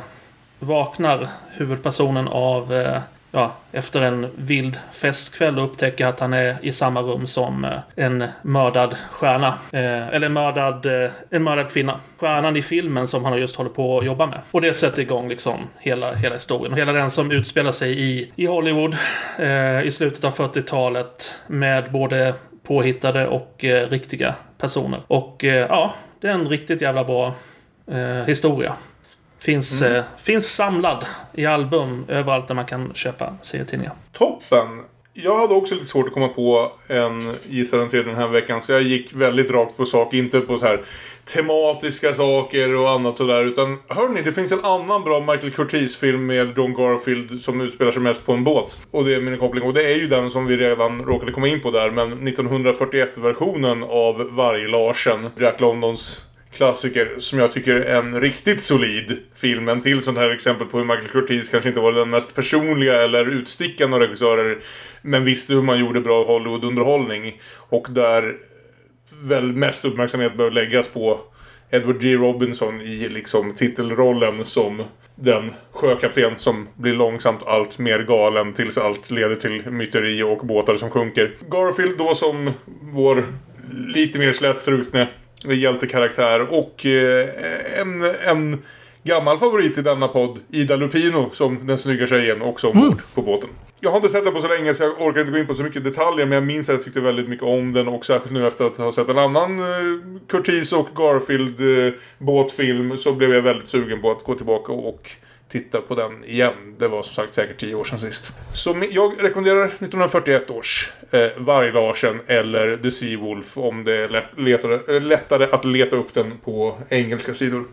vaknar huvudpersonen av eh, ja, efter en vild festkväll och upptäcker att han är i samma rum som eh, en mördad stjärna. Eh, eller en mördad, eh, en mördad kvinna. Stjärnan i filmen som han har just hållit på att jobba med. Och det sätter igång liksom hela, hela historien. Och hela den som utspelar sig i, i Hollywood eh, i slutet av fyrtiotalet med både påhittade och eh, riktiga personer. Och eh, ja, det är en riktigt jävla bra eh, historia. Finns, mm. eh, finns samlad i album överallt där man kan köpa serietidningar. Toppen! Jag hade också lite svårt att komma på en gissa den tredje den här veckan, så jag gick väldigt rakt på sak, inte på så här tematiska saker och annat sådär, utan hörni, det finns en annan bra Michael Curtiz-film med John Garfield som utspelar sig mest på en båt, och det är min koppling, och det är ju den som vi redan råkade komma in på där, men nittonhundrafyrtioett-versionen av Varg-Larsen, Jack Londons klassiker som jag tycker är en riktigt solid film. En till sånt här exempel på hur Michael Curtiz kanske inte var den mest personliga eller utstickande regissörer, men visste hur man gjorde bra Hollywood-underhållning. Och där väl mest uppmärksamhet bör läggas på Edward G. Robinson i liksom titelrollen som den sjökapten som blir långsamt allt mer galen tills allt leder till myteri och båtar som sjunker. Garfield då som vår lite mer slätstrukne hjältekaraktär och eh, en, en gammal favorit i denna podd, Ida Lupino, som den snygga tjejen och som mord på båten. Jag har inte sett den på så länge så jag orkar inte gå in på så mycket detaljer, men jag minns att jag tyckte väldigt mycket om den, och särskilt nu efter att ha sett en annan eh, Curtiz och Garfield eh, båtfilm så blev jag väldigt sugen på att gå tillbaka och titta på den igen. Det var som sagt säkert tio år sedan sist. Så jag rekommenderar nittonhundrafyrtioett års eh, Varg-Larsen eller The Seawolf om det är lätt, letare, lättare att leta upp den på engelska sidor.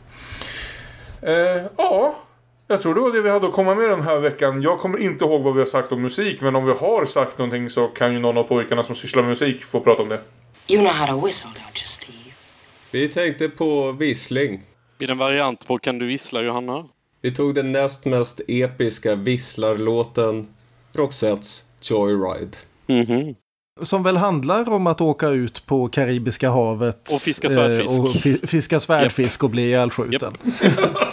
Eh, ja, jag tror det var det vi hade att komma med den här veckan. Jag kommer inte ihåg vad vi har sagt om musik, men om vi har sagt någonting så kan ju någon av pojkarna som sysslar med musik få prata om det. You know how to whistle, don't you, Steve? Vi tänkte på vissling. Blir det en variant på Kan du vissla, Johanna? Vi tog den näst mest episka visslarlåten, Roxettes Joyride. Mhm. Som väl handlar om att åka ut på Karibiska havet och fiska svärdfisk, eh, och fi- fiska svärdfisk yep. och bli ihjälskjuten. Yep.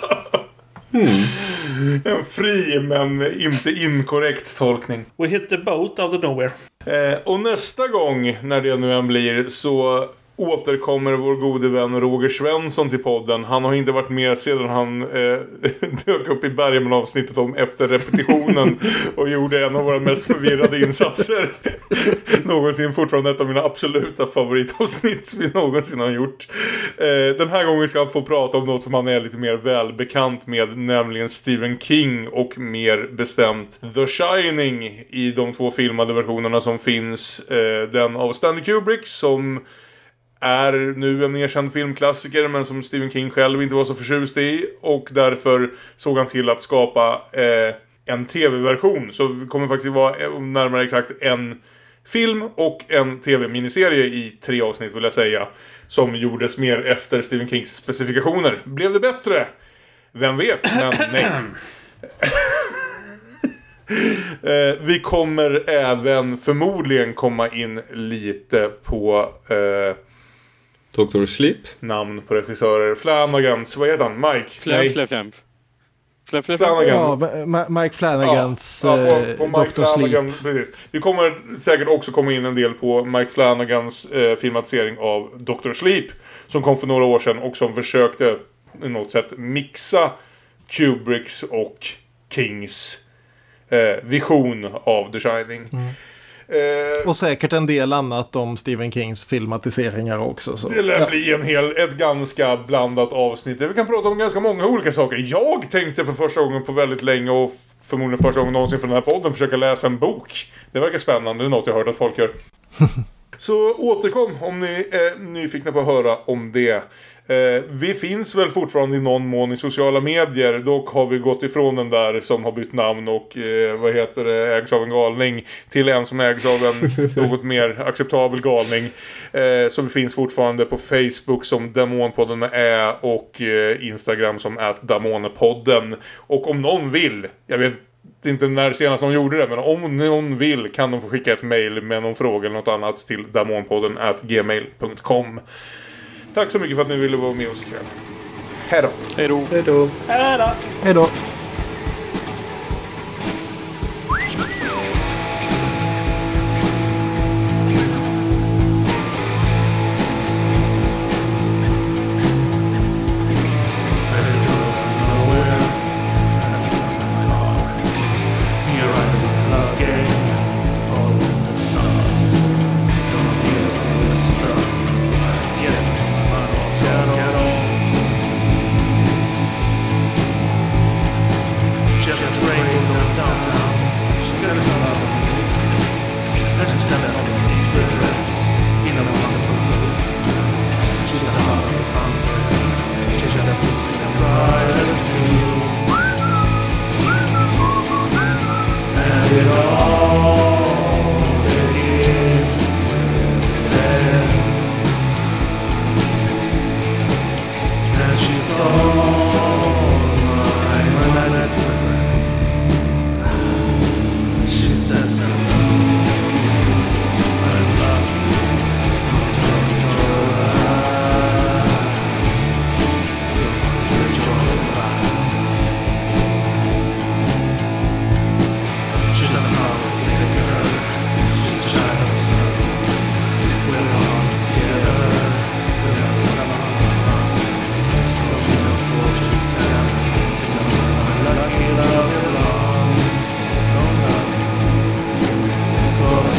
mm. En fri men inte inkorrekt tolkning. We hit the boat out of nowhere. Eh, och nästa gång, när det nu än blir, så återkommer vår gode vän Roger Svensson till podden. Han har inte varit med sedan han eh, dök upp i Bergman avsnittet om efter repetitionen och gjorde en av våra mest förvirrade insatser någonsin. Fortfarande ett av mina absoluta favoritavsnitt vi någonsin har gjort. Eh, den här gången ska han få prata om något som han är lite mer välbekant med, nämligen Stephen King och mer bestämt The Shining i de två filmade versionerna som finns. Eh, den av Stanley Kubrick som är nu en erkänd filmklassiker, men som Stephen King själv inte var så förtjust i, och därför såg han till att skapa eh, en tv-version. Så det kommer faktiskt vara närmare exakt en film och en tv-miniserie i tre avsnitt, vill jag säga, som gjordes mer efter Stephen Kings specifikationer. Blev det bättre? Vem vet, men nej. eh, vi kommer även förmodligen komma in lite på eh, doktor Sleep. Namn på regissörer. Flanagans, vad heter han? Mike? Flem, Flem, Flem. Flem, Flem, Flanagan. Ja, Mike Flanagans ja, ja, på, på Mike doktor Flanagan, Sleep. precis. Vi kommer säkert också komma in en del på Mike Flanagans eh, filmatisering av doktor Sleep, som kom för några år sedan och som försökte i något sätt mixa Kubricks och Kings eh, vision av The Shining. Mm. Eh, och säkert en del annat om Stephen Kings filmatiseringar också. Så. Det lär ja. bli en hel, ett ganska blandat avsnitt. Vi kan prata om ganska många olika saker. Jag tänkte för första gången på väldigt länge, och förmodligen första gången någonsin för den här podden, försöka läsa en bok. Det verkar spännande, det är något jag har hört att folk gör. Så återkom om ni är nyfikna på att höra om det. Eh, vi finns väl fortfarande i någon mån i sociala medier. Dock har vi gått ifrån den där som har bytt namn och eh, vad heter det, ägs av en galning, till en som ägs av en något mer acceptabel galning. Eh, så vi finns fortfarande på Facebook som Damonpodden med Ä och eh, Instagram som at Damonepodden. Och om någon vill, jag vet inte när senast någon gjorde det, men om någon vill kan de få skicka ett mejl med någon fråga eller något annat till damonpodden at gmail punkt com. Tack så mycket för att ni ville vara med oss ikväll. Hej då. Hej då. Hej då. Hej då. Hej då.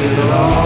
it all.